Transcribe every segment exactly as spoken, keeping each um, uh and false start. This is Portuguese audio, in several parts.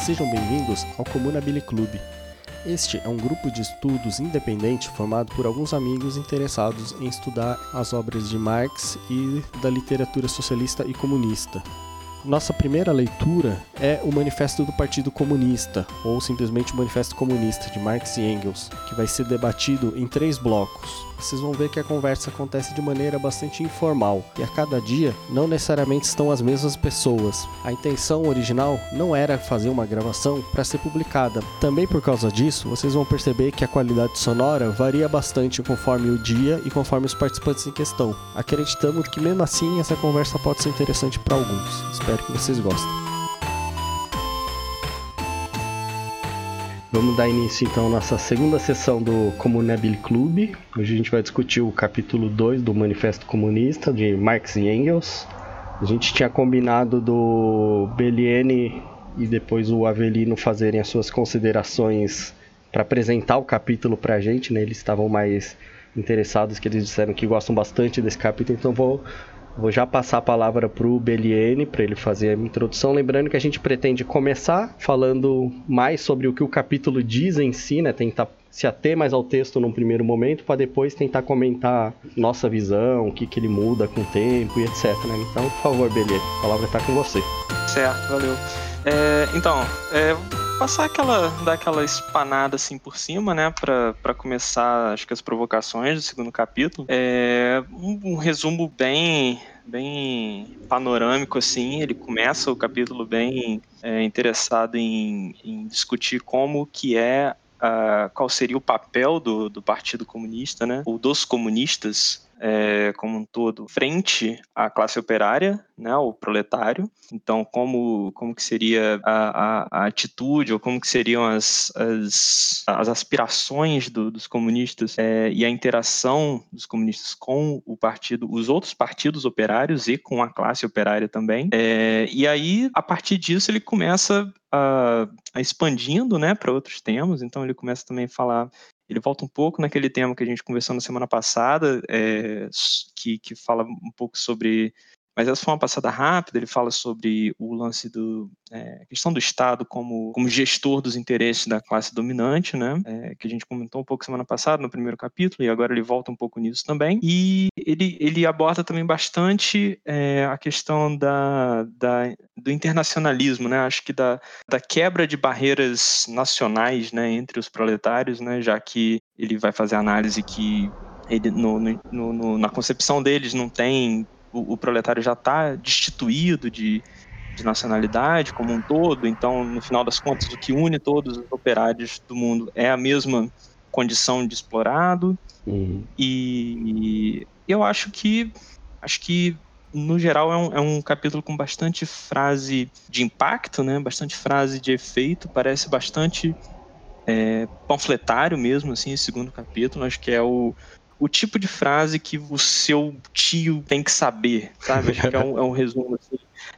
Sejam bem-vindos ao Comunabile Club. Este é um grupo de estudos independente formado por alguns amigos interessados em estudar as obras de Marx e da literatura socialista e comunista. Nossa primeira leitura é o Manifesto do Partido Comunista, ou simplesmente o Manifesto Comunista, de Marx e Engels, que vai ser debatido em três blocos. Vocês vão ver que a conversa acontece de maneira bastante informal, e a cada dia não necessariamente estão as mesmas pessoas. A intenção original não era fazer uma gravação para ser publicada. Também por causa disso, vocês vão perceber que a qualidade sonora varia bastante conforme o dia e conforme os participantes em questão. Acreditamos que mesmo assim essa conversa pode ser interessante para alguns. Espero que vocês gostem. Vamos dar início então à nossa segunda sessão do Comunabile Club. Hoje a gente vai discutir o capítulo dois do Manifesto Comunista, de Marx e Engels. A gente tinha combinado do Beliene e depois o Avelino fazerem as suas considerações para apresentar o capítulo para a gente, né? Eles estavam mais interessados, que eles disseram que gostam bastante desse capítulo, então vou... Vou já passar a palavra para o Beliene, para ele fazer a introdução. Lembrando que a gente pretende começar falando mais sobre o que o capítulo diz em si, né? Tentar se ater mais ao texto num primeiro momento, para depois tentar comentar nossa visão, o que, que ele muda com o tempo e etcétera. Né? Então, por favor, Beliene, a palavra está com você. Certo, valeu. É, então, é, passar aquela, dar aquela espanada assim por cima, né, para começar, acho que as provocações do segundo capítulo. É um, um resumo bem, bem panorâmico, assim. Ele começa o capítulo bem é, interessado em, em discutir como que é, uh, qual seria o papel do, do Partido Comunista, né, ou dos comunistas, É, como um todo, frente à classe operária, né, o proletário. Então, como, como que seria a, a, a atitude, ou como que seriam as, as, as aspirações do, dos comunistas é, e a interação dos comunistas com o partido, os outros partidos operários e com a classe operária também. É, e aí, a partir disso, ele começa a, a expandindo, né, para outros temas. Então, ele começa também a falar... Ele volta um pouco naquele tema que a gente conversou na semana passada, é, que, que fala um pouco sobre... Mas essa foi uma passada rápida. Ele fala sobre o lance do... É, a questão do Estado como, como gestor dos interesses da classe dominante, né? É, que a gente comentou um pouco semana passada, no primeiro capítulo, e agora ele volta um pouco nisso também. E ele, ele aborda também bastante é, a questão da, da, do internacionalismo, né? Acho que da, da quebra de barreiras nacionais, né, entre os proletários, né? Já que ele vai fazer a análise que ele, no, no, no, na concepção deles não tem... O, o proletário já está destituído de, de nacionalidade como um todo, então, no final das contas, o que une todos os operários do mundo é a mesma condição de explorado. Uhum. E, e eu acho que, acho que no geral, é um, é um capítulo com bastante frase de impacto, né? Bastante frase de efeito, parece bastante é, panfletário mesmo, assim, esse segundo capítulo. Acho que é o o tipo de frase que o seu tio tem que saber, sabe? Acho que é um, é um resumo, assim.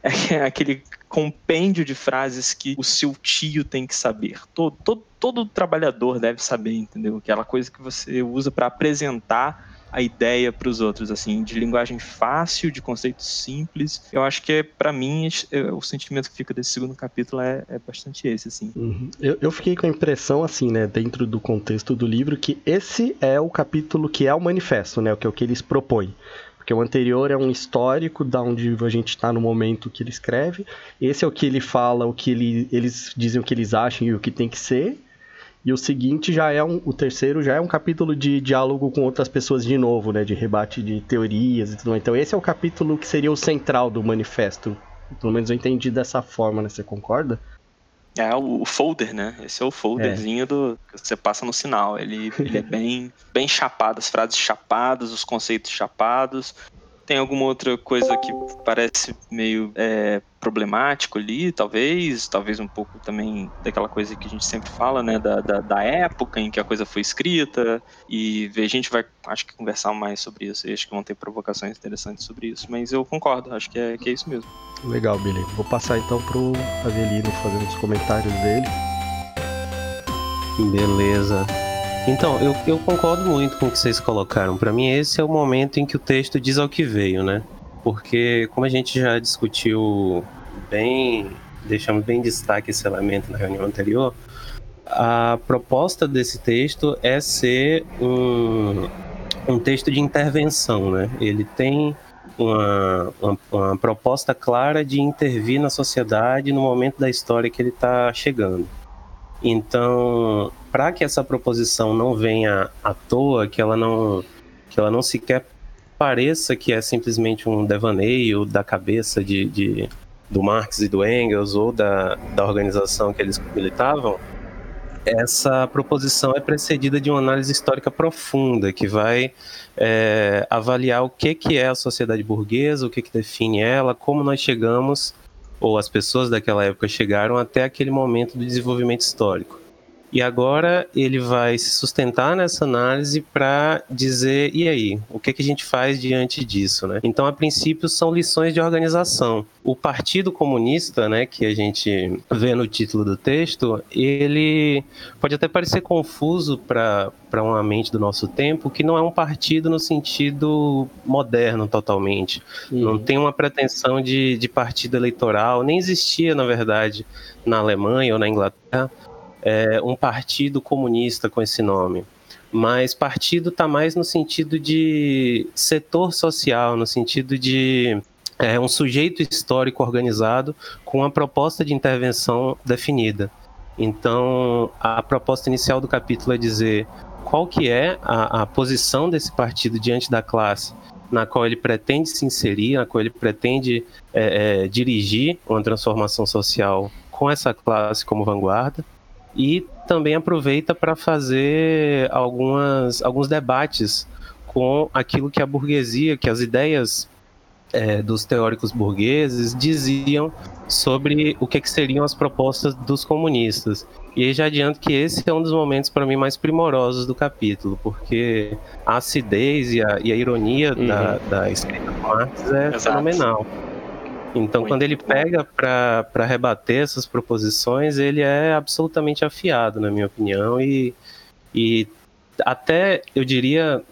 É aquele compêndio de frases que o seu tio tem que saber. Todo, todo, todo trabalhador deve saber, entendeu? Aquela coisa que você usa para apresentar a ideia para os outros, assim, de linguagem fácil, de conceitos simples. Eu acho que, é, para mim, é, o sentimento que fica desse segundo capítulo é, é bastante esse, assim. Uhum. Eu, eu fiquei com a impressão, assim, né, dentro do contexto do livro, que esse é o capítulo que é o manifesto, né, que é o que eles propõem. Porque o anterior é um histórico da onde a gente está no momento que ele escreve. Esse é o que ele fala, o que ele, eles dizem o que eles acham e o que tem que ser. E o seguinte já é um, o terceiro já é um capítulo de diálogo com outras pessoas de novo, né? De rebate de teorias e tudo mais. Então esse é o capítulo que seria o central do manifesto. Pelo menos eu entendi dessa forma, né? Você concorda? É o folder, né? Esse é o folderzinho é. do que você passa no sinal. Ele, ele é bem, bem chapado, as frases chapadas, os conceitos chapados. Tem alguma outra coisa que parece meio é, problemático ali, talvez, talvez um pouco também daquela coisa que a gente sempre fala, né, da, da, da época em que a coisa foi escrita, e a gente vai, acho que, conversar mais sobre isso, e acho que vão ter provocações interessantes sobre isso, mas eu concordo, acho que é, que é isso mesmo. Legal, Billy. Vou passar então pro Avelino fazendo os comentários dele. Beleza. Então, eu, eu concordo muito com o que vocês colocaram. Para mim, esse é o momento em que o texto diz ao que veio, né? Porque, como a gente já discutiu bem deixamos bem em destaque esse elemento na reunião anterior, a proposta desse texto é ser um, um texto de intervenção, né? Ele tem uma, uma, uma proposta clara de intervir na sociedade no momento da história que ele está chegando. Então, para que essa proposição não venha à toa, que ela não, que ela não sequer pareça que é simplesmente um devaneio da cabeça de, de, do Marx e do Engels ou da, da organização que eles militavam, essa proposição é precedida de uma análise histórica profunda, que vai é, avaliar o que, que é a sociedade burguesa, o que, que define ela, como nós chegamos, ou as pessoas daquela época chegaram até aquele momento do desenvolvimento histórico. E agora ele vai se sustentar nessa análise para dizer, e aí, o que, que a gente faz diante disso, né? Então, a princípio, são lições de organização. O Partido Comunista, né, que a gente vê no título do texto, ele pode até parecer confuso para para uma mente do nosso tempo, que não é um partido no sentido moderno totalmente. Uhum. Não tem uma pretensão de, de partido eleitoral, nem existia, na verdade, na Alemanha ou na Inglaterra, É, um partido comunista com esse nome, mas partido está mais no sentido de setor social, no sentido de é, um sujeito histórico organizado com uma proposta de intervenção definida. Então, a proposta inicial do capítulo é dizer qual que é a, a posição desse partido diante da classe na qual ele pretende se inserir, na qual ele pretende é, é, dirigir uma transformação social com essa classe como vanguarda. E também aproveita para fazer algumas, alguns debates com aquilo que a burguesia, que as ideias é, dos teóricos burgueses diziam sobre o que, que seriam as propostas dos comunistas. E aí já adianto que esse é um dos momentos, para mim, mais primorosos do capítulo, porque a acidez e a, e a ironia uhum. da, da escrita do Marx é Exato. Fenomenal. Então, Muito quando ele pega para rebater essas proposições, ele é absolutamente afiado, na minha opinião, e, e até, eu diria,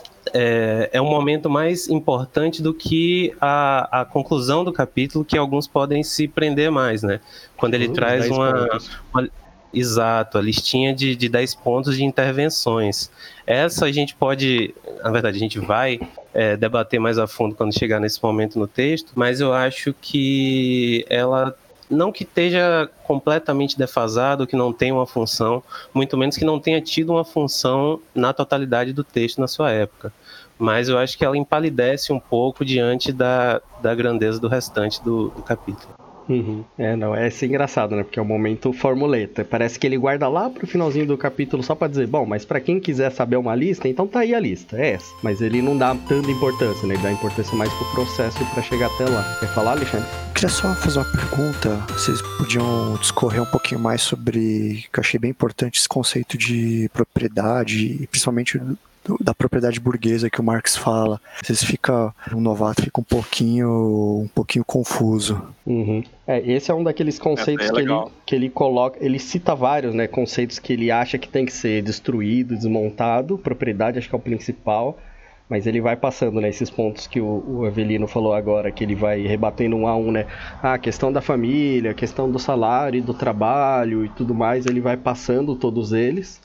é, é um momento mais importante do que a, a conclusão do capítulo, que alguns podem se prender mais, né? Quando ele uhum, traz uma, uma... Exato, a listinha de, de dez pontos de intervenções. Essa a gente pode, na verdade, a gente vai é, debater mais a fundo quando chegar nesse momento no texto, mas eu acho que ela, não que esteja completamente defasada, que não tenha uma função, muito menos que não tenha tido uma função na totalidade do texto na sua época. Mas eu acho que ela empalidece um pouco diante da, da grandeza do restante do, do capítulo. Uhum. É, não, é assim engraçado, né? Porque é o momento formuleta. Parece que ele guarda lá pro finalzinho do capítulo só pra dizer, bom, mas pra quem quiser saber uma lista, então tá aí a lista, é essa. Mas ele não dá tanta importância, né? Ele dá importância mais pro processo pra chegar até lá. Quer falar, Alexandre? Eu queria só fazer uma pergunta. Vocês podiam discorrer um pouquinho mais sobre, que eu achei bem importante, esse conceito de propriedade, e principalmente da propriedade burguesa que o Marx fala. Às vezes fica, um novato fica um pouquinho, um pouquinho confuso. Uhum. É, esse é um daqueles conceitos é, é que, ele, que ele coloca, ele cita vários, né, conceitos que ele acha que tem que ser destruído, desmontado. Propriedade acho que é o principal, mas ele vai passando, né, esses pontos que o, o Avelino falou agora, que ele vai rebatendo um a um, né, ah, a questão da família, a questão do salário e do trabalho e tudo mais, ele vai passando todos eles.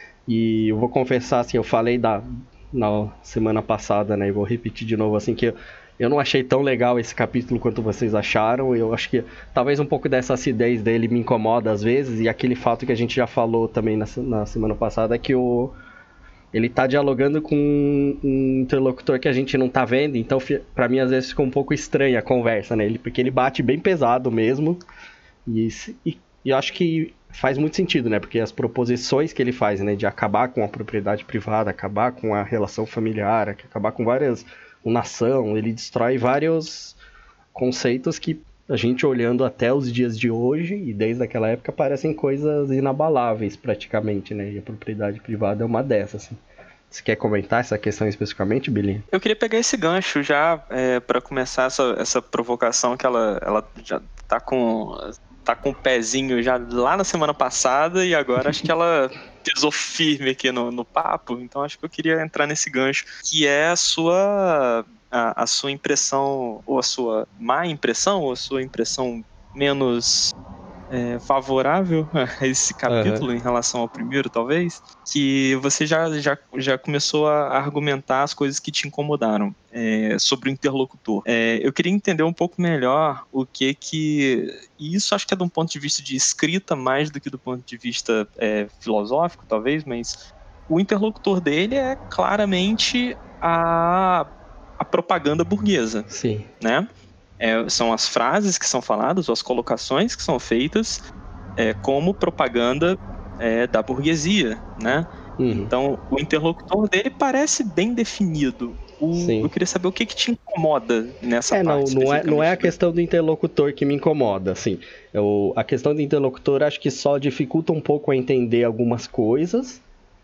E eu vou confessar, assim, eu falei da, na semana passada, né, e vou repetir de novo, assim, que eu, eu não achei tão legal esse capítulo quanto vocês acharam. Eu acho que talvez um pouco dessa acidez dele me incomoda às vezes, e aquele fato que a gente já falou também na, na semana passada, é que o, ele tá dialogando com um interlocutor que a gente não tá vendo, então pra mim às vezes fica um pouco estranha a conversa, né, ele, porque ele bate bem pesado mesmo, e, e, e eu acho que faz muito sentido, né? Porque as proposições que ele faz, né? De acabar com a propriedade privada, acabar com a relação familiar, acabar com várias... nação, ele destrói vários conceitos que a gente olhando até os dias de hoje, e desde aquela época, parecem coisas inabaláveis praticamente, né? E a propriedade privada é uma dessas, assim. Você quer comentar essa questão especificamente, Billy? Eu queria pegar esse gancho já é, para começar essa, essa provocação que ela, ela já tá com... tá com o pezinho já lá na semana passada e agora acho que ela pisou firme aqui no, no papo, então acho que eu queria entrar nesse gancho, que é a sua, a, a sua impressão, ou a sua má impressão, ou a sua impressão menos é, favorável a esse capítulo uhum. em relação ao primeiro, talvez, que você já, já, já começou a argumentar as coisas que te incomodaram é, sobre o interlocutor. É, eu queria entender um pouco melhor o que que... E isso acho que é de um ponto de vista de escrita mais do que do ponto de vista é, filosófico, talvez, mas o interlocutor dele é claramente a, a propaganda burguesa. Sim. Né? É, são as frases que são faladas, ou as colocações que são feitas é, como propaganda é, da burguesia, né? Uhum. Então, o interlocutor dele parece bem definido. O, eu queria saber o que, que te incomoda nessa é, parte. Não, não, é, não é a questão do interlocutor que me incomoda, assim. Eu, a questão do interlocutor acho que só dificulta um pouco a entender algumas coisas.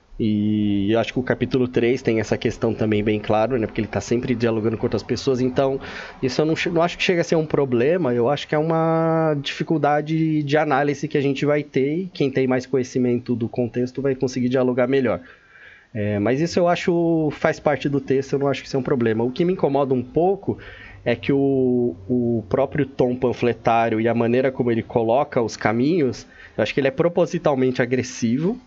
E eu acho que o capítulo três tem essa questão também bem claro, né? Porque ele está sempre dialogando com outras pessoas. Então, isso eu não, não acho que chega a ser um problema. Eu acho que é uma dificuldade de análise que a gente vai ter. E quem tem mais conhecimento do contexto vai conseguir dialogar melhor. É, mas isso eu acho faz parte do texto. Eu não acho que isso é um problema. O que me incomoda um pouco é que o, o próprio tom panfletário e a maneira como ele coloca os caminhos, eu acho que ele é propositalmente agressivo.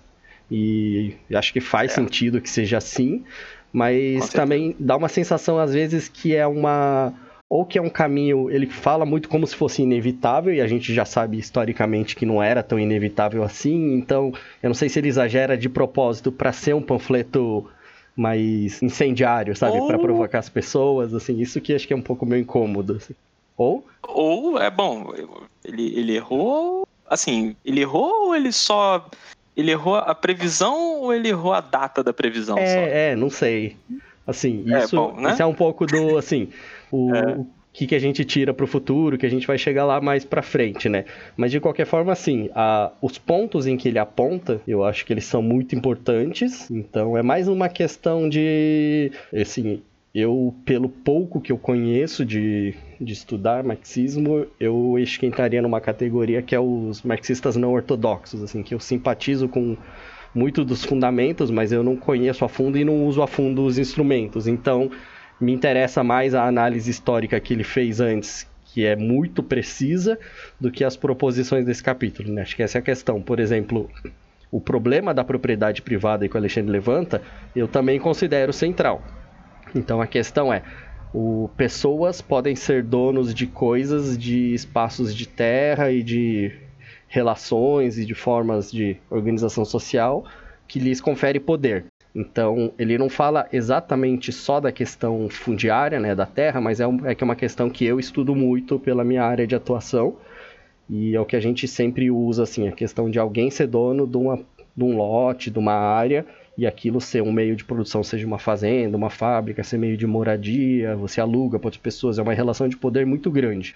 E acho que faz é. sentido que seja assim, mas também dá uma sensação às vezes que é uma... Ou que é um caminho, ele fala muito como se fosse inevitável, e a gente já sabe historicamente que não era tão inevitável assim, então eu não sei se ele exagera de propósito para ser um panfleto mais incendiário, sabe? Ou... para provocar as pessoas, assim, isso que acho que é um pouco meio incômodo. Assim. Ou? Ou, é bom, ele, ele errou, assim, ele errou ou ele só... Ele errou a previsão ou ele errou a data da previsão? É, só? é, não sei. Assim, é, isso, bom, né? isso é um pouco do, assim, o, é. o que, que a gente tira pro futuro, que a gente vai chegar lá mais pra frente, né? Mas, de qualquer forma, assim, a, os pontos em que ele aponta, eu acho que eles são muito importantes. Então, é mais uma questão de, assim... Eu, pelo pouco que eu conheço de, de estudar marxismo, eu acho que entraria numa categoria que é os marxistas não ortodoxos, assim, que eu simpatizo com muito dos fundamentos, mas eu não conheço a fundo e não uso a fundo os instrumentos. Então, me interessa mais a análise histórica que ele fez antes, que é muito precisa, do que as proposições desse capítulo, né? Acho que essa é a questão. Por exemplo, o problema da propriedade privada que o Alexandre levanta, eu também considero central. Então a questão é, o, pessoas podem ser donos de coisas, de espaços de terra e de relações e de formas de organização social que lhes confere poder. Então ele não fala exatamente só da questão fundiária, né, da terra, mas é, um, é que é uma questão que eu estudo muito pela minha área de atuação e é o que a gente sempre usa, assim, a questão de alguém ser dono de, uma, de um lote, de uma área, e aquilo ser um meio de produção, seja uma fazenda, uma fábrica, ser meio de moradia, você aluga para outras pessoas, é uma relação de poder muito grande.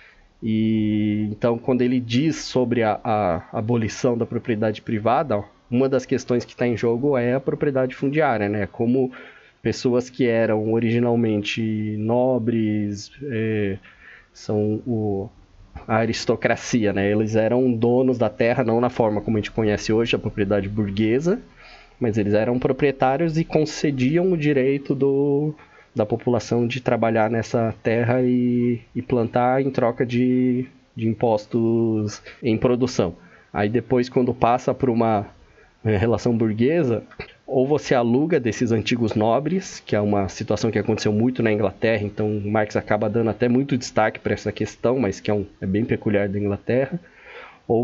E então, quando ele diz sobre a, a abolição da propriedade privada, uma das questões que está em jogo é a propriedade fundiária, né? Como pessoas que eram originalmente nobres, é, são o, a aristocracia, né? Eles eram donos da terra, não na forma como a gente conhece hoje, a propriedade burguesa, mas eles eram proprietários e concediam o direito do, da população de trabalhar nessa terra e, e plantar em troca de, de impostos em produção. Aí depois, quando passa por uma é, relação burguesa, ou você aluga desses antigos nobres, que é uma situação que aconteceu muito na Inglaterra, então Marx acaba dando até muito destaque para essa questão, mas que é, um, é bem peculiar da Inglaterra. Ou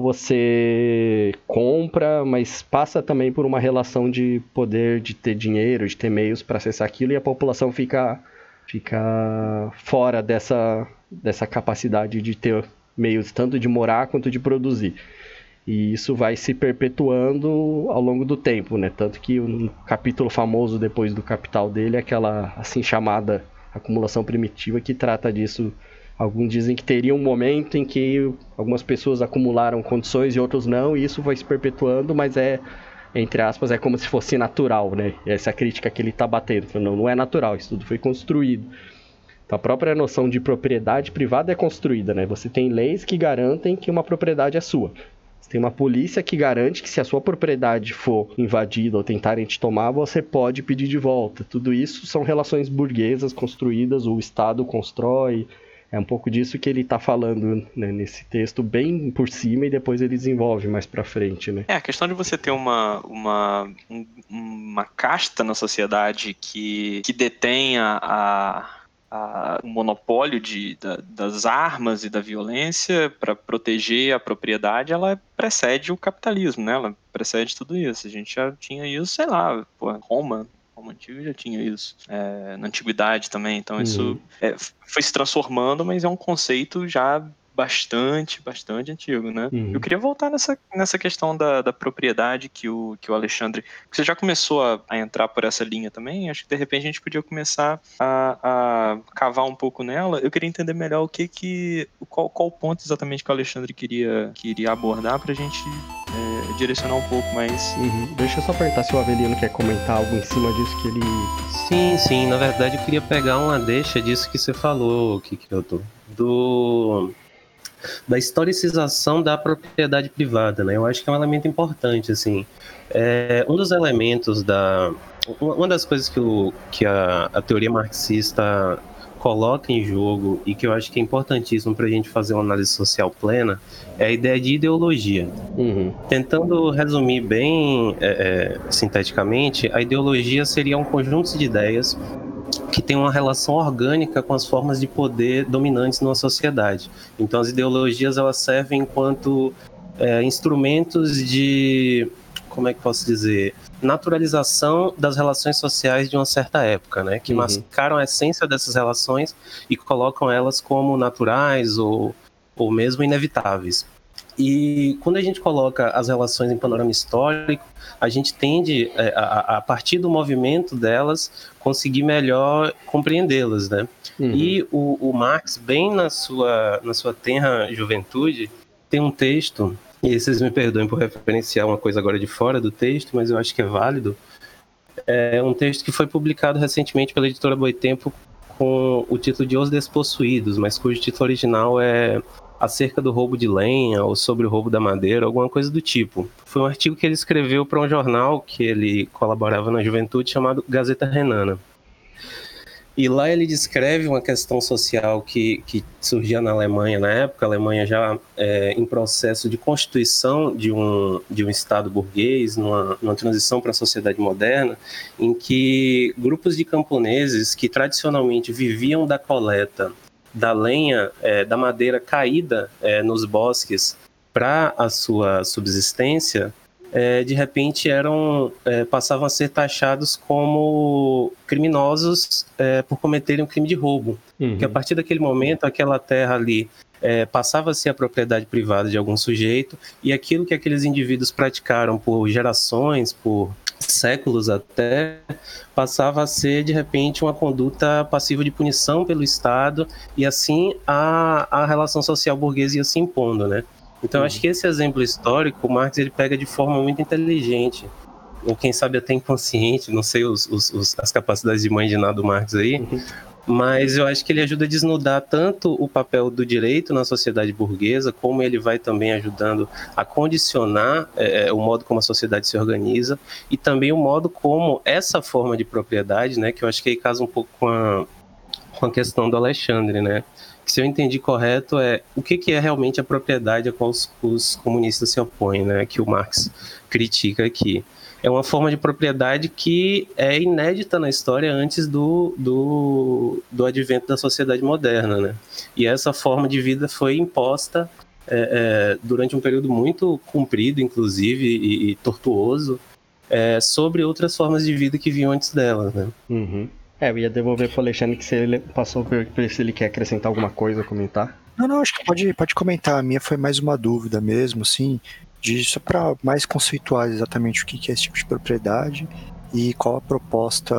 você compra, mas passa também por uma relação de poder, de ter dinheiro, de ter meios para acessar aquilo, e a população fica, fica fora dessa, dessa capacidade de ter meios tanto de morar quanto de produzir. E isso vai se perpetuando ao longo do tempo, né? Tanto que um capítulo famoso depois do Capital dele é aquela assim chamada acumulação primitiva, que trata disso. Alguns dizem que teria um momento em que algumas pessoas acumularam condições e outros não, e isso vai se perpetuando, mas é, entre aspas, é como se fosse natural, né? Essa é a crítica que ele está batendo. Não, não é natural, isso tudo foi construído. Então, a própria noção de propriedade privada é construída, né? Você tem leis que garantem que uma propriedade é sua. Você tem uma polícia que garante que se a sua propriedade for invadida ou tentarem te tomar, você pode pedir de volta. Tudo isso são relações burguesas construídas, o Estado constrói. É um pouco disso que ele tá falando, né, nesse texto, bem por cima, e depois ele desenvolve mais pra frente, né? É, a questão de você ter uma, uma, um, uma casta na sociedade que, que detenha a, a, o monopólio de, da, das armas e da violência para proteger a propriedade, ela precede o capitalismo, né? Ela precede tudo isso. A gente já tinha isso, sei lá, pô, Roma... Roma Antiga já tinha isso, é, na Antiguidade também, então Uhum. isso é, foi se transformando, mas é um conceito já bastante, bastante antigo, né? Uhum. Eu queria voltar nessa, nessa questão da, da propriedade que o, que o Alexandre... Você já começou a, a entrar por essa linha também? Acho que de repente a gente podia começar a, a cavar um pouco nela. Eu queria entender melhor o que que... Qual, qual ponto exatamente que o Alexandre queria, queria abordar pra gente é, direcionar um pouco mais... Uhum. Deixa eu só apertar se o Avelino quer comentar algo em cima disso que ele... Sim, sim, na verdade eu queria pegar uma deixa disso que você falou, Kikyoto, do... da historicização da propriedade privada, né? Eu acho que é um elemento importante, assim. É, um dos elementos da... Uma das coisas que, o, que a, a teoria marxista coloca em jogo e que eu acho que é importantíssimo para a gente fazer uma análise social plena é a ideia de ideologia. Uhum. Tentando resumir bem é, é, sinteticamente, a ideologia seria um conjunto de ideias que tem uma relação orgânica com as formas de poder dominantes numa sociedade. Então, as ideologias elas servem enquanto é, instrumentos de, como é que posso dizer, naturalização das relações sociais de uma certa época, né? Que Uhum. mascaram a essência dessas relações e colocam elas como naturais ou, ou mesmo inevitáveis. E quando a gente coloca as relações em panorama histórico, a gente tende, a, a partir do movimento delas, conseguir melhor compreendê-las, né? Uhum. E o, o Marx, bem na sua, na sua tenra juventude, tem um texto, e vocês me perdoem por referenciar uma coisa agora de fora do texto, mas eu acho que é válido, é um texto que foi publicado recentemente pela editora Boitempo com o título de Os Despossuídos, mas cujo título original é acerca do roubo de lenha ou sobre o roubo da madeira, alguma coisa do tipo. Foi um artigo que ele escreveu para um jornal que ele colaborava na juventude chamado Gazeta Renana. E lá ele descreve uma questão social que, que surgia na Alemanha na época, a Alemanha já é, em processo de constituição de um, de um Estado burguês, numa, numa transição para a sociedade moderna, em que grupos de camponeses que tradicionalmente viviam da coleta da lenha, é, da madeira caída é, nos bosques para a sua subsistência, é, de repente eram, é, passavam a ser taxados como criminosos é, por cometerem um crime de roubo. Uhum. Porque a partir daquele momento, aquela terra ali é, passava a ser a propriedade privada de algum sujeito, e aquilo que aqueles indivíduos praticaram por gerações, por séculos até, passava a ser, de repente, uma conduta passiva de punição pelo Estado, e assim a, a relação social burguesa ia se impondo, né? Então, uhum. acho que esse exemplo histórico, o Marx ele pega de forma muito inteligente, ou quem sabe até inconsciente, não sei os, os, os, as capacidades de imaginar do Marx aí, uhum. mas eu acho que ele ajuda a desnudar tanto o papel do direito na sociedade burguesa, como ele vai também ajudando a condicionar é, o modo como a sociedade se organiza, e também o modo como essa forma de propriedade, né, que eu acho que aí casa um pouco com a, com a questão do Alexandre, né, que se eu entendi correto é o que, que é realmente a propriedade a qual os, os comunistas se opõem, né, que o Marx critica aqui. É uma forma de propriedade que é inédita na história antes do, do, do advento da sociedade moderna, né? E essa forma de vida foi imposta é, é, durante um período muito comprido, inclusive, e, e tortuoso, é, sobre outras formas de vida que vinham antes dela, né? Uhum. É, eu ia devolver para o Alexandre que se ele passou por se ele quer acrescentar alguma coisa, comentar. Não, não, acho que pode, pode comentar. A minha foi mais uma dúvida mesmo, assim, de, só para mais conceituar exatamente o que é esse tipo de propriedade e qual a proposta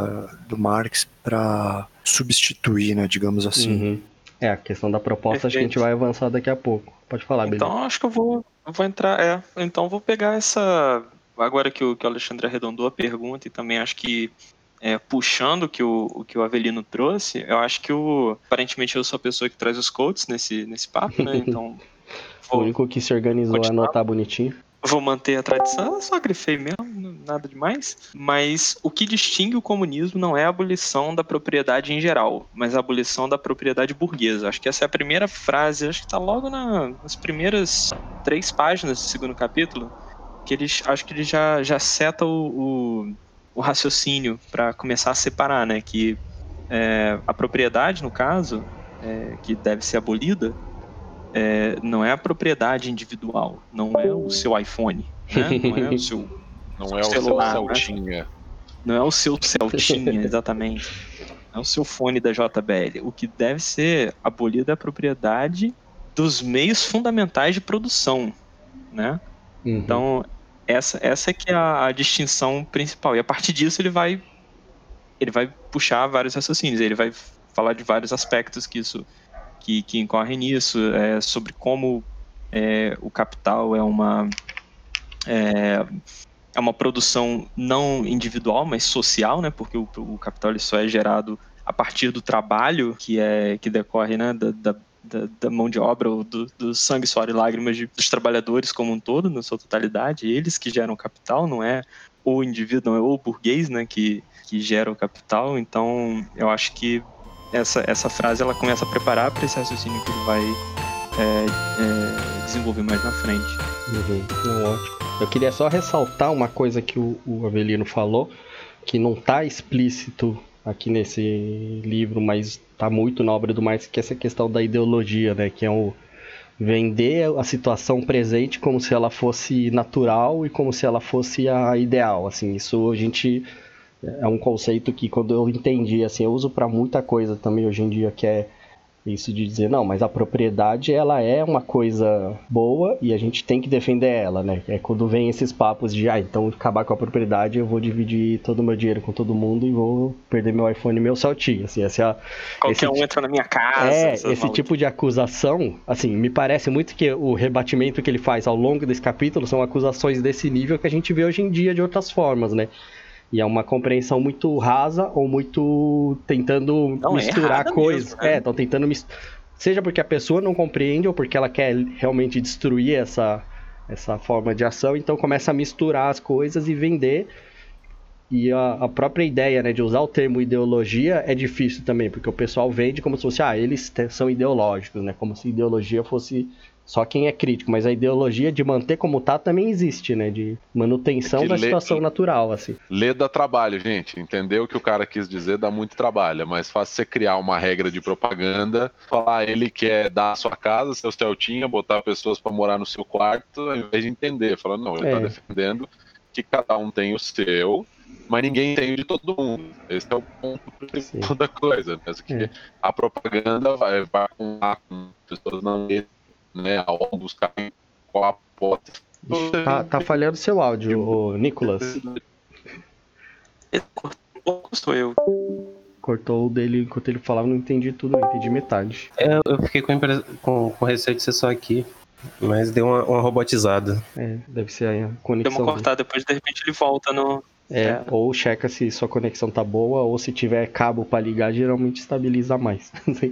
do Marx para substituir, né, digamos assim. Uhum. É, a questão da proposta Perfeito. Acho que a gente vai avançar daqui a pouco. Pode falar, Beleza. Então, acho que eu vou, eu vou entrar, é, então eu vou pegar essa, agora que o, que o Alexandre arredondou a pergunta e também acho que É, puxando o que o, o que o Avelino trouxe, eu acho que o, aparentemente eu sou a pessoa que traz os quotes nesse, nesse papo, né? Então. Vou o único que se organizou a anotar bonitinho. Vou manter a tradição, eu só grifei mesmo, nada demais. Mas o que distingue o comunismo não é a abolição da propriedade em geral, mas a abolição da propriedade burguesa. Acho que essa é a primeira frase, acho que está logo na, nas primeiras três páginas do segundo capítulo, que eles, acho que ele já, já seta o, o, o raciocínio para começar a separar, né? Que é, a propriedade, no caso, é, que deve ser abolida, é, não é a propriedade individual, não é o seu iPhone, né? Não é o seu, Não seu é o celular, seu né? Celtinha. Não é o seu Celtinha, exatamente. É o seu fone da J B L. O que deve ser abolido é a propriedade dos meios fundamentais de produção, né? Uhum. Então, essa, essa é que é a, a distinção principal. E a partir disso ele vai, ele vai puxar vários raciocínios, ele vai falar de vários aspectos que isso que, que incorrem nisso, é, sobre como é, o capital é uma é, é uma produção não individual, mas social, né? Porque o, o capital ele só é gerado a partir do trabalho que é que decorre, né, da, da, da, da mão de obra, ou do, do sangue, suor e lágrimas de, dos trabalhadores como um todo, na sua totalidade. Eles que geram o capital, não é o indivíduo, não é o burguês, né, que, que gera o capital. Então, eu acho que essa, essa frase ela começa a preparar para esse raciocínio que ele vai é, é, desenvolver mais na frente. Uhum. Não, ótimo. Eu queria só ressaltar uma coisa que o, o Avelino falou, que não está explícito aqui nesse livro, mas está muito na obra do Marx, que é essa questão da ideologia, né? Que é o vender a situação presente como se ela fosse natural e como se ela fosse a ideal. Assim, isso a gente é um conceito que quando eu entendi, assim, eu uso para muita coisa também hoje em dia, que é isso de dizer, não, mas a propriedade, ela é uma coisa boa e a gente tem que defender ela, né? É quando vem esses papos de, ah, então acabar com a propriedade, eu vou dividir todo o meu dinheiro com todo mundo e vou perder meu iPhone e meu Celtinha, assim, essa é a... Qualquer esse, um entra na minha casa. É, esse tipo de acusação, assim, me parece muito que o rebatimento que ele faz ao longo desse capítulo são acusações desse nível que a gente vê hoje em dia de outras formas, né? E é uma compreensão muito rasa ou muito tentando não, misturar é coisas. Mesmo, né? É, estão tentando misturar. Seja porque a pessoa não compreende ou porque ela quer realmente destruir essa, essa forma de ação, então começa a misturar as coisas e vender. E a, a própria ideia, né, de usar o termo ideologia é difícil também, porque o pessoal vende como se fosse, ah, eles te, são ideológicos, né? Como se ideologia fosse só quem é crítico, mas a ideologia de manter como tá também existe, né? De manutenção É da lê, situação natural, assim. Ler dá trabalho, gente. Entender o que o cara quis dizer dá muito trabalho. É mais fácil você criar uma regra de propaganda, falar ele quer dar a sua casa, seu Celtinha, botar pessoas para morar no seu quarto, ao invés de entender. Falando, não, ele é. tá defendendo que cada um tem o seu, mas ninguém tem o de todo mundo. Esse é o ponto principal da coisa. Mas que é. A propaganda vai, vai com pessoas não né, ao buscar qual a porta. Tá, tá falhando seu áudio, ô, Nicolas. Sou eu. Cortou o dele enquanto ele falava, não entendi tudo, não entendi metade. É, eu fiquei com, impre... com, com receio de ser só aqui, mas deu uma, uma robotizada. É, deve ser a conexão. Deu uma cortada, depois de repente ele volta no... É, é, ou checa se sua conexão tá boa, ou se tiver cabo pra ligar, geralmente estabiliza mais.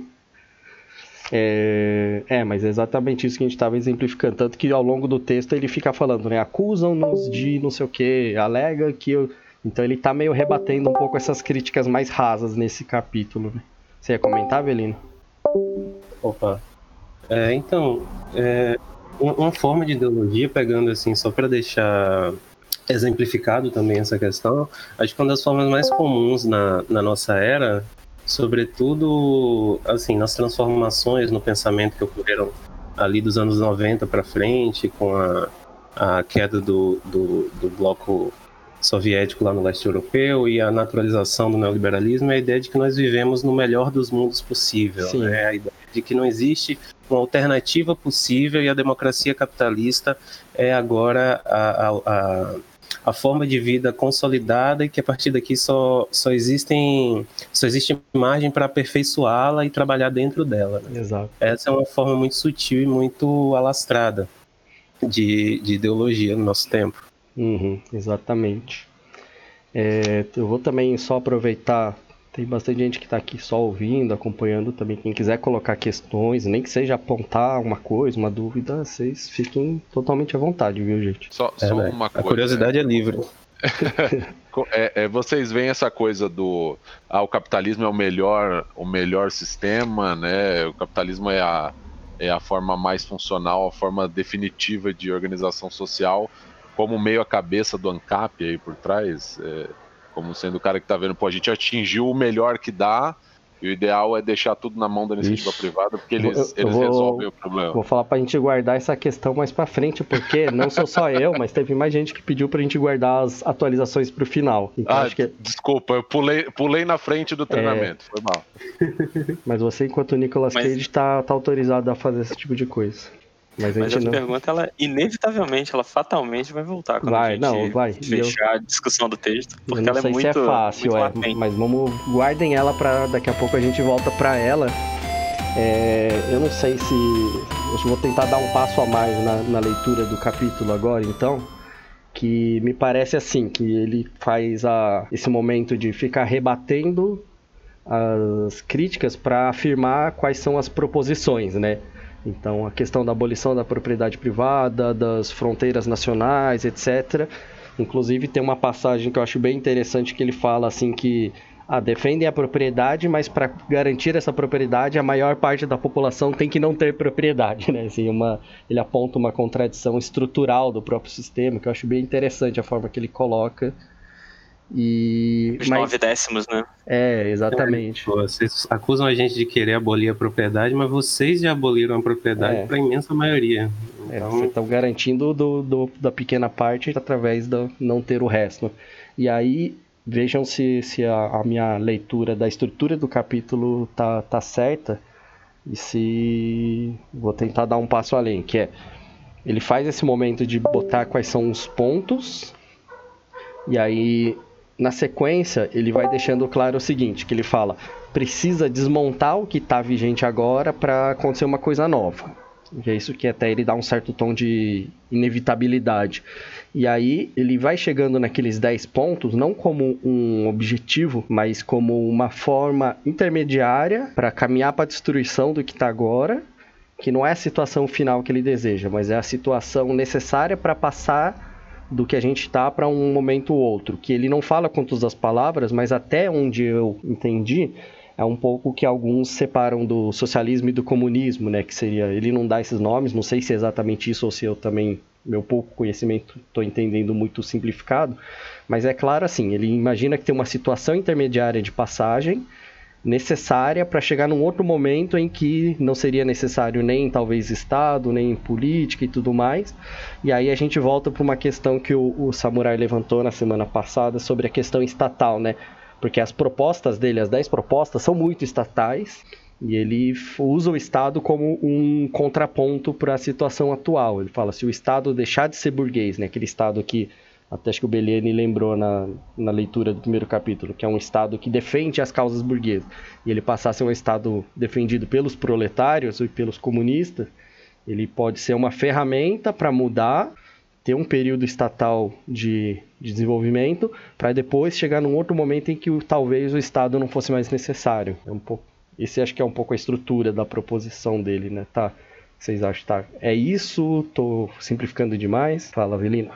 É, é, mas é exatamente isso que a gente estava exemplificando. Tanto que ao longo do texto ele fica falando, né? Acusam-nos de não sei o que, alega que eu... Então ele tá meio rebatendo um pouco essas críticas mais rasas nesse capítulo, né? Você ia comentar, Avelino? Opa. É, então, é, uma forma de ideologia, pegando assim, só para deixar exemplificado também essa questão, acho que uma das formas mais comuns na, na nossa era, sobretudo assim, nas transformações no pensamento que ocorreram ali dos anos noventa para frente, com a, a queda do, do, do bloco soviético lá no leste europeu e a naturalização do neoliberalismo, é a ideia de que nós vivemos no melhor dos mundos possível, né? A ideia de que não existe uma alternativa possível e a democracia capitalista é agora a, a, a a forma de vida consolidada e que a partir daqui só, só, existem, só existe margem para aperfeiçoá-la e trabalhar dentro dela. Né? Exato. Essa é uma forma muito sutil e muito alastrada de, de ideologia no nosso tempo. Uhum, exatamente. É, eu vou também só aproveitar, tem bastante gente que está aqui só ouvindo, acompanhando também. Quem quiser colocar questões, nem que seja apontar uma coisa, uma dúvida, vocês fiquem totalmente à vontade, viu, gente? Só, é, só né? uma A coisa. curiosidade é livre. É, é, vocês veem essa coisa do ah, o capitalismo é o melhor, o melhor sistema, né? O capitalismo é a, é a forma mais funcional, a forma definitiva de organização social, como meio a cabeça do ANCAP aí por trás, é, como sendo o cara que tá vendo, pô, a gente atingiu o melhor que dá, e o ideal é deixar tudo na mão da iniciativa Ixi. privada, porque eles, eu, eu eles vou, resolvem o problema. Vou falar pra gente guardar essa questão mais pra frente, porque não sou só eu, mas teve mais gente que pediu pra gente guardar as atualizações pro final. Então, ah, acho que... desculpa, eu pulei, pulei na frente do treinamento, é... foi mal. Mas você, enquanto o Nicolas mas... Cage, tá, tá autorizado a fazer esse tipo de coisa. Mas, a mas gente essa não... pergunta, ela inevitavelmente, ela fatalmente vai voltar quando vai, a gente não, vai. fechar eu... a discussão do texto. Porque eu não ela sei é muito, se é fácil, é, mas vamos, guardem ela pra daqui a pouco a gente volta pra ela. É, eu não sei se... Eu vou tentar dar um passo a mais na, na leitura do capítulo agora, então, que me parece assim, que ele faz a, esse momento de ficar rebatendo as críticas para afirmar quais são as proposições, né? Então, a questão da abolição da propriedade privada, das fronteiras nacionais, etcétera. Inclusive, tem uma passagem que eu acho bem interessante que ele fala assim que ah, defendem a propriedade, mas para garantir essa propriedade, a maior parte da população tem que não ter propriedade, né? Assim, uma, ele aponta uma contradição estrutural do próprio sistema, que eu acho bem interessante a forma que ele coloca. E... Os mas... nove décimos, né? É, exatamente. É, vocês acusam a gente de querer abolir a propriedade, mas vocês já aboliram a propriedade é. para a imensa maioria. Então... É, então... vocês estão garantindo do, do, da pequena parte através de não ter o resto. E aí, vejam se, se a, a minha leitura da estrutura do capítulo tá, tá certa. E se... Vou tentar dar um passo além, que é... Ele faz esse momento de botar quais são os pontos... E aí... Na sequência, ele vai deixando claro o seguinte, que ele fala, precisa desmontar o que está vigente agora para acontecer uma coisa nova. E é isso que até ele dá um certo tom de inevitabilidade. E aí, ele vai chegando naqueles dez pontos, não como um objetivo, mas como uma forma intermediária para caminhar para a destruição do que está agora, que não é a situação final que ele deseja, mas é a situação necessária para passar do que a gente está para um momento ou outro, que ele não fala quantas das palavras, mas até onde eu entendi, é um pouco que alguns separam do socialismo e do comunismo, né, que seria, ele não dá esses nomes, não sei se é exatamente isso ou se eu também, meu pouco conhecimento, estou entendendo muito simplificado, mas é claro assim, ele imagina que tem uma situação intermediária de passagem, necessária para chegar num outro momento em que não seria necessário nem talvez Estado, nem política e tudo mais. E aí a gente volta para uma questão que o, o Samurai levantou na semana passada sobre a questão estatal, né? Porque as propostas dele, as dez propostas, são muito estatais e ele usa o Estado como um contraponto para a situação atual. Ele fala, se o Estado deixar de ser burguês, né? Aquele Estado que até acho que o Beliani lembrou na, na leitura do primeiro capítulo, que é um Estado que defende as causas burguesas, e ele passar a ser um Estado defendido pelos proletários e pelos comunistas, ele pode ser uma ferramenta para mudar, ter um período estatal de, de desenvolvimento, para depois chegar num outro momento em que talvez o Estado não fosse mais necessário. É um pouco, esse acho que é um pouco a estrutura da proposição dele, né? Tá? Vocês acham que tá? É isso? Tô simplificando demais? Fala, Avelino.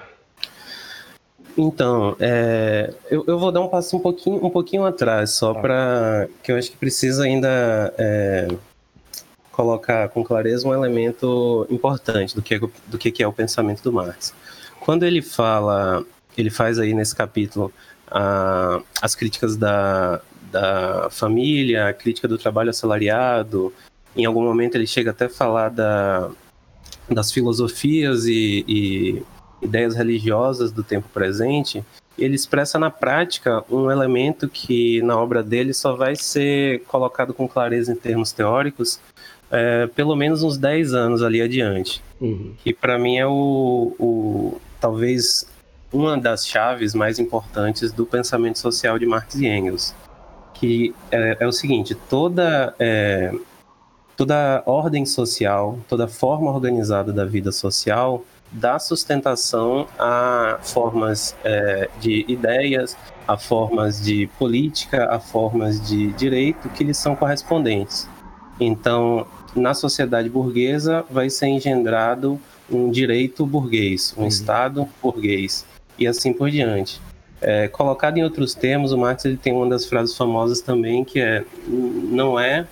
Então, é, eu, eu vou dar um passo um pouquinho, um pouquinho atrás, só tá. para que eu acho que precisa ainda é, colocar com clareza um elemento importante do que, do que é o pensamento do Marx. Quando ele fala, ele faz aí nesse capítulo a, as críticas da, da família, a crítica do trabalho assalariado, em algum momento ele chega até a falar da, das filosofias e... e ideias religiosas do tempo presente, ele expressa na prática um elemento que na obra dele só vai ser colocado com clareza em termos teóricos é, pelo menos uns dez anos ali adiante. Uhum. Que para mim é o, o talvez uma das chaves mais importantes do pensamento social de Marx e Engels, que é, é o seguinte, toda, é, toda ordem social, toda forma organizada da vida social dá sustentação a formas é, de ideias, a formas de política, a formas de direito que lhes são correspondentes. Então, na sociedade burguesa vai ser engendrado um direito burguês, um uhum. Estado burguês, e assim por diante. É, colocado em outros termos, o Marx ele tem uma das frases famosas também, que é: não é,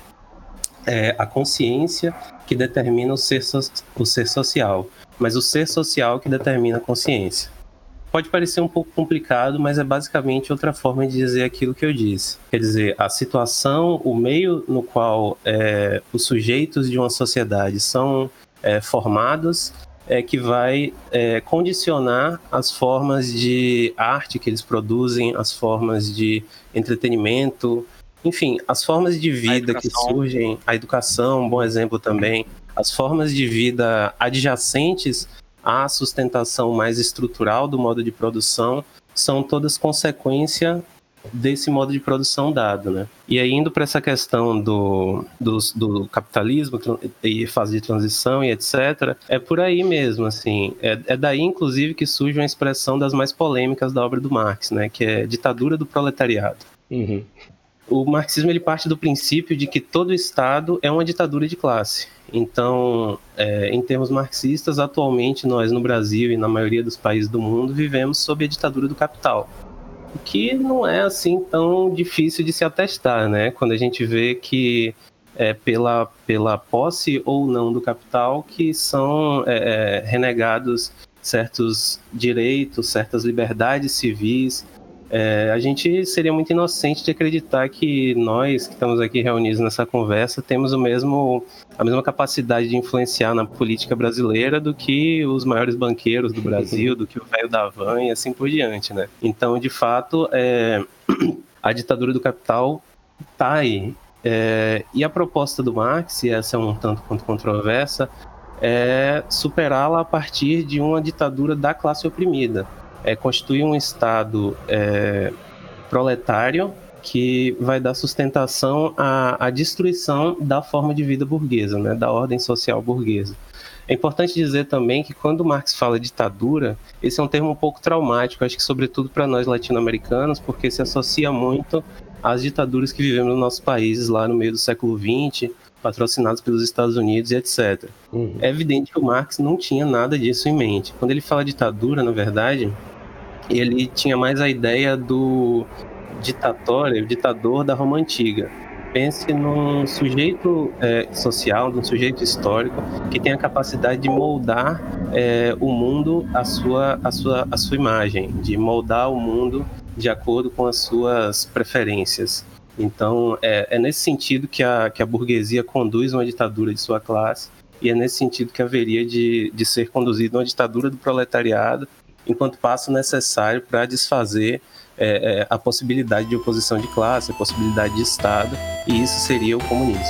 é a consciência que determina o ser, so, o ser social, mas o ser social que determina a consciência. Pode parecer um pouco complicado, mas é basicamente outra forma de dizer aquilo que eu disse. Quer dizer, a situação, o meio no qual é, os sujeitos de uma sociedade são é, formados é que vai é, condicionar as formas de arte que eles produzem, as formas de entretenimento, enfim, as formas de vida que surgem, a educação, um bom exemplo também, as formas de vida adjacentes à sustentação mais estrutural do modo de produção são todas consequência desse modo de produção dado, né? E aí, indo para essa questão do, do, do capitalismo e fase de transição e etcétera, é por aí mesmo, assim. É, é daí, inclusive, que surge uma expressão das mais polêmicas da obra do Marx, né? Que é ditadura do proletariado. Uhum. O marxismo ele parte do princípio de que todo Estado é uma ditadura de classe. Então, é, em termos marxistas, atualmente nós no Brasil e na maioria dos países do mundo vivemos sob a ditadura do capital. O que não é assim tão difícil de se atestar, né? Quando a gente vê que é pela, pela posse ou não do capital que são é, renegados certos direitos, certas liberdades civis. É, a gente seria muito inocente de acreditar que nós que estamos aqui reunidos nessa conversa temos o mesmo, a mesma capacidade de influenciar na política brasileira do que os maiores banqueiros do Brasil, do que o velho da van e assim por diante, né? Então, de fato, é, a ditadura do capital está aí. É, e a proposta do Marx, e essa é um tanto quanto controversa, é superá-la a partir de uma ditadura da classe oprimida. É constituir um Estado é, proletário que vai dar sustentação à, à destruição da forma de vida burguesa, né, da ordem social burguesa. É importante dizer também que quando Marx fala ditadura, esse é um termo um pouco traumático, acho que sobretudo para nós latino-americanos, porque se associa muito às ditaduras que vivemos nos nossos países lá no meio do século vinte, patrocinados pelos Estados Unidos e etcétera. Uhum. É evidente que o Marx não tinha nada disso em mente. Quando ele fala ditadura, na verdade, ele tinha mais a ideia do ditatório, ditador da Roma Antiga. Pense num sujeito é, social, num sujeito histórico que tem a capacidade de moldar é, o mundo à sua, à, sua, à sua imagem, de moldar o mundo de acordo com as suas preferências. Então, é, é nesse sentido que a, que a burguesia conduz uma ditadura de sua classe, e é nesse sentido que haveria de, de ser conduzida uma ditadura do proletariado, enquanto passo necessário para desfazer é, é, a possibilidade de oposição de classe, a possibilidade de Estado, e isso seria o comunismo.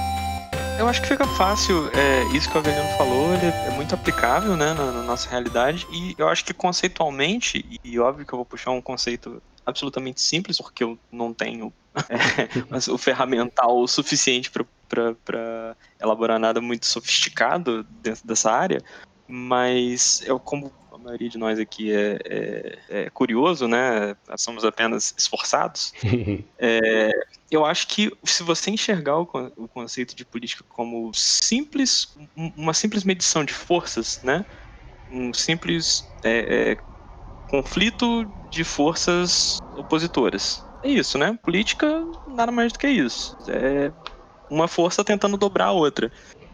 Eu acho que fica fácil, é, isso que o Avelino falou, ele é muito aplicável, né, na, na nossa realidade, e eu acho que conceitualmente, e, e óbvio que eu vou puxar um conceito absolutamente simples, porque eu não tenho é, o ferramental suficiente para elaborar nada muito sofisticado dentro dessa área, mas eu, como a maioria de nós aqui é, é, é curioso, né, nós somos apenas esforçados, é, eu acho que se você enxergar o, o conceito de política como simples, uma simples medição de forças, né, um simples é, é, conflito de forças opositoras. É isso, né? Política nada mais do que isso. É uma força tentando dobrar a outra.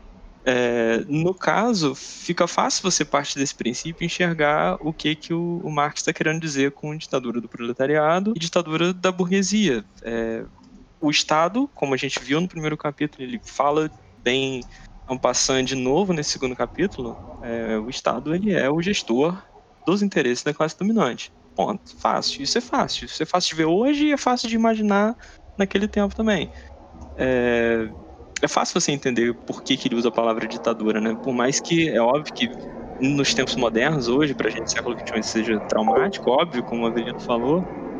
É, no caso, fica fácil você partir desse princípio e enxergar o que, que o, o Marx está querendo dizer com ditadura do proletariado e ditadura da burguesia. É, o Estado, como a gente viu no primeiro capítulo, ele fala bem en passant de novo nesse segundo capítulo, é, o Estado ele é o gestor dos interesses da classe dominante. Ponto. Fácil. Isso é fácil. Isso é fácil de ver hoje e é fácil de imaginar naquele tempo também. É, é fácil você entender por que, que ele usa a palavra ditadura, né? Por mais que, é óbvio que nos tempos modernos, hoje, pra gente, século vinte e um, isso seja traumático, óbvio, como o Avelino falou,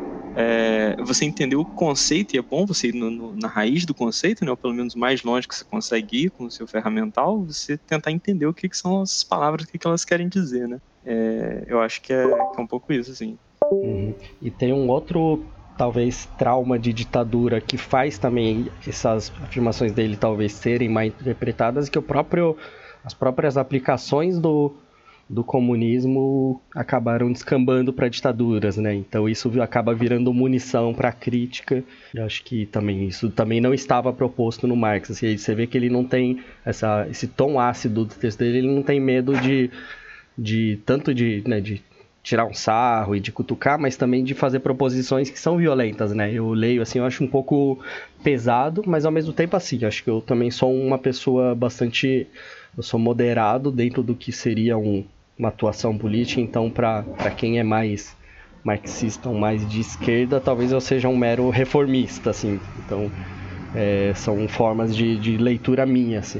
é, você entender o conceito, e é bom você ir no, no, na raiz do conceito, né? Ou pelo menos mais longe que você consegue ir com o seu ferramental, você tentar entender o que, que são essas palavras, o que, que elas querem dizer, né? É, eu acho que é, que é um pouco isso, assim. Uhum. E tem um outro, talvez, trauma de ditadura que faz também essas afirmações dele talvez serem mal interpretadas, que o próprio, as próprias aplicações do, do comunismo acabaram descambando para ditaduras, né? Então isso acaba virando munição para a crítica. Eu acho que também isso também não estava proposto no Marx. Assim, você vê que ele não tem essa, esse tom ácido do texto dele, ele não tem medo de, de tanto de, né, de tirar um sarro e de cutucar, mas também de fazer proposições que são violentas, né? Eu leio assim, eu acho um pouco pesado, mas ao mesmo tempo assim, eu acho que eu também sou uma pessoa bastante, eu sou moderado dentro do que seria um uma atuação política, então para quem é mais marxista ou mais de esquerda, talvez eu seja um mero reformista, assim. Então, é, são formas de, de leitura minha, assim.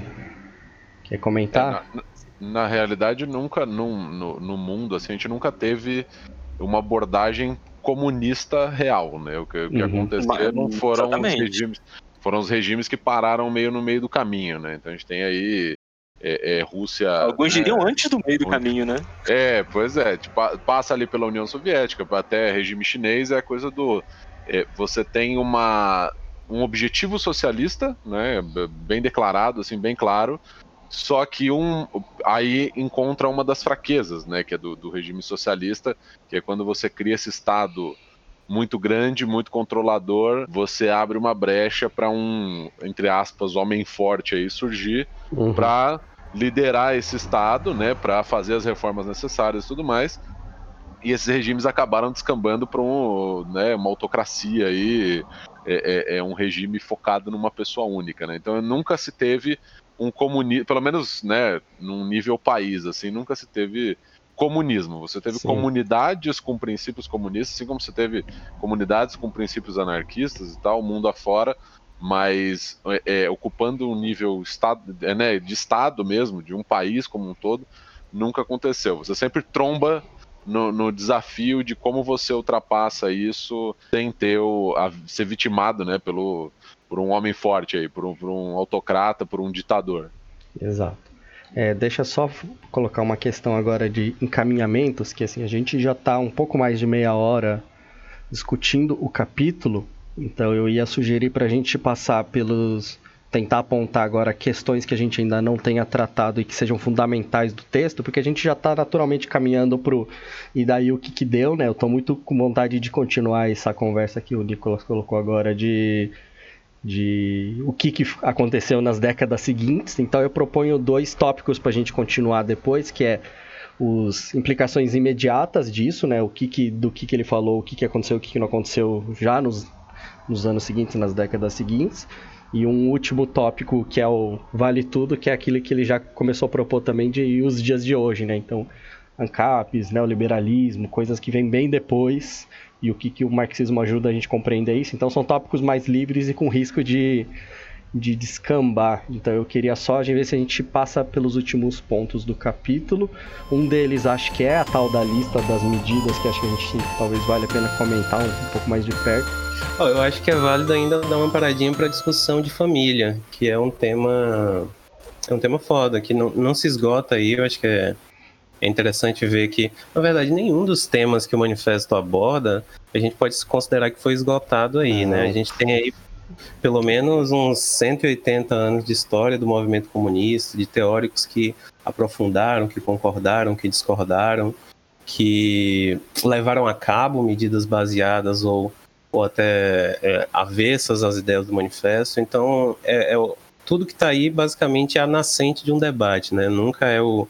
Quer comentar? É, na, na realidade, nunca, num, no, no mundo, assim, a gente nunca teve uma abordagem comunista real, né? O que, o que Uhum. aconteceram foram os Exatamente. regimes, foram os regimes que pararam meio no meio do caminho, né? Então a gente tem aí É, é, Rússia. Alguns né, diriam antes do meio do onde- caminho, né? É, pois é, tipo, passa ali pela União Soviética, até regime chinês, é a coisa do. É, você tem uma, um objetivo socialista, né, bem declarado, assim, bem claro, só que um aí encontra uma das fraquezas, né, que é do, do regime socialista, que é quando você cria esse Estado muito grande, muito controlador, você abre uma brecha para um, entre aspas, homem forte aí surgir, Uhum. para liderar esse Estado, né, para fazer as reformas necessárias e tudo mais. E esses regimes acabaram descambando para um, né, uma autocracia aí, é, é, é um regime focado numa pessoa única, né? Então nunca se teve um comunismo, pelo menos, né, num nível país, assim, nunca se teve comunismo. Você teve Sim. comunidades com princípios comunistas, assim como você teve comunidades com princípios anarquistas e tal, mundo afora, mas é, é, ocupando um nível estado, é, né, de Estado mesmo, de um país como um todo, nunca aconteceu. Você sempre tromba no, no desafio de como você ultrapassa isso sem ter o, a, ser vitimado, né, pelo, por um homem forte aí, por um, por um autocrata, por um ditador. Exato. É, deixa só colocar uma questão agora de encaminhamentos, que assim, a gente já está um pouco mais de meia hora discutindo o capítulo, então eu ia sugerir para a gente passar pelos... tentar apontar agora questões que a gente ainda não tenha tratado e que sejam fundamentais do texto, porque a gente já está naturalmente caminhando pro e daí o que que deu, né? Eu estou muito com vontade de continuar essa conversa que o Nicolas colocou agora de, de o que, que aconteceu nas décadas seguintes. Então eu proponho dois tópicos para a gente continuar depois, que é as implicações imediatas disso, né? O que que, do que, que ele falou, o que, que aconteceu, o que, que não aconteceu já nos, nos anos seguintes, nas décadas seguintes. E um último tópico que é o Vale Tudo, que é aquilo que ele já começou a propor também de os dias de hoje, né? Então, ANCAPs, neoliberalismo, coisas que vêm bem depois, e o que, que o marxismo ajuda a gente a compreender isso. Então, são tópicos mais livres e com risco de, de descambar. Então, eu queria só ver se a gente passa pelos últimos pontos do capítulo. Um deles, acho que é a tal da lista das medidas, que acho que a gente talvez vale a pena comentar um, um pouco mais de perto. Oh, eu acho que é válido ainda dar uma paradinha para discussão de família, que é um tema é um tema foda, que não, não se esgota aí. Eu acho que é, é interessante ver que, na verdade, nenhum dos temas que o manifesto aborda, a gente pode considerar que foi esgotado aí, Não. né? A gente tem aí pelo menos uns cento e oitenta anos de história do movimento comunista, de teóricos que aprofundaram, que concordaram, que discordaram, que levaram a cabo medidas baseadas ou ou até é, avessas às ideias do manifesto. Então, é, é, tudo que está aí, basicamente, é a nascente de um debate, né? Nunca é o,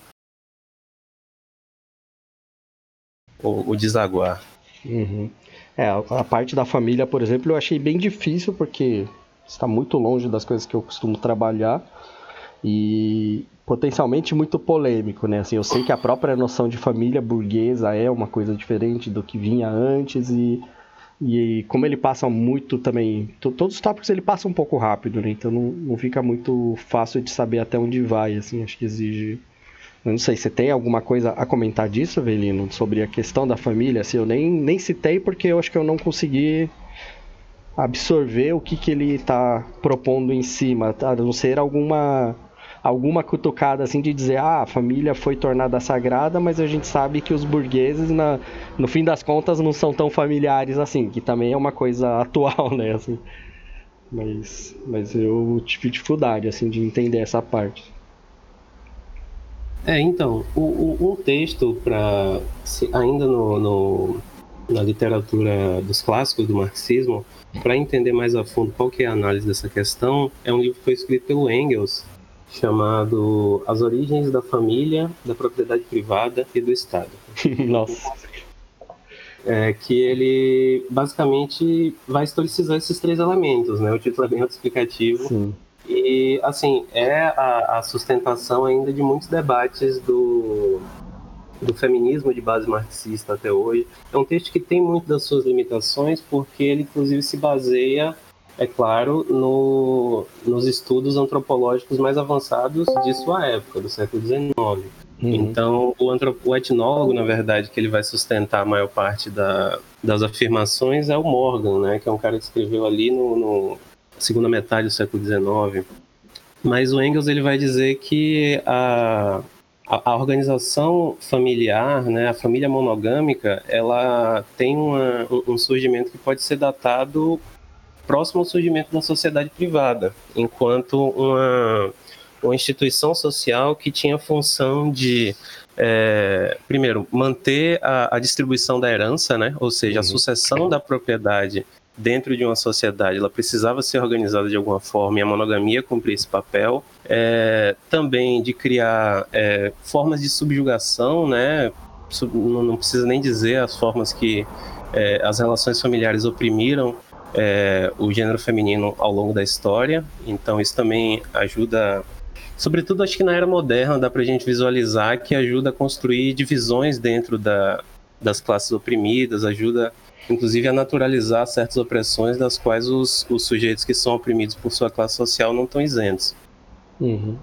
o, o desaguar. Uhum. É, a, a parte da família, por exemplo, eu achei bem difícil, porque está muito longe das coisas que eu costumo trabalhar e potencialmente muito polêmico, né? Assim, eu sei que a própria noção de família burguesa é uma coisa diferente do que vinha antes e E como ele passa muito também... Todos os tópicos ele passa um pouco rápido, né? Então não, não fica muito fácil de saber até onde vai, assim. Acho que exige... Eu não sei, você tem alguma coisa a comentar disso, Avelino? Sobre a questão da família? Assim, eu nem, nem citei porque eu acho que eu não consegui absorver o que, que ele está propondo em cima. A não ser alguma... alguma cutucada assim de dizer, ah, a família foi tornada sagrada, mas a gente sabe que os burgueses, na, no fim das contas, não são tão familiares assim, que também é uma coisa atual, né, assim. Mas, mas eu tive dificuldade, assim, de entender essa parte. É, então, o, o, um texto para ainda no, no, na literatura dos clássicos do marxismo, para entender mais a fundo qual que é a análise dessa questão, é um livro que foi escrito pelo Engels, chamado As Origens da Família, da Propriedade Privada e do Estado. Nossa. É, que ele basicamente vai historicizar esses três elementos, né? O título é bem autoexplicativo. Sim. E, assim, é a, a sustentação ainda de muitos debates do, do feminismo de base marxista até hoje. É um texto que tem muito das suas limitações, porque ele, inclusive, se baseia, é claro, no, nos estudos antropológicos mais avançados de sua época, do século dezenove. Uhum. Então, o, antropo, o etnólogo, na verdade, que ele vai sustentar a maior parte da, das afirmações é o Morgan, né? Que é um cara que escreveu ali no, no segunda metade do século dezenove. Mas o Engels ele vai dizer que a, a, a organização familiar, né, a família monogâmica, ela tem uma, um surgimento que pode ser datado próximo ao surgimento da sociedade privada, enquanto uma, uma instituição social que tinha a função de, é, primeiro, manter a, a distribuição da herança, né, ou seja, a sucessão da propriedade dentro de uma sociedade, ela precisava ser organizada de alguma forma e a monogamia cumpria esse papel. É, também de criar é, formas de subjugação, né? Não, não precisa nem dizer as formas que é, as relações familiares oprimiram é, o gênero feminino ao longo da história. Então isso também ajuda, sobretudo acho que na era moderna dá pra gente visualizar que ajuda a construir divisões dentro da, das classes oprimidas, ajuda inclusive a naturalizar certas opressões das quais os, os sujeitos que são oprimidos por sua classe social não estão isentos. Uhum.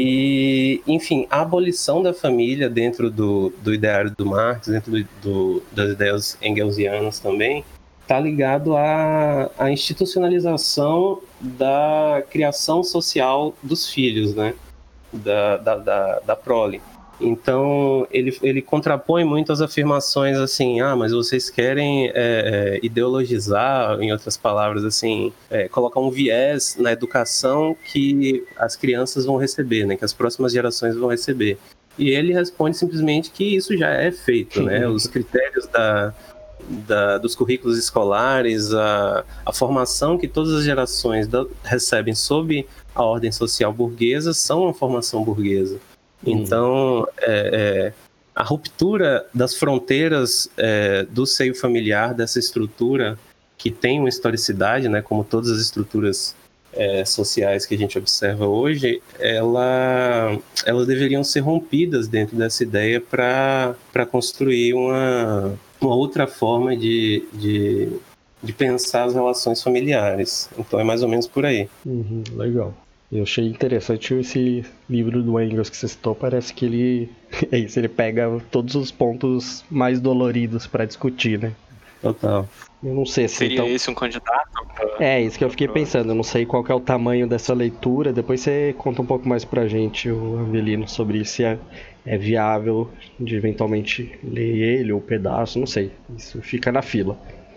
E, enfim, a abolição da família dentro do, do ideário do Marx, dentro do, do, das ideias engelsianas também, está ligado à, à institucionalização da criação social dos filhos, né? da, da, da, da prole. Então, ele, ele contrapõe muito as afirmações assim, ah, mas vocês querem é, é, ideologizar, em outras palavras, assim, é, colocar um viés na educação que as crianças vão receber, né, que as próximas gerações vão receber. E ele responde simplesmente que isso já é feito, né, os critérios da, da, dos currículos escolares, a, a formação que todas as gerações da, recebem sob a ordem social burguesa são uma formação burguesa. Então, é, é, a ruptura das fronteiras é, do seio familiar, dessa estrutura que tem uma historicidade, né, como todas as estruturas é, sociais que a gente observa hoje, ela, elas deveriam ser rompidas dentro dessa ideia para para construir uma, uma outra forma de, de, de pensar as relações familiares. Então, é mais ou menos por aí. Uhum, legal. Eu achei interessante esse livro do Engels que você citou, parece que ele é isso, ele pega todos os pontos mais doloridos para discutir, né? Total. Eu não sei se Seria então... esse um candidato? Pra... É, isso que eu fiquei pensando, eu não sei qual que é o tamanho dessa leitura, depois você conta um pouco mais pra gente, o Avelino, sobre se é, é viável de eventualmente ler ele ou um pedaço, não sei, isso fica na fila.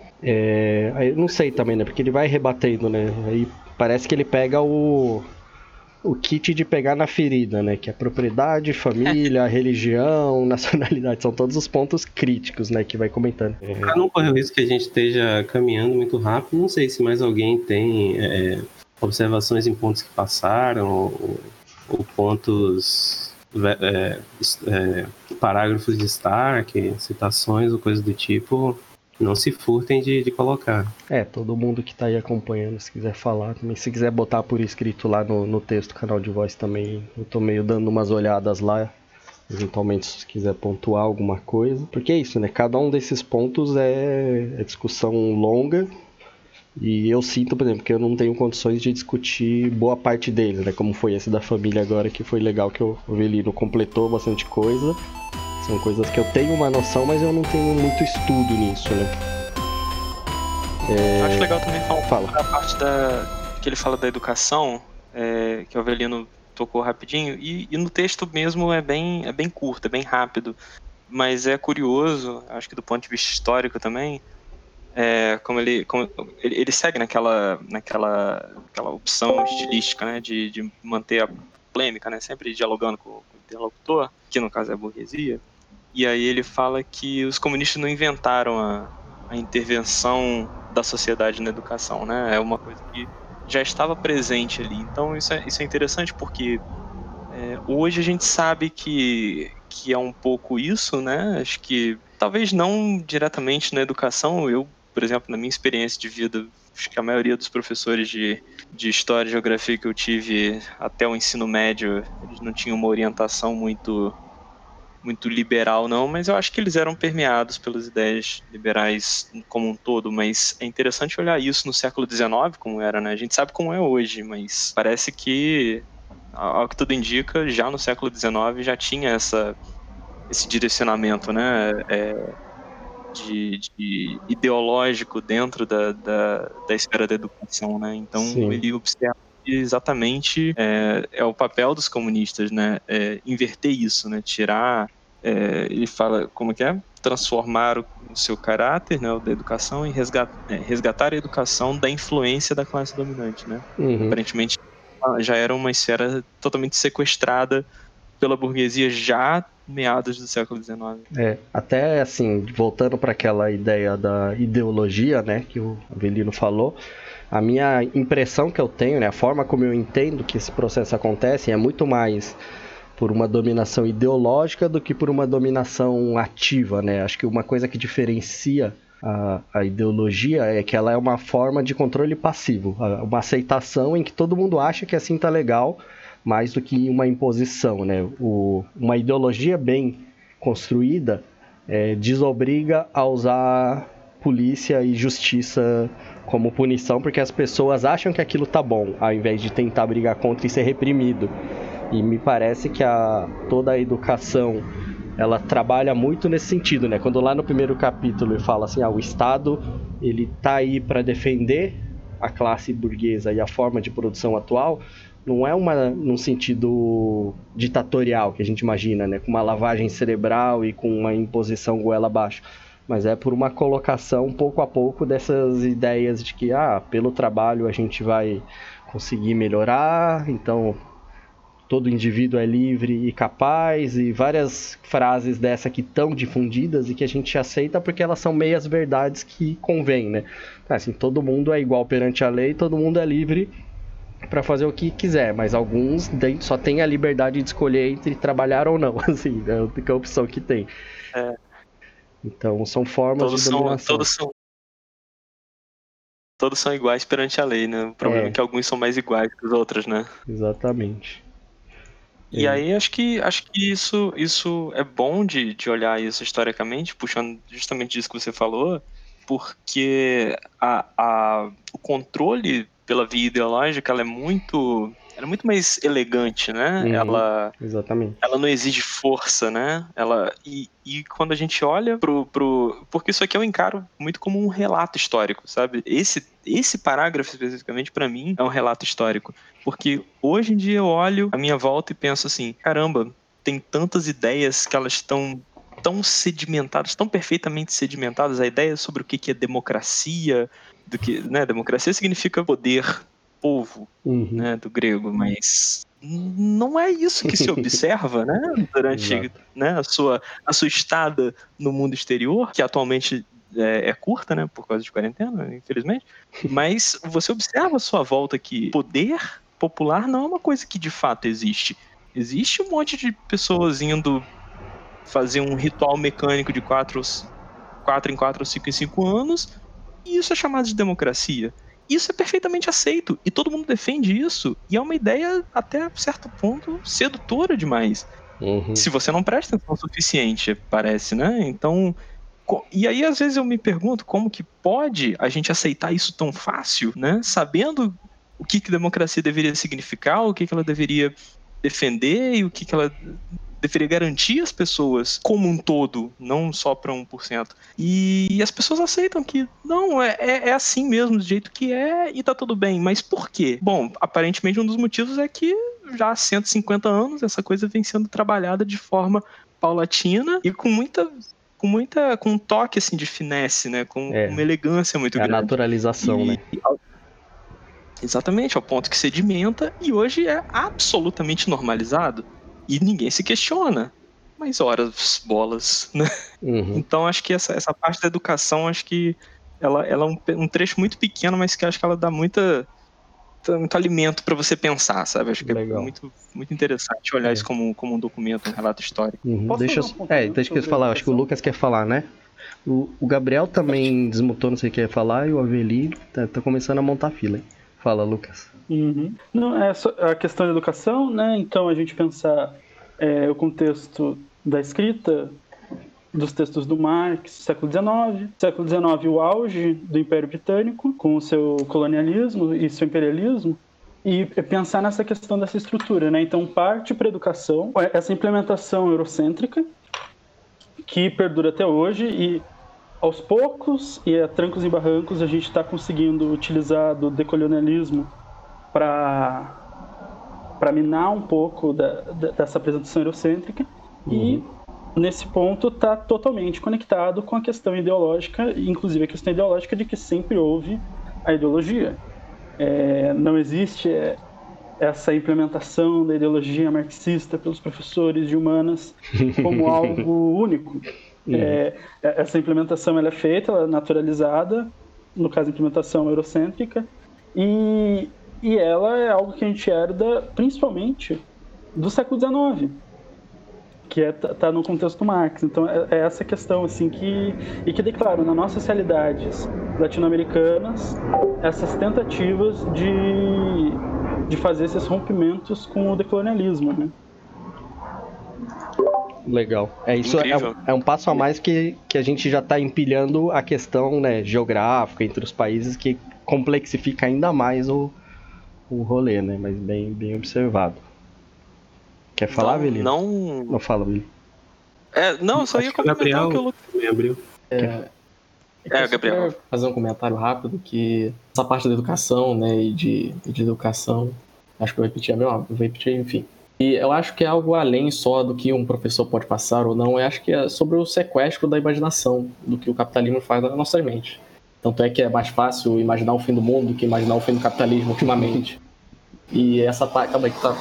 É, aí não sei também, né, porque ele vai rebatendo, né, aí parece que ele pega o... o kit de pegar na ferida, né? Que é propriedade, família, religião, nacionalidade. São todos os pontos críticos, né? Que vai comentando. Para não correr o risco que a gente esteja caminhando muito rápido, não sei se mais alguém tem é, observações em pontos que passaram ou, ou pontos, é, é, parágrafos de destaque, citações ou coisas do tipo. Não se furtem de, de colocar. É, todo mundo que tá aí acompanhando, se quiser falar também, se quiser botar por escrito lá no, no texto, canal de voz também, eu tô meio dando umas olhadas lá, eventualmente se quiser pontuar alguma coisa, porque é isso, né, cada um desses pontos é, é discussão longa, e eu sinto, por exemplo, que eu não tenho condições de discutir boa parte deles, né, como foi esse da família agora, que foi legal que o Avelino completou bastante coisa. São coisas que eu tenho uma noção, mas eu não tenho muito estudo nisso, né? É... Acho legal também falar Fala. a parte da... que ele fala da educação, é... que o Avelino tocou rapidinho, e, e no texto mesmo é bem, é bem curto, é bem rápido, mas é curioso, acho que do ponto de vista histórico também, é... como, ele, como ele, ele segue naquela, naquela, naquela opção estilística, né, de, de manter a polêmica, né? Sempre dialogando com, com o interlocutor, que no caso é a burguesia. E aí ele fala que os comunistas não inventaram a, a intervenção da sociedade na educação, né? É uma coisa que já estava presente ali. Então isso é, isso é interessante porque é, hoje a gente sabe que, que é um pouco isso, né? Acho que talvez não diretamente na educação. Eu, por exemplo, na minha experiência de vida, acho que a maioria dos professores de, de História e Geografia que eu tive até o ensino médio, eles não tinham uma orientação muito, muito liberal, não, mas eu acho que eles eram permeados pelas ideias liberais como um todo. Mas é interessante olhar isso no século dezenove, como era, né? A gente sabe como é hoje, mas parece que, ao que tudo indica, já no século dezenove já tinha essa, esse direcionamento, né? É, de, de ideológico dentro da, da, da esfera da educação, né? Então Sim. ele observa que exatamente é, é o papel dos comunistas, né? É, inverter isso, né? Tirar, é, ele fala, como que é? Transformar o, o seu caráter, né? O da educação, e resgatar, é, resgatar a educação da influência da classe dominante, né? Uhum. Aparentemente já era uma esfera totalmente sequestrada pela burguesia já meados do século dezenove. É, até assim, voltando para aquela ideia da ideologia, né, que o Avelino falou, a minha impressão que eu tenho, né, a forma como eu entendo que esse processo acontece é muito mais por uma dominação ideológica do que por uma dominação ativa, né? Acho que uma coisa que diferencia a, a ideologia é que ela é uma forma de controle passivo, uma aceitação em que todo mundo acha que assim tá legal, mais do que uma imposição, né? O, uma ideologia bem construída é, desobriga a usar polícia e justiça como punição, porque as pessoas acham que aquilo tá bom, ao invés de tentar brigar contra e ser reprimido. E me parece que a, toda a educação, ela trabalha muito nesse sentido, né? Quando lá no primeiro capítulo ele fala assim, ah, o Estado, ele tá aí para defender a classe burguesa e a forma de produção atual, não é uma, num sentido ditatorial que a gente imagina, né? Com uma lavagem cerebral e com uma imposição goela abaixo, mas é por uma colocação pouco a pouco dessas ideias de que, ah, pelo trabalho a gente vai conseguir melhorar, então todo indivíduo é livre e capaz, e várias frases dessa que estão difundidas e que a gente aceita porque elas são meias verdades que convém, né? Assim, todo mundo é igual perante a lei, todo mundo é livre para fazer o que quiser, mas alguns só têm a liberdade de escolher entre trabalhar ou não, assim, é a única opção que tem. É. Então, são formas todos de dominação. São, todos, são, todos são iguais perante a lei, né? O problema é, é que alguns são mais iguais que os outros, né? Exatamente. E é. aí acho que, acho que isso, isso é bom de, de olhar isso historicamente, puxando justamente disso que você falou, porque a, a, o controle pela via ideológica ela é muito, ela é muito mais elegante, né? Uhum, ela, exatamente. Ela não exige força, né? Ela, e, e quando a gente olha pro, pro... Porque isso aqui eu encaro muito como um relato histórico, sabe? Esse, esse parágrafo, especificamente, para mim, é um relato histórico. Porque hoje em dia eu olho à minha volta e penso assim, caramba, tem tantas ideias que elas estão tão sedimentadas, tão perfeitamente sedimentadas, a ideia sobre o que é democracia, do que, né? Democracia significa poder, povo, uhum. né? Do grego, mas não é isso que se observa, né? Durante né, a, sua, a sua estada no mundo exterior, que atualmente é, é curta, né? Por causa de quarentena, infelizmente, mas você observa a sua volta que poder popular não é uma coisa que de fato existe. Existe um monte de pessoas indo fazer um ritual mecânico de quatro, quatro em quatro, cinco em cinco anos, e isso é chamado de democracia. Isso é perfeitamente aceito, e todo mundo defende isso, e é uma ideia, até certo ponto, sedutora demais. Uhum. Se você não presta atenção o suficiente, parece, né? Então, e aí às vezes eu me pergunto como que pode a gente aceitar isso tão fácil, né? Sabendo o que que democracia deveria significar, o que que ela deveria defender e o que que ela deveria garantir às pessoas como um todo, não só para um por cento. E as pessoas aceitam que não, é, é, é assim mesmo, do jeito que é, e tá tudo bem. Mas por quê? Bom, aparentemente um dos motivos é que já há cento e cinquenta anos essa coisa vem sendo trabalhada de forma paulatina e com muita... com muita, com um toque assim de finesse, né, com é, uma elegância muito é grande. A naturalização, e, né? Exatamente, ao ponto que sedimenta e hoje é absolutamente normalizado. E ninguém se questiona. Mas horas, bolas, né? Uhum. Então acho que essa, essa parte da educação, acho que ela, ela é um, um trecho muito pequeno, mas que acho que ela dá muita, muito alimento para você pensar, sabe? Acho que Legal. é muito, muito interessante olhar É. isso como, como um documento, um relato histórico. Uhum. Posso Deixa eu... fazer um É, ponto deixa eu sobre falar, a acho que o educação? Lucas quer falar, né? O, o Gabriel também desmutou, não sei o que quer falar, e o Aveli tá, tá começando a montar fila, hein? Fala, Lucas. Uhum. Não, é só a questão da educação, né? Então a gente pensar é, o contexto da escrita, dos textos do Marx, século dezenove. Século dezenove, o auge do Império Britânico, com o seu colonialismo e seu imperialismo, e pensar nessa questão dessa estrutura, né? Então parte para a educação, essa implementação eurocêntrica, que perdura até hoje, e aos poucos, e a trancos e barrancos, a gente está conseguindo utilizar do decolonialismo para para minar um pouco da, da, dessa apresentação eurocêntrica. Uhum. E nesse ponto está totalmente conectado com a questão ideológica, inclusive a questão ideológica de que sempre houve a ideologia. É, não existe é, essa implementação da ideologia marxista pelos professores de humanas como algo único. Uhum. É, essa implementação ela é feita, ela é naturalizada, no caso a implementação eurocêntrica, e, e ela é algo que a gente herda principalmente do século dezenove, que está é, tá no contexto do Marx. Então é, é essa questão assim, que, e que declaro nas nossas realidades latino-americanas essas tentativas de, de fazer esses rompimentos com o decolonialismo, né? Legal. É isso, é um, é um passo a mais que, que a gente já está empilhando a questão, né, geográfica entre os países, que complexifica ainda mais o, o rolê, né? Mas bem, bem observado. Quer falar, Vili? Não, não... não fala, Vili. É, não, só ia complementar o que eu... Me abriu. É, é, Gabriel. Fazer um comentário rápido que essa parte da educação, né, e de, e de educação, acho que eu vou repetir a mesma, vou repetir, enfim. E eu acho que é algo além só do que um professor pode passar ou não, eu acho que é sobre o sequestro da imaginação, do que o capitalismo faz na nossa mente. Tanto é que é mais fácil imaginar o fim do mundo do que imaginar o fim do capitalismo ultimamente. E essa parte, calma aí que tá...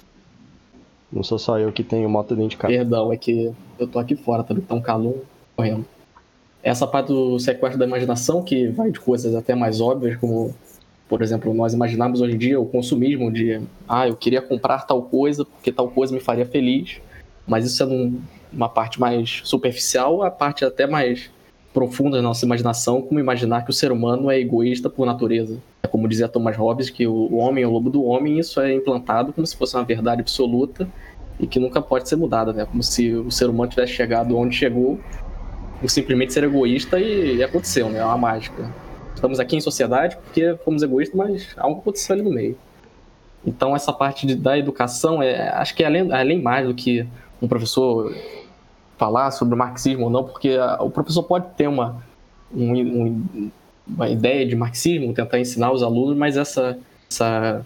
Não sou só eu que tenho moto dentro de casa. Perdão, é que eu tô aqui fora, também tá um calor correndo. Essa parte do sequestro da imaginação, que vai de coisas até mais óbvias, como, por exemplo, nós imaginamos hoje em dia o consumismo de ah, eu queria comprar tal coisa porque tal coisa me faria feliz, mas isso é num, uma parte mais superficial, a parte até mais profunda da nossa imaginação, como imaginar que o ser humano é egoísta por natureza. É como dizia Thomas Hobbes, que o homem é o lobo do homem, e isso é implantado como se fosse uma verdade absoluta e que nunca pode ser mudada, né? Como se o ser humano tivesse chegado onde chegou por simplesmente ser egoísta e, e aconteceu, né? É uma mágica. Estamos aqui em sociedade porque fomos egoístas, mas algo aconteceu ali no meio. Então essa parte de, da educação, é, acho que é além, além mais do que um professor falar sobre o marxismo ou não, porque a, o professor pode ter uma, um, um, uma ideia de marxismo, tentar ensinar os alunos, mas essa, essa,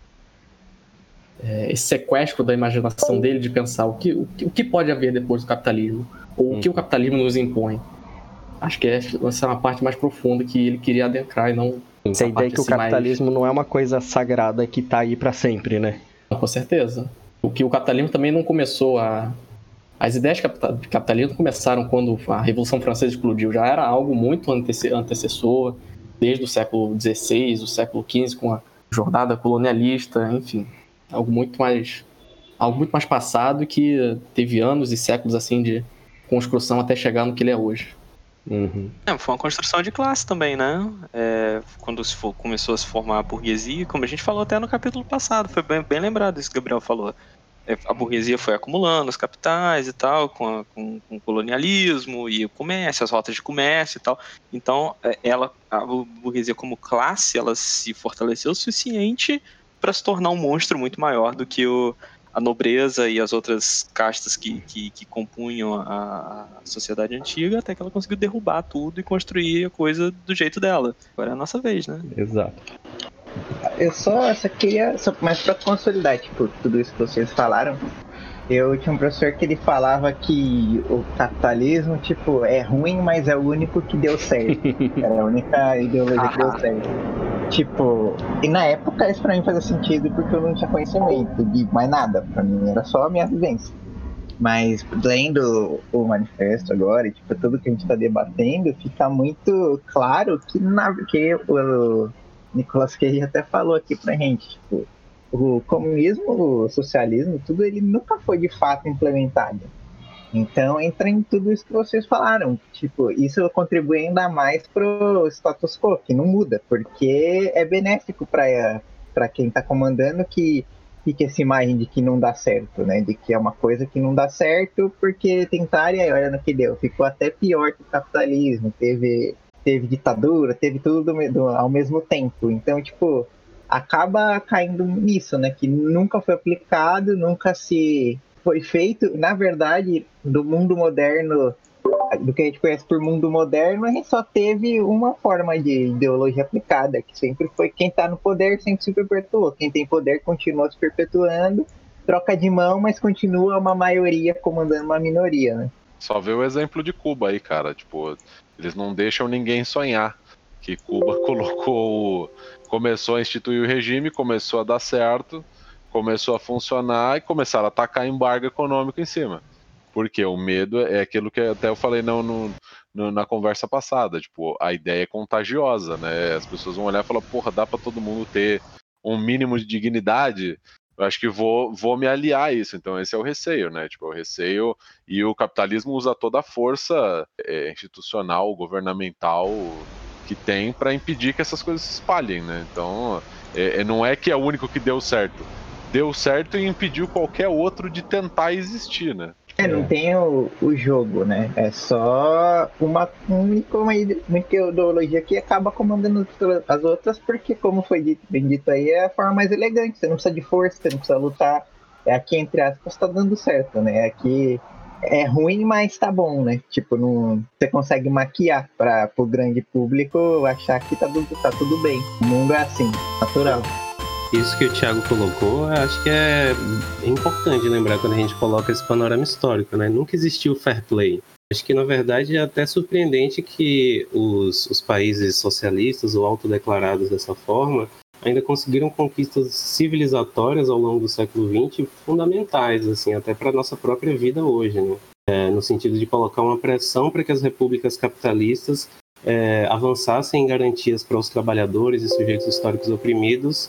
é, esse sequestro da imaginação dele de pensar o que, o, o que pode haver depois do capitalismo, ou hum. o que o capitalismo nos impõe. Acho que essa é uma parte mais profunda que ele queria adentrar e não... Essa ideia que assim, o capitalismo mais... não é uma coisa sagrada que está aí para sempre, né? Com certeza. O que o capitalismo também não começou a... As ideias de capitalismo começaram quando a Revolução Francesa explodiu. Já era algo muito antecessor, desde o século dezesseis, o século quinze, com a jornada colonialista, enfim. Algo muito mais, algo muito mais passado e que teve anos e séculos assim, de construção até chegar no que ele é hoje. Uhum. É, foi uma construção de classe também, né? É, quando se for, começou a se formar a burguesia, como a gente falou até no capítulo passado, foi bem, bem lembrado isso que o Gabriel falou. A burguesia foi acumulando os capitais e tal, com, a, com, com o colonialismo e o comércio, as rotas de comércio e tal. Então, ela, a burguesia como classe, ela se fortaleceu o suficiente para se tornar um monstro muito maior do que o, a nobreza e as outras castas que, que, que compunham a, a sociedade antiga, até que ela conseguiu derrubar tudo e construir a coisa do jeito dela. Agora é a nossa vez, né? Exato. Eu só, só queria, só mais pra consolidar, tipo, tudo isso que vocês falaram. Eu tinha um professor que ele falava que o capitalismo, tipo, é ruim, mas é o único que deu certo. Era a única ideologia que deu certo. Tipo, e na época isso pra mim fazia sentido porque eu não tinha conhecimento de mais nada. Pra mim era só a minha vivência. Mas lendo o manifesto agora, e tipo, tudo que a gente está debatendo, fica muito claro que, na, que o Nicolas Cage até falou aqui pra gente, tipo, o comunismo, o socialismo, tudo ele nunca foi de fato implementado. Então entra em tudo isso que vocês falaram. Tipo, isso contribui ainda mais pro status quo, que não muda, porque é benéfico para para quem está comandando que fique essa imagem de que não dá certo, né? De que é uma coisa que não dá certo porque tentaram e aí olha no que deu. Ficou até pior que o capitalismo. Teve, teve ditadura, teve tudo do, do, ao mesmo tempo. Então, tipo, acaba caindo nisso, né? Que nunca foi aplicado, nunca se foi feito. Na verdade, do mundo moderno, do que a gente conhece por mundo moderno, a gente só teve uma forma de ideologia aplicada, que sempre foi quem está no poder sempre se perpetuou. Quem tem poder continua se perpetuando, troca de mão, mas continua uma maioria comandando uma minoria, né? Só vê o exemplo de Cuba aí, cara. Tipo, eles não deixam ninguém sonhar. Que Cuba colocou. Começou a instituir o regime, começou a dar certo, começou a funcionar e começaram a atacar embargo econômico em cima. Porque o medo é aquilo que até eu falei não, no, no, na conversa passada. Tipo, a ideia é contagiosa, né? As pessoas vão olhar e falar, porra, dá pra todo mundo ter um mínimo de dignidade? Eu acho que vou, vou me aliar a isso. Então esse é o receio, né? Tipo, o receio e o capitalismo usa toda a força é, institucional, governamental que tem para impedir que essas coisas se espalhem, né? Então, é, não é que é o único que deu certo. Deu certo e impediu qualquer outro de tentar existir, né? É, não tem o, o jogo, né? É só uma única, uma ideologia que acaba comandando as outras, porque, como foi dito, bem dito aí, é a forma mais elegante. Você não precisa de força, você não precisa lutar. É aqui, entre aspas, tá dando certo, né? É aqui é ruim, mas tá bom, né? Tipo, não, você consegue maquiar para o grande público achar que tá tudo, tá tudo bem. O mundo é assim, natural. Isso que o Thiago colocou, eu acho que é importante lembrar quando a gente coloca esse panorama histórico, né? Nunca existiu fair play. Acho que, na verdade, é até surpreendente que os, os países socialistas ou autodeclarados dessa forma ainda conseguiram conquistas civilizatórias ao longo do século vinte fundamentais, assim, até para a nossa própria vida hoje, né? É, no sentido de colocar uma pressão para que as repúblicas capitalistas é, avançassem em garantias para os trabalhadores e sujeitos históricos oprimidos,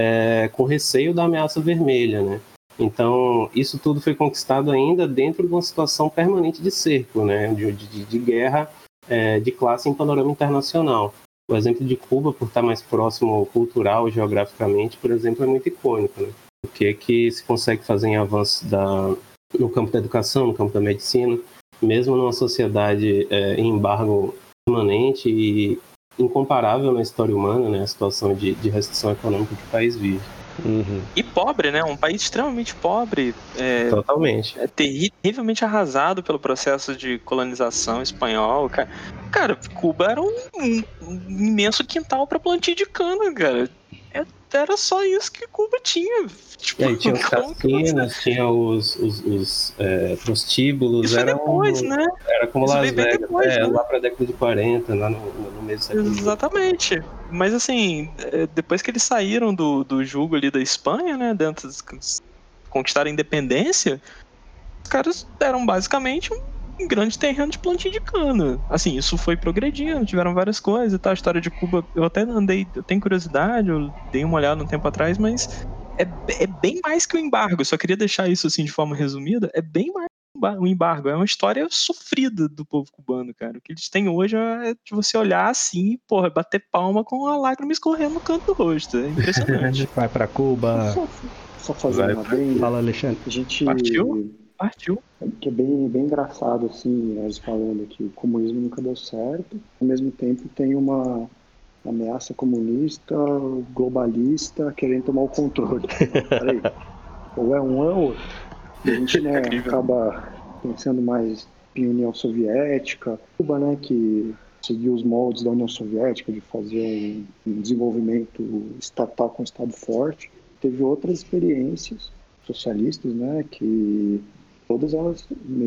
É, com receio da ameaça vermelha, né? Então, isso tudo foi conquistado ainda dentro de uma situação permanente de cerco, né? De, de, de guerra é, de classe em panorama internacional. O exemplo de Cuba, por estar mais próximo cultural, geograficamente, por exemplo, é muito icônico, né? O que é que se consegue fazer em avanço da, no campo da educação, no campo da medicina, mesmo numa sociedade é, em embargo permanente e incomparável na história humana, né, a situação de, de restrição econômica que o país vive. Uhum. E pobre, né? Um país extremamente pobre. É, Totalmente. É terrivelmente arrasado pelo processo de colonização espanhol, cara. Cara, Cuba era um, um, um imenso quintal para plantio de cana, cara. É, era só isso que Cuba tinha. Tipo, E aí tinha os como que você... cassinos, tinha os, os, os é, prostíbulos, Isso era, depois, um, né? era como Isso Las veio bem Vegas, depois, é, né? lá pra década de quarenta, lá no, no meio do século vinte. Exatamente. Mas assim, depois que eles saíram do, do jugo ali da Espanha, né? Dentro de conquistaram a independência, os caras eram basicamente um grande terreno de plantio de cana. Assim, isso foi progredindo, tiveram várias coisas e tal. A história de Cuba, eu até andei, eu tenho curiosidade, eu dei uma olhada um tempo atrás, mas é, é bem mais que o embargo. Eu só queria deixar isso assim de forma resumida. É bem mais que o embargo. É uma história sofrida do povo cubano, cara. O que eles têm hoje é de você olhar assim e, porra, bater palma com a lágrima escorrendo no canto do rosto. É impressionante. Vai pra Cuba. Só, só fazer uma adendo. Fala, Alexandre. A gente... Partiu? Partiu. Que é bem, bem engraçado, assim, nós falando que o comunismo nunca deu certo. Ao mesmo tempo tem uma ameaça comunista, globalista, querendo tomar o controle. Peraí. Ou é um ou é outro. A gente, né, acaba pensando mais em União Soviética, Cuba, né, que seguiu os moldes da União Soviética de fazer um, um desenvolvimento estatal com um Estado forte. Teve outras experiências socialistas, né, que todas elas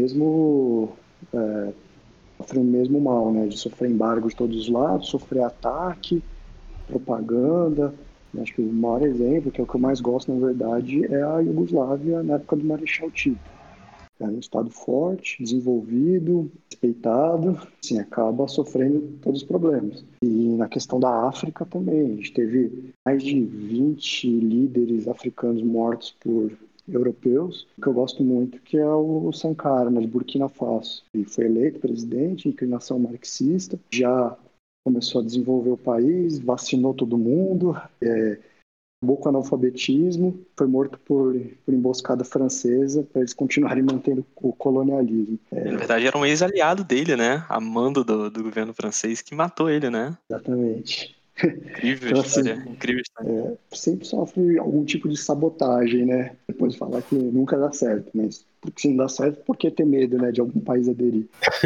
mesmo é, sofrem o mesmo mal, né, de sofrer embargo de todos os lados, sofrer ataque, propaganda. Acho que o maior exemplo, que é o que eu mais gosto, na verdade, é a Iugoslávia na época do Marechal Tito. Era um Estado forte, desenvolvido, respeitado, assim, acaba sofrendo todos os problemas. E na questão da África também, a gente teve mais de vinte líderes africanos mortos por europeus, que eu gosto muito, que é o Sankara, né, de Burkina Faso. Ele foi eleito presidente, inclinação marxista, já começou a desenvolver o país, vacinou todo mundo, é, acabou com o analfabetismo, foi morto por, por emboscada francesa para eles continuarem mantendo o colonialismo. É, Na verdade, era um ex-aliado dele, né? Amando do, do governo francês, que matou ele, né? exatamente. Incrível Então, história, assim, incrível história. é, sempre sofre algum tipo de sabotagem, né? Depois de falar que nunca dá certo, mas porque se não dá certo, por que ter medo, né, de algum país aderir?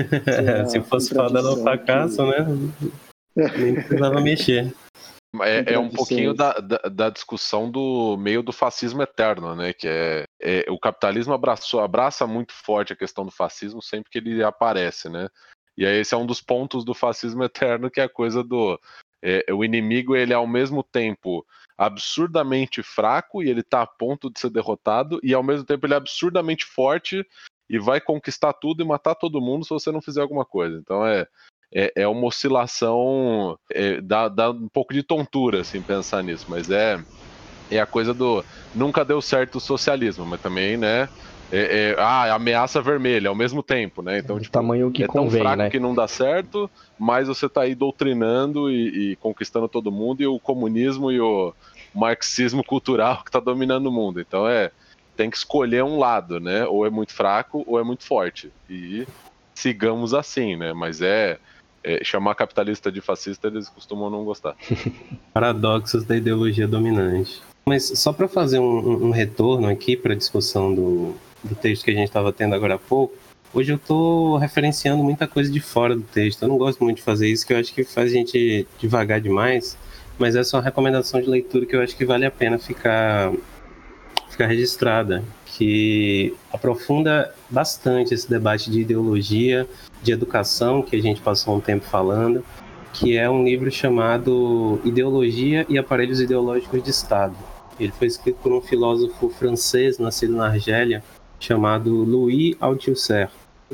É se fosse foda no fracasso, que... né? Nem precisava mexer. É, é um pouquinho da, da, da discussão do meio do fascismo eterno, né? Que é, é o capitalismo abraçou, abraça muito forte a questão do fascismo sempre que ele aparece, né? E aí esse é um dos pontos do fascismo eterno, que é a coisa do é, o inimigo, ele é ao mesmo tempo absurdamente fraco e ele tá a ponto de ser derrotado, e ao mesmo tempo ele é absurdamente forte e vai conquistar tudo e matar todo mundo se você não fizer alguma coisa. Então é É, é uma oscilação, é, dá, dá um pouco de tontura, assim, pensar nisso, mas é, é a coisa do nunca deu certo o socialismo, mas também, né, é, é, ah, ameaça vermelha ao mesmo tempo, né, então, é tipo, tamanho que é convém, tão fraco, né? que não dá certo, mas você tá aí doutrinando e, e conquistando todo mundo, e o comunismo e o marxismo cultural que tá dominando o mundo, então é, tem que escolher um lado, né, ou é muito fraco ou é muito forte, e sigamos assim, né, mas é É, chamar capitalista de fascista, eles costumam não gostar. Paradoxos da ideologia dominante. Mas só para fazer um, um retorno aqui para a discussão do, do texto que a gente estava tendo agora há pouco, hoje eu estou referenciando muita coisa de fora do texto. Eu não gosto muito de fazer isso, que eu acho que faz a gente devagar demais, mas essa é uma recomendação de leitura que eu acho que vale a pena ficar, ficar registrada, que aprofunda bastante esse debate de ideologia, de educação, que a gente passou um tempo falando, que é um livro chamado Ideologia e Aparelhos Ideológicos de Estado. Ele foi escrito por um filósofo francês, nascido na Argélia, chamado Louis Althusser.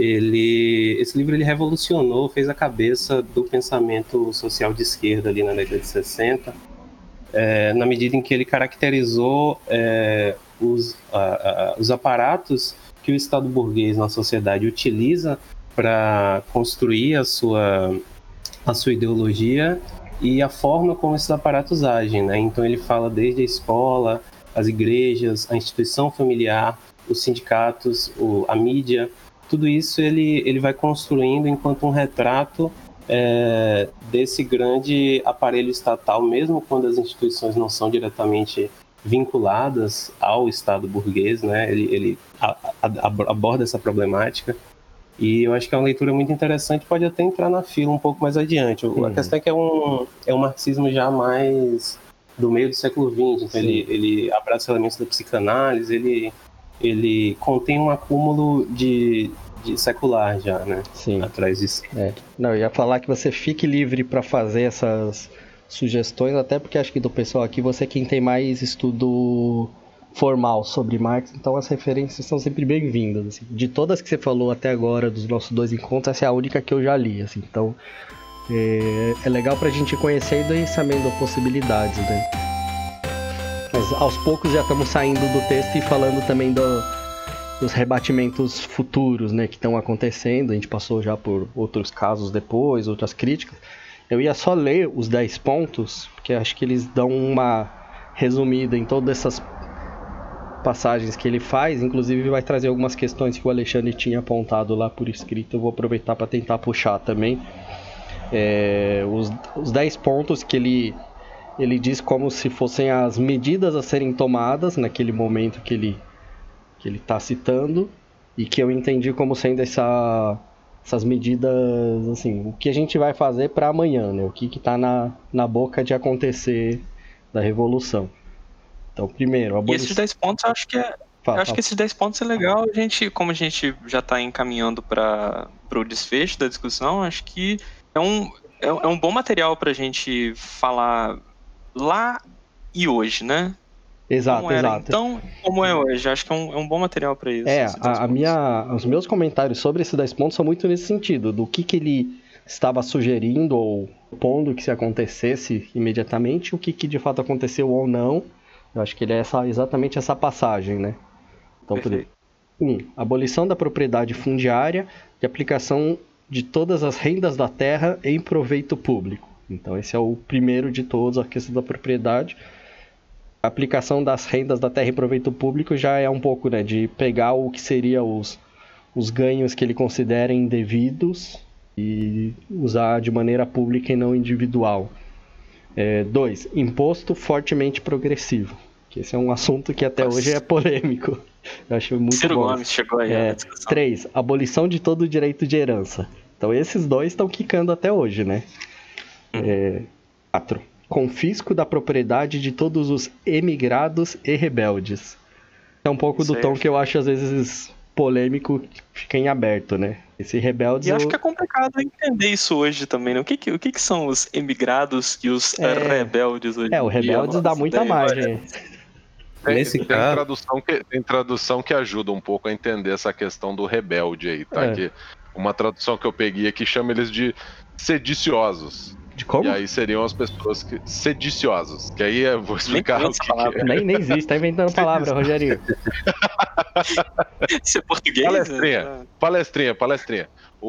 Ele, esse livro ele revolucionou, fez a cabeça do pensamento social de esquerda ali na década de sessenta, é, na medida em que ele caracterizou é, os, a, a, os aparatos que o Estado burguês na sociedade utiliza para construir a sua, a sua ideologia e a forma como esses aparatos agem, né? Então ele fala desde a escola, as igrejas, a instituição familiar, os sindicatos, o, a mídia, tudo isso ele, ele vai construindo enquanto um retrato é, desse grande aparelho estatal, mesmo quando as instituições não são diretamente vinculadas ao Estado burguês, né? Ele, ele a, a, aborda essa problemática. E eu acho que é uma leitura muito interessante, pode até entrar na fila um pouco mais adiante. Uhum. A questão é que é um, é um marxismo já mais do meio do século vinte, então ele, ele abraça elementos da psicanálise, ele, ele contém um acúmulo de, de secular já, né? Sim. Atrás disso. É. Não, eu ia falar que você fique livre para fazer essas sugestões, até porque acho que do pessoal aqui você é quem tem mais estudo formal sobre Marx, então as referências são sempre bem-vindas. Assim. De todas que você falou até agora, dos nossos dois encontros, essa é a única que eu já li. Assim. Então é, é legal pra gente conhecer e ir sabendo possibilidades, né? Mas aos poucos já estamos saindo do texto e falando também do, dos rebatimentos futuros, né, que estão acontecendo. A gente passou já por outros casos depois, outras críticas. Eu ia só ler os dez pontos, porque acho que eles dão uma resumida em todas essas passagens que ele faz, inclusive vai trazer algumas questões que o Alexandre tinha apontado lá por escrito. Eu vou aproveitar para tentar puxar também é, os, os dez pontos que ele, ele diz como se fossem as medidas a serem tomadas naquele momento que ele que ele está citando, e que eu entendi como sendo essa, essas medidas, assim, o que a gente vai fazer para amanhã, né? O que está na, na boca de acontecer da Revolução. Então, primeiro, abolição... E esses dez pontos, eu acho que é, fala, eu acho fala. que esses dez pontos é legal. A gente, como a gente já está encaminhando para o desfecho da discussão, acho que é um, é, é um bom material para a gente falar lá e hoje, né? Exato, como era exato. Então, como é hoje? Acho que é um, é um bom material para isso. É, a, a minha, os meus comentários sobre esses dez pontos são muito nesse sentido, do que, que ele estava sugerindo ou pondo que se acontecesse imediatamente, o que, que de fato aconteceu ou não. Eu acho que ele é essa, exatamente essa passagem, né? Então, por exemplo, um, abolição da propriedade fundiária e aplicação de todas as rendas da terra em proveito público. Então, esse é o primeiro de todos, a questão da propriedade. A aplicação das rendas da terra em proveito público já é um pouco, né, de pegar o que seria os, os ganhos que ele considera indevidos e usar de maneira pública e não individual. É, dois, imposto fortemente progressivo, que esse é um assunto que até Nossa. hoje é polêmico. Eu acho muito Ciro bom. Gomes chegou aí. É, três, abolição de todo o direito de herança. Então esses dois estão quicando até hoje, né? Hum. É, quatro, confisco da propriedade de todos os emigrados e rebeldes. É um pouco Isso do tom é. que eu acho às vezes polêmico, fica em aberto, né? Esse rebeldes... E eu... acho que é complicado entender isso hoje também, né? O que, que, o que, que são os emigrados e os é... rebeldes hoje? É, o rebeldes dá muita ideia, margem. Tem, Nesse tem, caso... tradução que, tem tradução que ajuda um pouco a entender essa questão do rebelde aí, tá? É. Que uma tradução que eu peguei aqui chama eles de sediciosos. De como? E aí seriam as pessoas que... sediciosos. Que aí eu vou explicar o que, que é. Nem, nem existe, tá inventando palavra, Rogerinho. Isso é português? Palestrinha, né? palestrinha, palestrinha.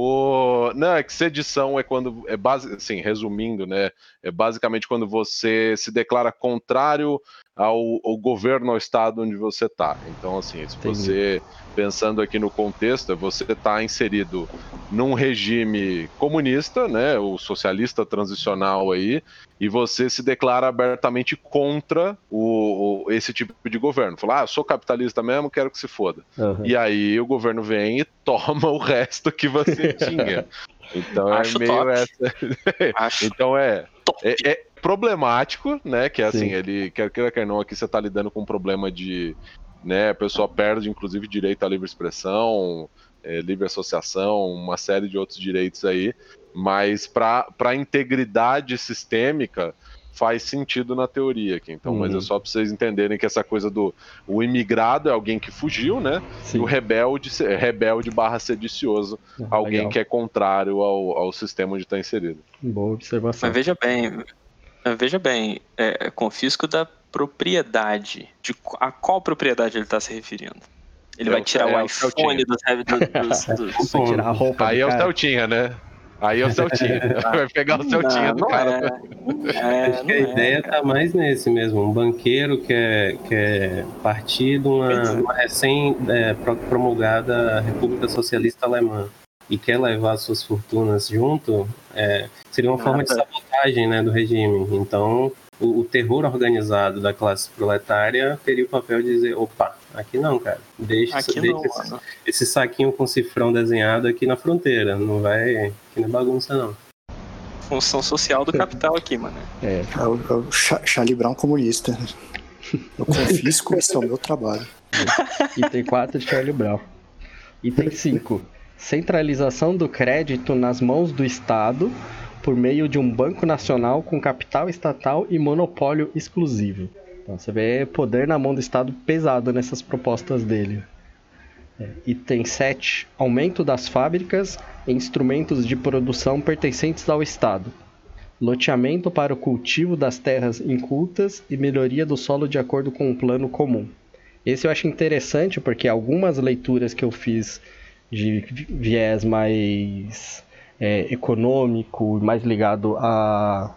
O... Não, é que sedição é quando, é base... assim, resumindo, né, é basicamente quando você se declara contrário ao, ao governo, ao estado onde você tá. Então, assim, se Entendi. você, pensando aqui no contexto, você tá inserido num regime comunista, né, o socialista transicional aí, e você se declara abertamente contra o, o, esse tipo de governo. Fala, ah, eu sou capitalista mesmo, quero que se foda. Uhum. E aí o governo vem e toma o resto que você tinha. Então Acho é meio top. essa. Acho então é, é, é problemático, né? Que é assim, Sim. ele quer queira quer não, aqui você tá lidando com um problema de, né? A pessoa perde, inclusive, direito à livre expressão, é, livre associação, uma série de outros direitos aí. Mas para a integridade sistêmica faz sentido na teoria aqui, então, uhum. Mas é só para vocês entenderem que essa coisa do o imigrado é alguém que fugiu, né? Sim. E o rebelde, rebelde barra sedicioso, ah, alguém legal. Que é contrário ao, ao sistema onde está inserido. Boa observação. Mas veja bem, veja bem, é, confisco da propriedade. De a qual propriedade ele está se referindo? Ele é vai tirar o, é, o iPhone dos, dos, dos, dos... Vai tirar a roupa. Aí do é cara. o Celtinha, né? Aí é o Celtinha. Vai pegar o Celtinha não, do não cara. É. É, Acho que a é, ideia cara. tá mais nesse mesmo. Um banqueiro que é, que é partir de uma, uma recém é, promulgada República Socialista Alemã e quer levar suas fortunas junto, é, seria uma Nada. forma de sabotagem, né, do regime. Então, o, o terror organizado da classe proletária teria o papel de dizer, opa, aqui não, cara. Deixa, aqui deixa não, esse, esse saquinho com cifrão desenhado aqui na fronteira. Não vai... Aqui não é bagunça, não. Função social do capital aqui, mano. É, é o, é o Charlie Brown comunista. Eu confisco, esse é o meu trabalho. Item quatro de Charlie Brown. Item cinco. Centralização do crédito nas mãos do Estado por meio de um banco nacional com capital estatal e monopólio exclusivo. Então você vê poder na mão do Estado pesado nessas propostas dele. É. Item sete. Aumento das fábricas e instrumentos de produção pertencentes ao Estado. Loteamento para o cultivo das terras incultas e melhoria do solo de acordo com um plano comum. Esse eu acho interessante porque algumas leituras que eu fiz de viés mais é, econômico, mais ligado à,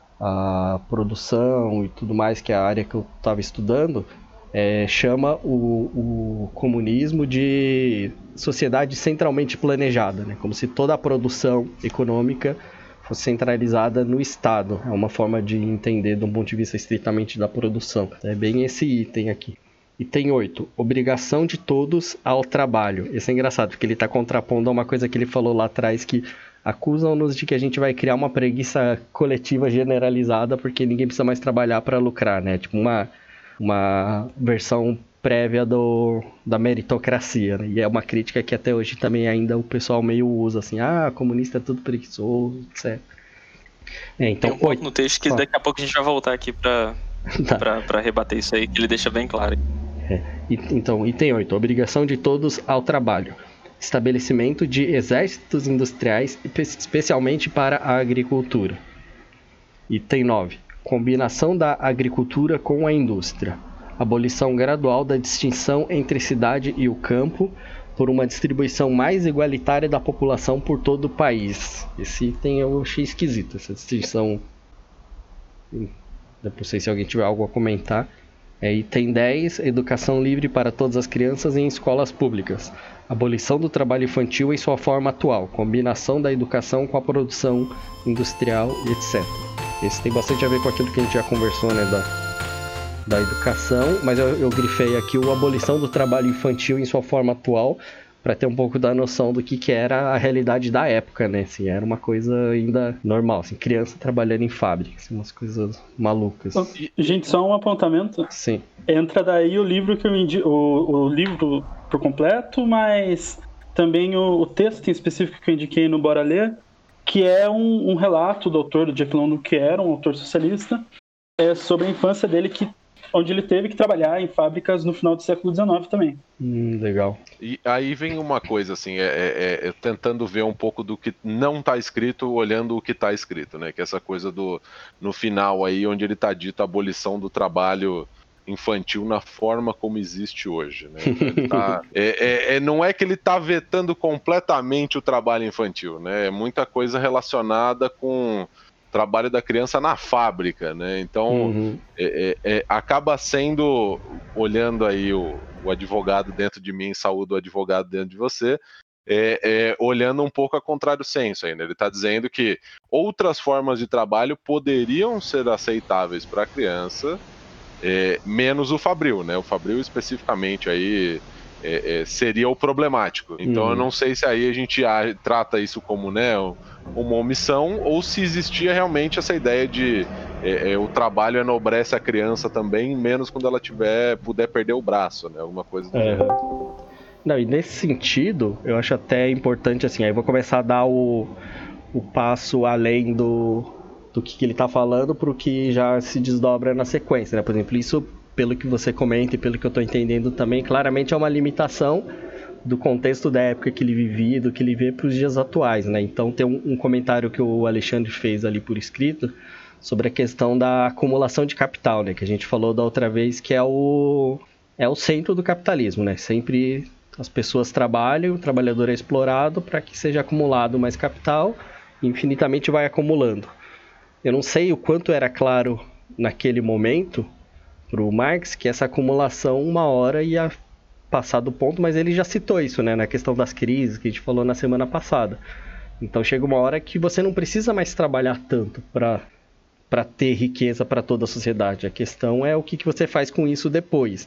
à produção e tudo mais, que é a área que eu estava estudando, é, chama o, o comunismo de sociedade centralmente planejada, né? Como se toda a produção econômica fosse centralizada no Estado. É uma forma de entender de um ponto de vista estritamente da produção. É bem esse item aqui. Item oito. Obrigação de todos ao trabalho. Esse é engraçado, porque ele está contrapondo a uma coisa que ele falou lá atrás, que acusam-nos de que a gente vai criar uma preguiça coletiva generalizada porque ninguém precisa mais trabalhar para lucrar, né? Tipo uma, uma versão prévia do, da meritocracia, né? E é uma crítica que até hoje também ainda o pessoal meio usa, assim, ah, comunista é tudo preguiçoso, etcétera. É, então, Tem um ponto oito. no texto que Ó. daqui a pouco a gente vai voltar aqui pra, Tá. pra, pra rebater isso aí, que ele deixa bem claro. É. E- Então, item oito. Obrigação de todos ao trabalho. Estabelecimento de exércitos industriais, espe- especialmente para a agricultura. Item nove. Combinação da agricultura com a indústria. Abolição gradual da distinção entre cidade e o campo por uma distribuição mais igualitária da população por todo o país. Esse item eu achei esquisito, essa distinção. Não sei se alguém tiver algo a comentar. É, item dez. Educação livre para todas as crianças em escolas públicas. Abolição do trabalho infantil em sua forma atual. Combinação da educação com a produção industrial e etcétera. Esse tem bastante a ver com aquilo que a gente já conversou, né, da, da educação, mas eu, eu grifei aqui o abolição do trabalho infantil em sua forma atual, para ter um pouco da noção do que, que era a realidade da época, né, assim, era uma coisa ainda normal, assim, criança trabalhando em fábrica, assim, umas coisas malucas. Gente, só um apontamento. Sim. Entra daí o livro que eu indi... o, o livro por completo, mas também o, o texto em específico que eu indiquei no Bora Ler, que é um, um relato do autor, do Jeff London, que era um autor socialista, é sobre a infância dele, que, onde ele teve que trabalhar em fábricas no final do século dezenove também. Hum, legal. E aí vem uma coisa, assim, é, é, é tentando ver um pouco do que não está escrito, olhando o que está escrito, né? Que é essa coisa do, no final aí, onde ele está dito a abolição do trabalho infantil na forma como existe hoje, né? Então ele tá, é, é, é, não é que ele está vetando completamente o trabalho infantil, né? É muita coisa relacionada com o trabalho da criança na fábrica, né? Então Uhum. é, é, é, acaba sendo, olhando aí o, o advogado dentro de mim, saúde o advogado dentro de você, é, é, olhando um pouco a contrário senso ainda. Ele está dizendo que outras formas de trabalho poderiam ser aceitáveis para a criança, É, menos o Fabril, né? O Fabril especificamente aí é, é, seria o problemático. Então Uhum. eu não sei se aí a gente a, trata isso como, né, uma omissão, ou se existia realmente essa ideia de é, é, o trabalho enobrece a criança também, menos quando ela tiver, puder perder o braço, né? Alguma coisa do É. gênero. Não, e nesse sentido, eu acho até importante, assim, aí eu vou começar a dar o, o passo além do, do que, que ele tá falando pro que já se desdobra na sequência, né? Por exemplo, isso, pelo que você comenta e pelo que eu tô entendendo também, claramente é uma limitação do contexto da época que ele vivia, do que ele vê pros dias atuais, né? Então tem um, um comentário que o Alexandre fez ali por escrito sobre a questão da acumulação de capital, né? Que a gente falou da outra vez, que é o, é o centro do capitalismo, né? Sempre as pessoas trabalham, o trabalhador é explorado para que seja acumulado mais capital e infinitamente vai acumulando. Eu não sei o quanto era claro naquele momento para o Marx que essa acumulação uma hora ia passar do ponto, mas ele já citou isso, né, na questão das crises que a gente falou na semana passada. Então chega uma hora que você não precisa mais trabalhar tanto para para ter riqueza para toda a sociedade. A questão é o que, que você faz com isso depois.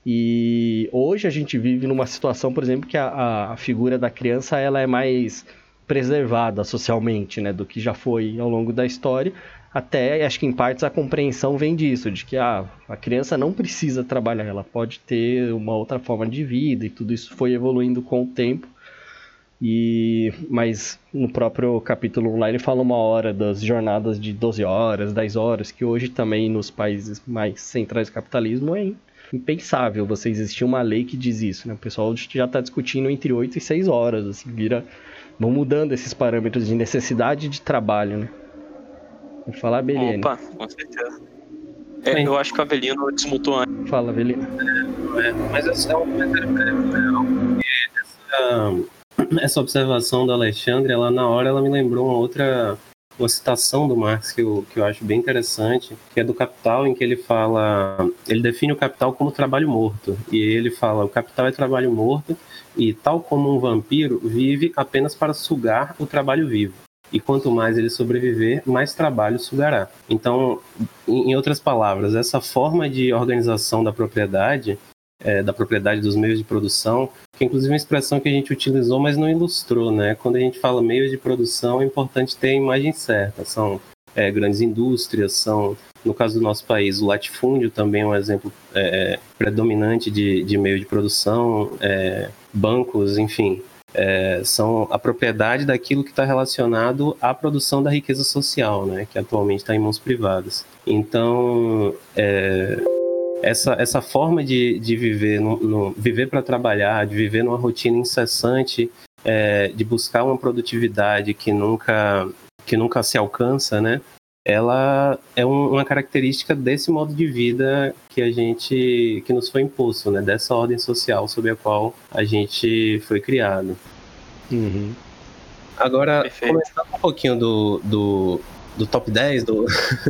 E hoje a gente vive numa situação, por exemplo, que a, a figura da criança ela é mais preservada socialmente, né, do que já foi ao longo da história. Até, acho que em partes a compreensão vem disso, de que ah, a criança não precisa trabalhar, ela pode ter uma outra forma de vida, e tudo isso foi evoluindo com o tempo. E, mas no próprio capítulo um lá ele fala uma hora das jornadas de doze horas, dez horas, que hoje também nos países mais centrais do capitalismo é impensável você existir uma lei que diz isso, né? O pessoal já está discutindo entre oito e seis horas, assim, vira, vão mudando esses parâmetros de necessidade de trabalho, né? Vou falar, Beliane. Opa, com certeza. É, eu acho que o Avelino desmutou antes. Fala, Avelino. É, mas esse é um comentário real, porque essa, essa observação do Alexandre, ela na hora ela me lembrou uma outra uma citação do Marx que eu, que eu acho bem interessante, que é do Capital, em que ele fala, ele define o capital como trabalho morto, e ele fala, o capital é trabalho morto e, tal como um vampiro, vive apenas para sugar o trabalho vivo. E quanto mais ele sobreviver, mais trabalho sugará. Então, em outras palavras, essa forma de organização da propriedade, é, da propriedade dos meios de produção, que é inclusive uma expressão que a gente utilizou, mas não ilustrou, né? Quando a gente fala meios de produção, é importante ter a imagem certa. São é, grandes indústrias, são, no caso do nosso país, o latifúndio também é um exemplo é, predominante de, de meio de produção, é, bancos, enfim. É, são a propriedade daquilo que está relacionado à produção da riqueza social, né, que atualmente está em mãos privadas. Então, é, essa, essa forma de, de viver, no, no, viver para trabalhar, de viver numa rotina incessante, é, de buscar uma produtividade que nunca, que nunca se alcança, né, ela é um, uma característica desse modo de vida que a gente, que nos foi imposto, né, dessa ordem social sob a qual a gente foi criado. Uhum. Agora, Perfeito. começando um pouquinho do, do, do top dez, do,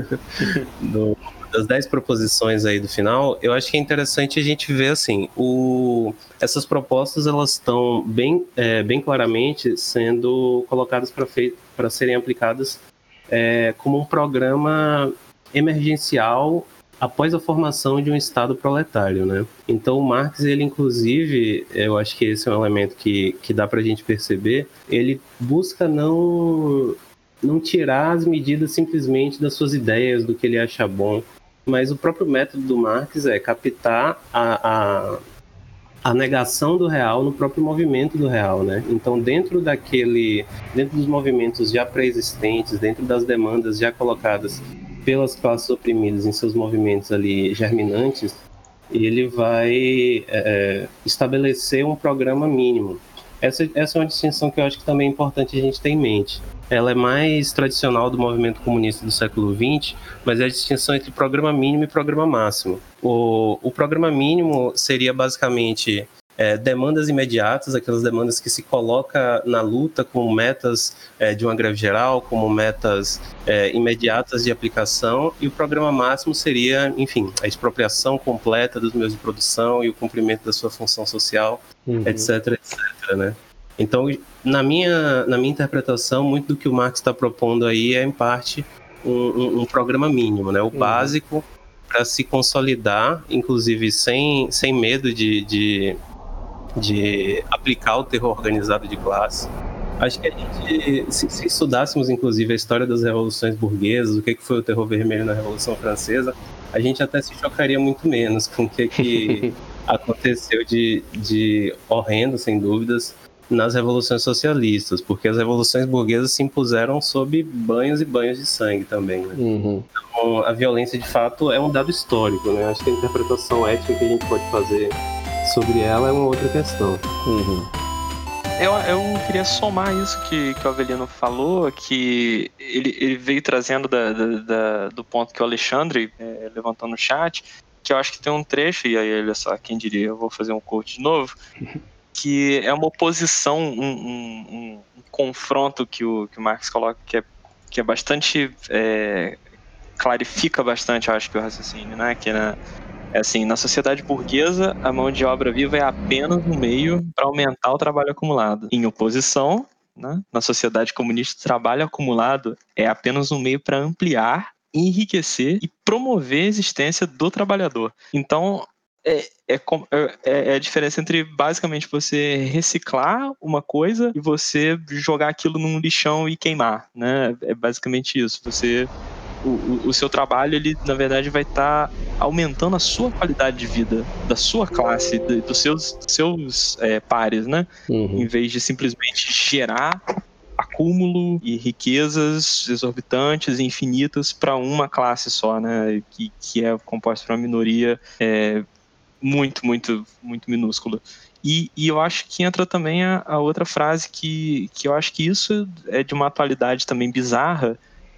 do, das dez proposições aí do final, eu acho que é interessante a gente ver, assim, o, essas propostas, elas estão bem, é, bem claramente sendo colocadas para serem aplicadas É, como um programa emergencial após a formação de um Estado proletário, né? Então o Marx, ele inclusive, eu acho que esse é um elemento que, que dá para a gente perceber, ele busca não, não tirar as medidas simplesmente das suas ideias, do que ele acha bom, mas o próprio método do Marx é captar a, a a negação do real no próprio movimento do real, né? Então, dentro daquele, dentro dos movimentos já pré-existentes, dentro das demandas já colocadas pelas classes oprimidas em seus movimentos ali germinantes, ele vai é, estabelecer um programa mínimo. Essa, essa é uma distinção que eu acho que também é importante a gente ter em mente. Ela é mais tradicional do movimento comunista do século vinte, mas é a distinção entre programa mínimo e programa máximo. O, o programa mínimo seria basicamente é, demandas imediatas, aquelas demandas que se coloca na luta como metas é, de uma greve geral, como metas é, imediatas de aplicação, e o programa máximo seria, enfim, a expropriação completa dos meios de produção e o cumprimento da sua função social, uhum. etc, etc, né? Então, na minha, na minha interpretação, muito do que o Marx está propondo aí é, em parte, um, um, um programa mínimo, né? O uhum. básico para se consolidar, inclusive sem, sem medo de, de, de aplicar o terror organizado de classe. Acho que a gente, se, se estudássemos, inclusive, a história das revoluções burguesas, o que foi o terror vermelho na Revolução Francesa, a gente até se chocaria muito menos com o que, que aconteceu de, de horrendo, sem dúvidas, nas revoluções socialistas, porque as revoluções burguesas se impuseram sob banhos e banhos de sangue também, né? Uhum. Então, a violência, de fato, é um dado histórico, né? Acho que a interpretação ética que a gente pode fazer sobre ela é uma outra questão. Uhum. Eu, eu queria somar isso que, que o Avelino falou, que ele, ele veio trazendo da, da, da, do ponto que o Alexandre é, levantou no chat, que eu acho que tem um trecho, e aí, olha só, quem diria, eu vou fazer um quote de novo, que é uma oposição, um, um, um, um confronto que o, que o Marx coloca, que é, que é bastante, é, clarifica bastante, eu acho que o raciocínio, né, que na, é assim, na sociedade burguesa, a mão de obra viva é apenas um meio para aumentar o trabalho acumulado. Em oposição, né, na sociedade comunista, o trabalho acumulado é apenas um meio para ampliar, enriquecer e promover a existência do trabalhador. Então, É, é, é, é a diferença entre basicamente você reciclar uma coisa e você jogar aquilo num lixão e queimar, né? É basicamente isso. Você, o, o, o seu trabalho, ele na verdade vai estar tá aumentando a sua qualidade de vida, da sua classe, de, dos seus, seus é, pares, né? Uhum. Em vez de simplesmente gerar acúmulo e riquezas exorbitantes e infinitas para uma classe só, né? Que, que é composta por uma minoria é, muito, muito, muito minúscula. E, e eu acho que entra também a, a outra frase que, que eu acho que isso é de uma atualidade também bizarra,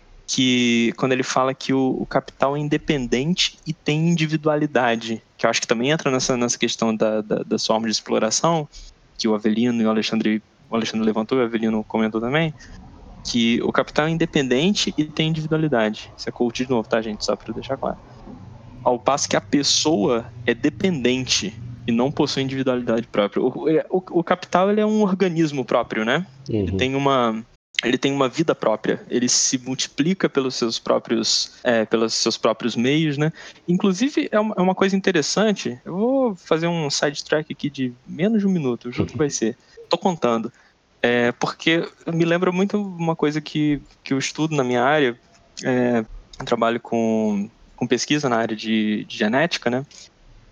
que quando ele fala que o, o capital é independente e tem individualidade, que eu acho que também entra nessa, nessa questão da, da, das formas de exploração, que o Avelino e o Alexandre, o Alexandre levantou e o Avelino comentou também, que o capital é independente e tem individualidade. Isso é coach de novo, tá, gente? Só para deixar claro. Ao passo que a pessoa é dependente e não possui individualidade própria. O, o, o capital, ele é um organismo próprio, né? Uhum. Ele tem uma, ele tem uma vida própria. Ele se multiplica pelos seus próprios, é, pelos seus próprios meios, né? Inclusive, é uma, é uma coisa interessante. Eu vou fazer um sidetrack aqui de menos de um minuto. Eu juro que vai ser. Tô contando. É, porque me lembra muito uma coisa que, que eu estudo na minha área. É, eu trabalho com... com pesquisa na área de, de genética, né?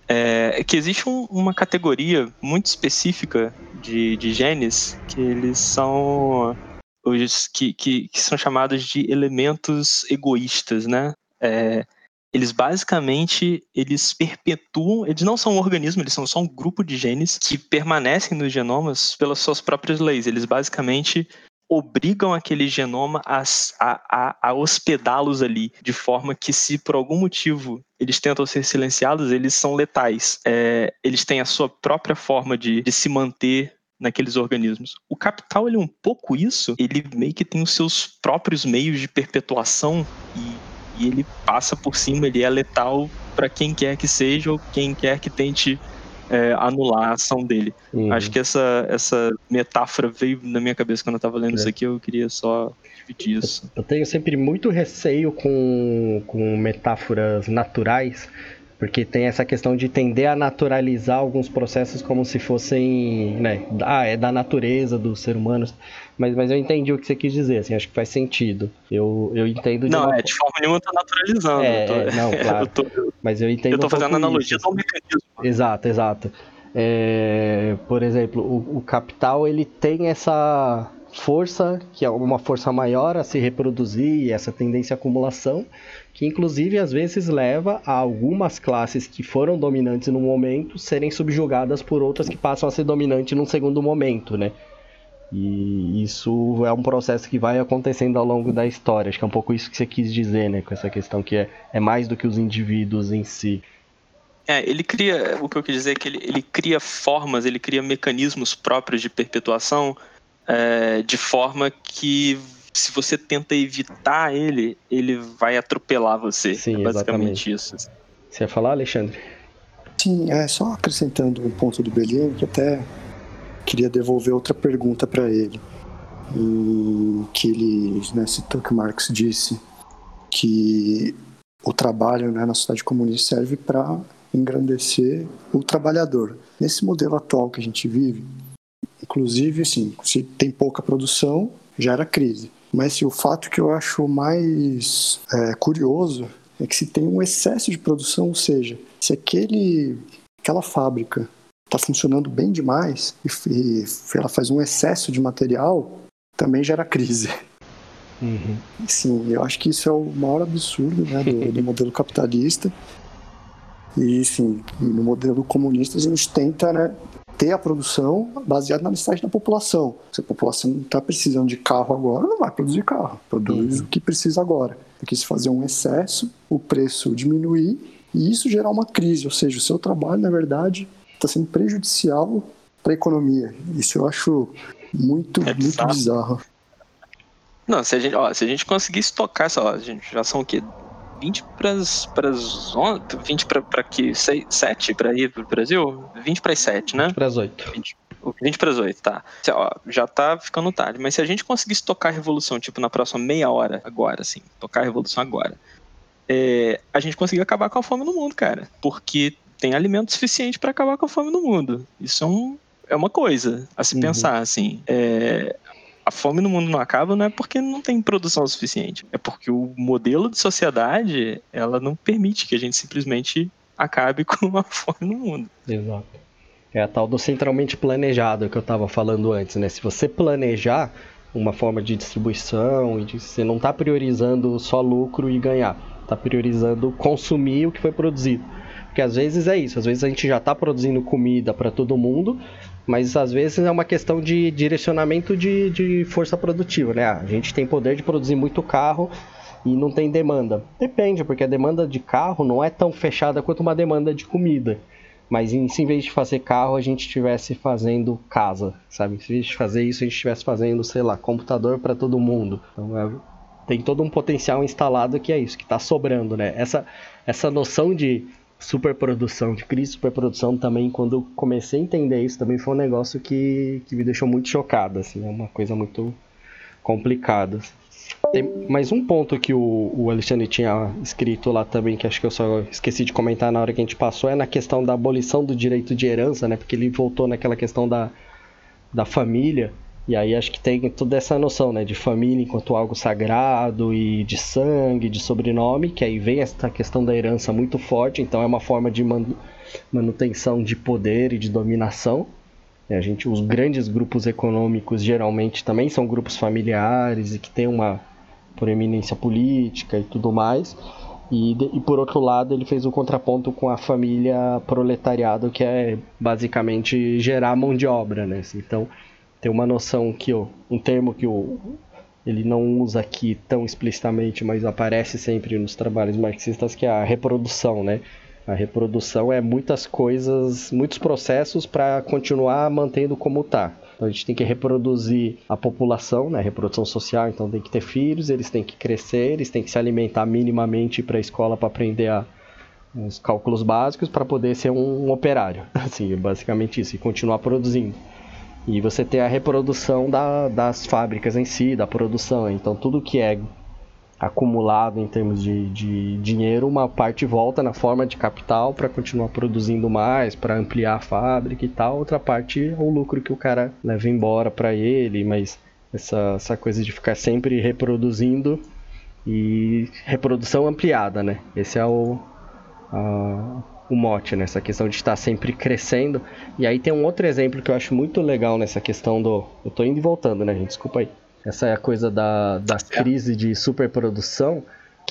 é que existe um, uma categoria muito específica de, de genes que eles são os que, que, que são chamados de elementos egoístas, né? É, eles basicamente eles perpetuam, eles não são um organismo, eles são só um grupo de genes que permanecem nos genomas pelas suas próprias leis. Eles basicamente obrigam aquele genoma a, a, a hospedá-los ali, de forma que, se por algum motivo eles tentam ser silenciados, eles são letais. É, eles têm a sua própria forma de, de se manter naqueles organismos. O capital, ele é um pouco isso, ele meio que tem os seus próprios meios de perpetuação e, e ele passa por cima, ele é letal para quem quer que seja ou quem quer que tente É, anular a ação dele. Uhum. Acho que essa, essa metáfora veio na minha cabeça quando eu estava lendo é. isso aqui, eu queria só dividir isso. Eu tenho sempre muito receio com, com metáforas naturais, porque tem essa questão de tender a naturalizar alguns processos como se fossem, né, ah, é da natureza do ser humano, mas, mas eu entendi o que você quis dizer, assim, acho que faz sentido. Eu, eu entendo de Não, uma... é, de forma nenhuma eu tô naturalizando. É, eu tô... é não, claro, eu tô... mas eu entendo Eu tô um fazendo analogia isso. do mecanismo. Exato, exato. É, por exemplo, o, o capital, ele tem essa força, que é uma força maior a se reproduzir, essa tendência à acumulação, que inclusive às vezes leva a algumas classes que foram dominantes no momento serem subjugadas por outras que passam a ser dominantes num segundo momento, né? E isso é um processo que vai acontecendo ao longo da história. Acho que é um pouco isso que você quis dizer, né? Com essa questão que é, é mais do que os indivíduos em si. É, ele cria, o que eu quis dizer é que ele, ele cria formas, ele cria mecanismos próprios de perpetuação, é, de forma que, se você tenta evitar ele, ele vai atropelar você. Sim, é basicamente exatamente. isso. Você ia falar, Alexandre? Sim, é só acrescentando um ponto do Belém, que até queria devolver outra pergunta para ele. E que ele, né, citou que o Marx disse que o trabalho, né, na sociedade comunista serve para engrandecer o trabalhador. Nesse modelo atual que a gente vive, inclusive, assim, se tem pouca produção, gera crise. Mas assim, o fato que eu acho mais é, curioso é que se tem um excesso de produção, ou seja, se aquele, aquela fábrica está funcionando bem demais e, e ela faz um excesso de material, também gera crise. Uhum. Sim, eu acho que isso é o maior absurdo, né, do, do modelo capitalista. E, sim, no modelo comunista a gente tenta, né, ter a produção baseada na necessidade da população. Se a população não está precisando de carro agora, não vai produzir carro. Produz uhum. o que precisa agora. Porque se fazer um excesso, o preço diminuir e isso gerar uma crise. Ou seja, o seu trabalho, na verdade, está sendo prejudicial para a economia. Isso eu acho muito, é muito bizarro. Não, se a gente, ó, se a gente conseguir estocar essa, ó, gente, já são o quê? vinte para as onze, vinte para que sete para ir para o Brasil? vinte para as sete, né? vinte para as oito. vinte para as oito, tá. Ó, já tá ficando tarde, mas se a gente conseguisse tocar a revolução, tipo, na próxima meia hora, agora, assim, tocar a revolução agora, é, a gente conseguiu acabar com a fome no mundo, cara, porque tem alimento suficiente para acabar com a fome no mundo. Isso é, um, é uma coisa a se uhum. pensar, assim. É... A fome no mundo não acaba não é porque não tem produção suficiente. É porque o modelo de sociedade, ela não permite que a gente simplesmente acabe com a fome no mundo. Exato. É a tal do centralmente planejado que eu estava falando antes, né? Se você planejar uma forma de distribuição, e de, você não está priorizando só lucro e ganhar. Está priorizando consumir o que foi produzido. Porque às vezes é isso. Às vezes a gente já está produzindo comida para todo mundo, mas às vezes é uma questão de direcionamento de, de força produtiva, né? A gente tem poder de produzir muito carro e não tem demanda. Depende, porque a demanda de carro não é tão fechada quanto uma demanda de comida. Mas em, se em vez de fazer carro, a gente estivesse fazendo casa, sabe? Se em vez de fazer isso, a gente estivesse fazendo, sei lá, computador para todo mundo. Então é, tem todo um potencial instalado que é isso, que está sobrando, né? Essa, essa noção de superprodução, de crise de superprodução também, quando eu comecei a entender isso, também foi um negócio que, que me deixou muito chocado, assim, é uma coisa muito complicada. Tem mais um ponto que o, o Alexandre tinha escrito lá também, que acho que eu só esqueci de comentar na hora que a gente passou, é na questão da abolição do direito de herança, né, porque ele voltou naquela questão da, da família, e aí acho que tem toda essa noção, né, de família enquanto algo sagrado e de sangue, de sobrenome, que aí vem essa questão da herança muito forte, então é uma forma de, man- manutenção de poder e de dominação. A gente, os grandes grupos econômicos geralmente também são grupos familiares e que têm uma proeminência política e tudo mais. E, e por outro lado, ele fez o contraponto com a família proletariado, que é basicamente gerar mão de obra, né? Então, tem uma noção que, ó, um termo que o, ele não usa aqui tão explicitamente, mas aparece sempre nos trabalhos marxistas, que é a reprodução, né? A reprodução é muitas coisas, muitos processos para continuar mantendo como está. Então a gente tem que reproduzir a população, né? Reprodução social, então tem que ter filhos, eles têm que crescer, eles têm que se alimentar minimamente para a escola para aprender a, os cálculos básicos para poder ser um, um operário. Assim, basicamente isso, e continuar produzindo. E você tem a reprodução da, das fábricas em si, da produção. Então tudo que é acumulado em termos de, de dinheiro, uma parte volta na forma de capital para continuar produzindo mais, para ampliar a fábrica e tal, outra parte é o lucro que o cara leva embora para ele, mas essa, essa coisa de ficar sempre reproduzindo e reprodução ampliada, né? Esse é o, a, o mote, né? Essa questão de estar sempre crescendo. E aí tem um outro exemplo que eu acho muito legal nessa questão do... Eu tô indo e voltando, né, gente? Desculpa aí. Essa é a coisa da, da crise de superprodução,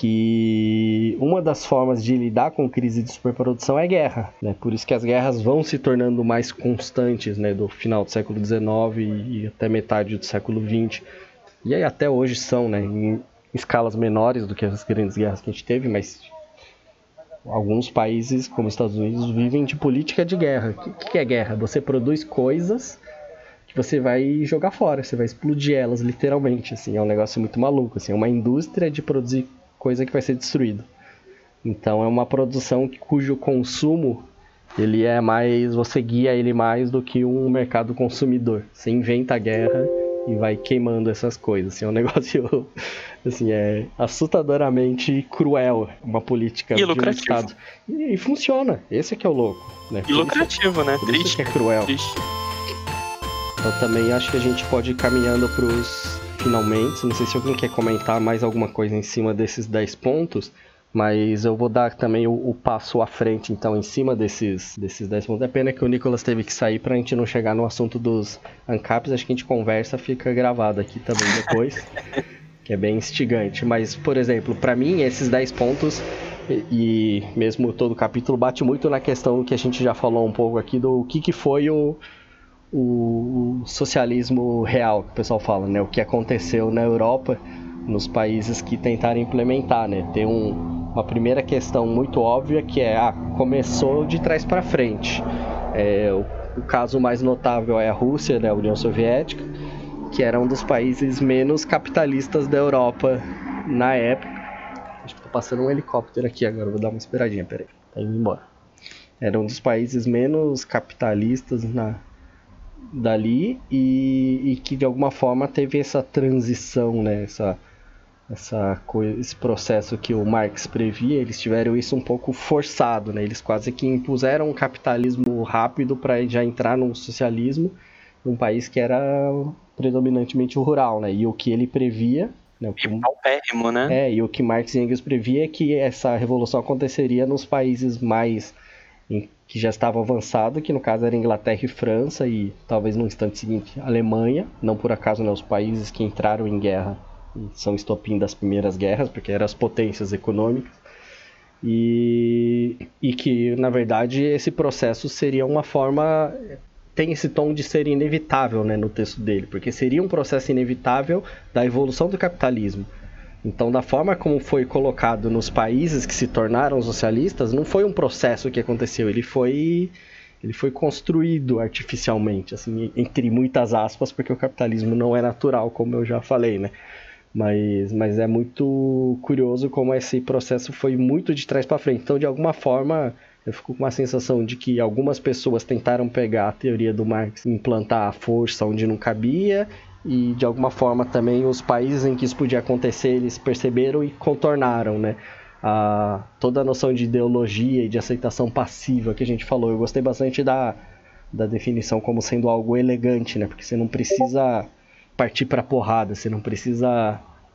que uma das formas de lidar com crise de superprodução é guerra, né? Por isso que as guerras vão se tornando mais constantes, né? Do final do século dezenove e até metade do século vinte. E aí até hoje são, né? Em escalas menores do que as grandes guerras que a gente teve, mas alguns países, como os Estados Unidos, vivem de política de guerra. O que, que é guerra? Você produz coisas que você vai jogar fora, você vai explodir elas, literalmente, assim, é um negócio muito maluco, assim, é uma indústria de produzir coisa que vai ser destruída. Então é uma produção cujo consumo, ele é mais, você guia ele mais do que um mercado consumidor. Você inventa a guerra e vai queimando essas coisas, assim, é um negócio, assim, é assustadoramente cruel, uma política e lucrativo. De um Estado. E, e funciona, esse é que é o louco, né? E lucrativo, né? Por isso que é cruel. Triste. Então também acho que a gente pode ir caminhando para os finalmente. Não sei se alguém quer comentar mais alguma coisa em cima desses dez pontos, mas eu vou dar também o, o passo à frente, então, em cima desses, desses dez pontos. É pena que o Nicolas teve que sair para a gente não chegar no assunto dos ANCAPs. Acho que a gente conversa, fica gravado aqui também depois, que é bem instigante. Mas, por exemplo, para mim, esses dez pontos, e, e mesmo todo o capítulo, bate muito na questão que a gente já falou um pouco aqui, do que, que foi o... o socialismo real, que o pessoal fala, né? O que aconteceu na Europa, nos países que tentaram implementar, né? Tem um, uma primeira questão muito óbvia que é, ah, começou de trás para frente. É, o, o caso mais notável é a Rússia, né? A União Soviética, que era um dos países menos capitalistas da Europa na época. Acho que tô passando um helicóptero aqui agora, vou dar uma esperadinha, peraí, tá indo embora. Era um dos países menos capitalistas na dali e, e que de alguma forma teve essa transição, né? essa, essa coisa, esse processo que o Marx previa. Eles tiveram isso um pouco forçado, né? Eles quase que impuseram um capitalismo rápido para já entrar num socialismo num país que era predominantemente rural, né? E o que ele previa, né? O que, e paupérrimo, né? É, e o que Marx e Engels previa é que essa revolução aconteceria nos países mais em, que já estavam avançados, que no caso era Inglaterra e França, e talvez no instante seguinte Alemanha, não por acaso, né, os países que entraram em guerra são estopim das primeiras guerras, porque eram as potências econômicas, e, e que na verdade esse processo seria uma forma, tem esse tom de ser inevitável, né, no texto dele, porque seria um processo inevitável da evolução do capitalismo. Então, da forma como foi colocado nos países que se tornaram socialistas, não foi um processo que aconteceu, ele foi, ele foi construído artificialmente, assim, entre muitas aspas, porque o capitalismo não é natural, como eu já falei, né? Mas, mas é muito curioso como esse processo foi muito de trás para frente. Então, de alguma forma, eu fico com uma sensação de que algumas pessoas tentaram pegar a teoria do Marx e implantar a força onde não cabia, e de alguma forma também os países em que isso podia acontecer, eles perceberam e contornaram, né? A, toda a noção de ideologia e de aceitação passiva que a gente falou. Eu gostei bastante da, da definição como sendo algo elegante, né? Porque você não precisa partir para porrada, você não precisa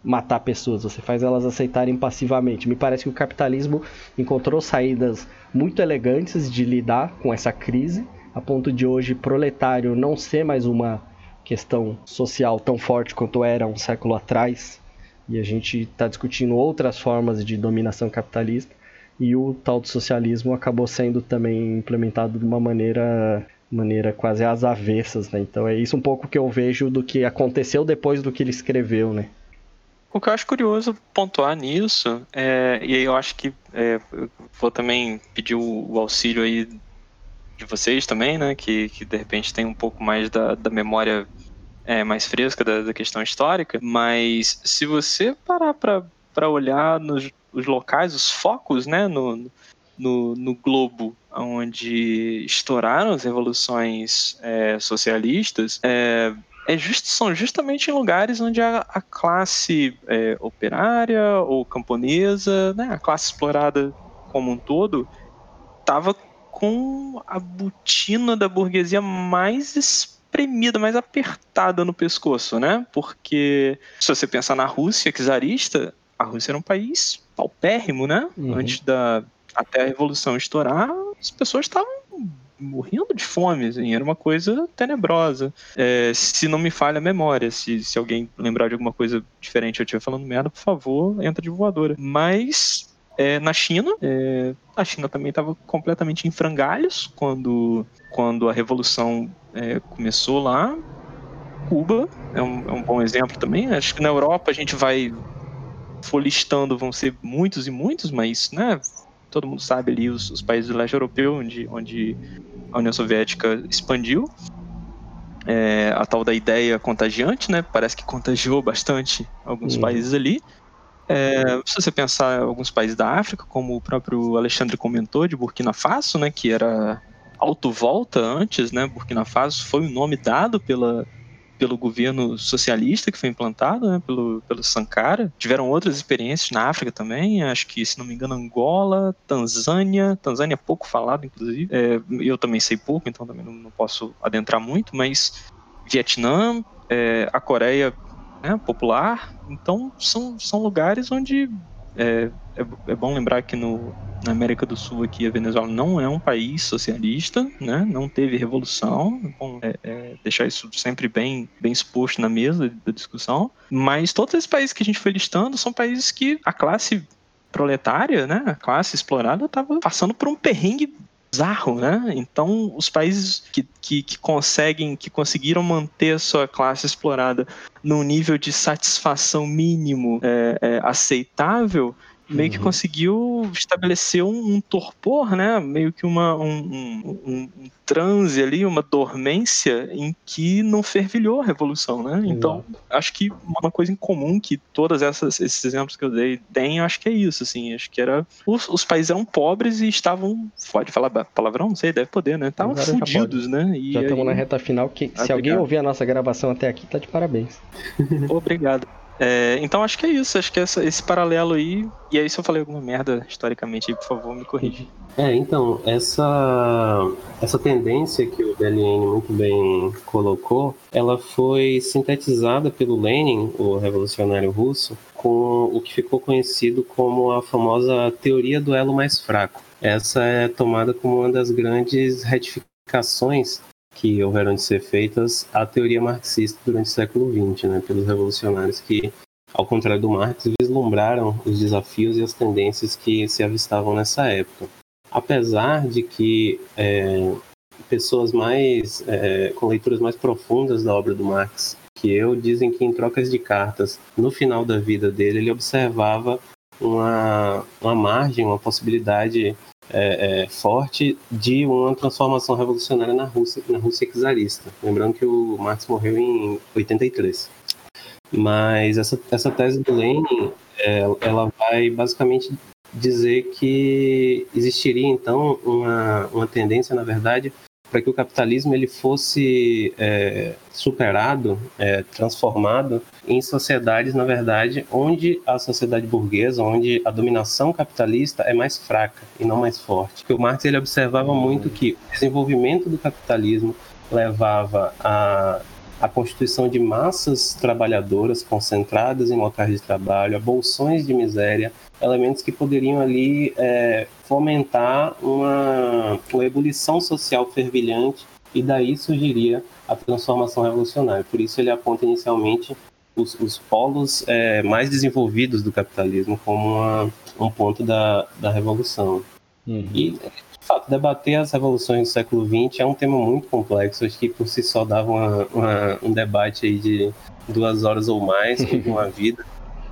matar pessoas, você faz elas aceitarem passivamente. Me parece que o capitalismo encontrou saídas muito elegantes de lidar com essa crise, a ponto de hoje proletário não ser mais uma questão social tão forte quanto era um século atrás, e a gente está discutindo outras formas de dominação capitalista, e o tal do socialismo acabou sendo também implementado de uma maneira, maneira quase às avessas, né? Então é isso um pouco que eu vejo do que aconteceu depois do que ele escreveu, né? O que eu acho curioso pontuar nisso, é, e aí eu acho que é, eu vou também pedir o, o auxílio aí de vocês também, né, que, que de repente tem um pouco mais da, da memória é, mais fresca da, da questão histórica, mas se você parar para olhar nos os locais, os focos, né, no, no, no globo onde estouraram as revoluções é, socialistas, é, É just, são justamente em lugares onde a, a classe é, operária ou camponesa, né, a classe explorada como um todo, estava com a botina da burguesia mais espremida, mais apertada no pescoço, né? Porque se você pensar na Rússia czarista, a Rússia era um país paupérrimo, né? Uhum. Antes da até a Revolução estourar, as pessoas estavam morrendo de fome, assim, era uma coisa tenebrosa. É, se não me falha a memória, se, se alguém lembrar de alguma coisa diferente eu estiver falando merda, por favor, entra de voadora. Mas é, na China, é, a China também estava completamente em frangalhos quando, quando a Revolução é, começou lá. Cuba é um, é um bom exemplo também. Acho que na Europa a gente vai for listando, vão ser muitos e muitos, mas, né, todo mundo sabe ali os, os países do leste europeu, onde, onde a União Soviética expandiu. É, a tal da ideia contagiante, né? Parece que contagiou bastante alguns uhum. países ali. É, se você pensar em alguns países da África, como o próprio Alexandre comentou, de Burkina Faso, né? Que era Alto Volta antes, né? Burkina Faso foi o nome dado pela, pelo governo socialista que foi implantado, né? Pelo, pelo Sankara. Tiveram outras experiências na África também, acho que, se não me engano, Angola, Tanzânia. Tanzânia é pouco falado, inclusive. É, eu também sei pouco, então também não, não posso adentrar muito, mas Vietnã, é, a Coreia, né, popular. Então, são, são lugares onde é, é, é bom lembrar que no, na América do Sul aqui a Venezuela não é um país socialista, né, não teve revolução. É bom é, é, deixar isso sempre bem, bem exposto na mesa da discussão. Mas todos esses países que a gente foi listando são países que a classe proletária, né, a classe explorada, estava passando por um perrengue bizarro, né? Então, os países que, que, que conseguem, que conseguiram manter a sua classe explorada num nível de satisfação mínimo é, é, aceitável, meio que conseguiu estabelecer um, um torpor, né? Meio que uma, um, um, um, um transe ali, uma dormência em que não fervilhou a revolução, né? Então, Exato. Acho que uma coisa em comum que todos esses exemplos que eu dei têm, eu acho que é isso, assim, acho que era os, os países eram pobres e estavam, pode falar palavrão? Não sei, deve poder, né? Estavam fudidos, né? E já aí... estamos na reta final, que ah, se alguém ouvir a nossa gravação até aqui, tá de parabéns. Obrigado. É, então acho que é isso, acho que é essa, esse paralelo aí. E aí, se eu falei alguma merda historicamente aí, por favor, me corrija. É, então, essa, essa tendência que o B L N muito bem colocou, ela foi sintetizada pelo Lenin, o revolucionário russo, com o que ficou conhecido como a famosa teoria do elo mais fraco. Essa é tomada como uma das grandes retificações que houveram de ser feitas à teoria marxista durante o século vinte, né, pelos revolucionários que, ao contrário do Marx, vislumbraram os desafios e as tendências que se avistavam nessa época. Apesar de que é, pessoas mais é, com leituras mais profundas da obra do Marx que eu dizem que, em trocas de cartas, no final da vida dele, ele observava uma, uma margem, uma possibilidade É, é, forte de uma transformação revolucionária na Rússia, na Rússia czarista. Lembrando que o Marx morreu em oitenta e três. Mas essa, essa tese do Lenin, é, ela vai basicamente dizer que existiria então uma, uma tendência, na verdade, para que o capitalismo ele fosse é, superado, é, transformado em sociedades, na verdade, onde a sociedade burguesa, onde a dominação capitalista é mais fraca e não mais forte. Porque o Marx ele observava muito que o desenvolvimento do capitalismo levava a a constituição de massas trabalhadoras concentradas em locais de trabalho, a bolsões de miséria, elementos que poderiam ali é, fomentar uma, uma ebulição social fervilhante, e daí surgiria a transformação revolucionária. Por isso ele aponta inicialmente os, os polos é, mais desenvolvidos do capitalismo como uma, um ponto da, da revolução. Uhum. E, de fato, debater as revoluções do século vinte é um tema muito complexo, acho que por si só dava uma, uma, um debate aí de duas horas ou mais, ou uma vida.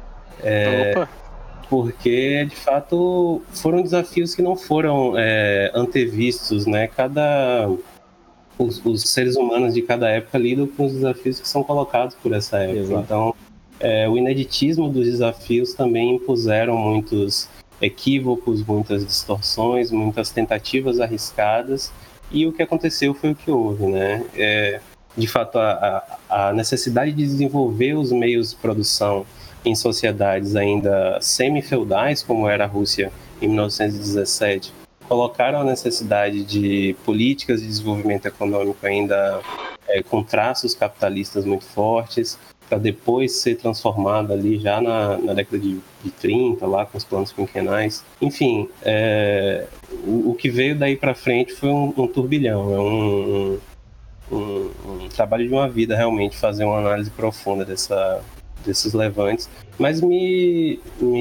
É, Opa. Porque, de fato, foram desafios que não foram é, antevistos, né? Cada... Os, os seres humanos de cada época lidam com os desafios que são colocados por essa época. Exato. Então, é, o ineditismo dos desafios também impuseram muitos equívocos, muitas distorções, muitas tentativas arriscadas, e o que aconteceu foi o que houve, né? É, de fato, a, a necessidade de desenvolver os meios de produção em sociedades ainda semi-feudais, como era a Rússia em mil novecentos e dezessete, colocaram a necessidade de políticas de desenvolvimento econômico ainda é, com traços capitalistas muito fortes, para depois ser transformada ali já na, na década de, de trinta, lá com os planos quinquenais. Enfim, é, o, o que veio daí para frente foi um, um turbilhão, é um, um, um, um trabalho de uma vida realmente fazer uma análise profunda dessa, desses levantes, mas me...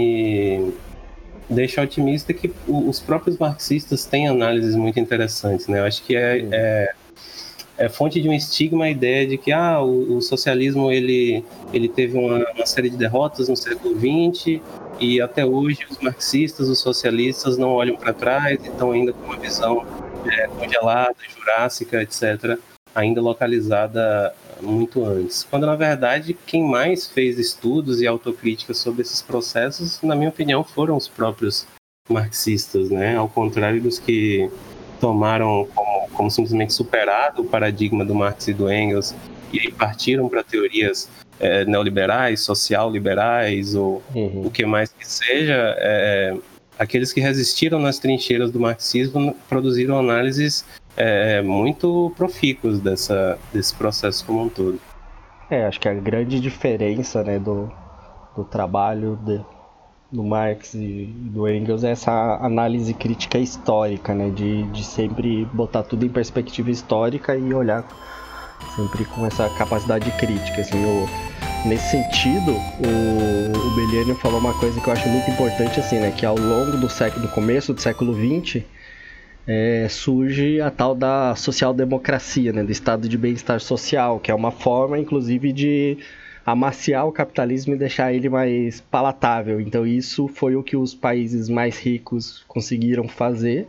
me deixa otimista que os próprios marxistas têm análises muito interessantes, né? Eu acho que é, é, é fonte de um estigma a ideia de que ah, o, o socialismo ele, ele teve uma, uma série de derrotas no século vinte e até hoje os marxistas, os socialistas não olham para trás e estão ainda com uma visão é, congelada, jurássica, etcétera, ainda localizada muito antes. Quando, na verdade, quem mais fez estudos e autocríticas sobre esses processos, na minha opinião, foram os próprios marxistas, né? Ao contrário dos que tomaram como, como simplesmente superado o paradigma do Marx e do Engels e aí partiram para teorias é, neoliberais, social-liberais ou uhum. o que mais que seja, é, aqueles que resistiram nas trincheiras do marxismo produziram análises É, muito profícuos dessa, desse processo como um todo. É, acho que a grande diferença, né, do, do trabalho de, do Marx e do Engels é essa análise crítica histórica, né, de, de sempre botar tudo em perspectiva histórica e olhar sempre com essa capacidade crítica. Assim, o, nesse sentido, o, o Beliani falou uma coisa que eu acho muito importante, assim, né, que ao longo do século, do começo do século vinte, É, surge a tal da social-democracia, né, do estado de bem-estar social, que é uma forma, inclusive, de amaciar o capitalismo e deixar ele mais palatável. Então isso foi o que os países mais ricos conseguiram fazer,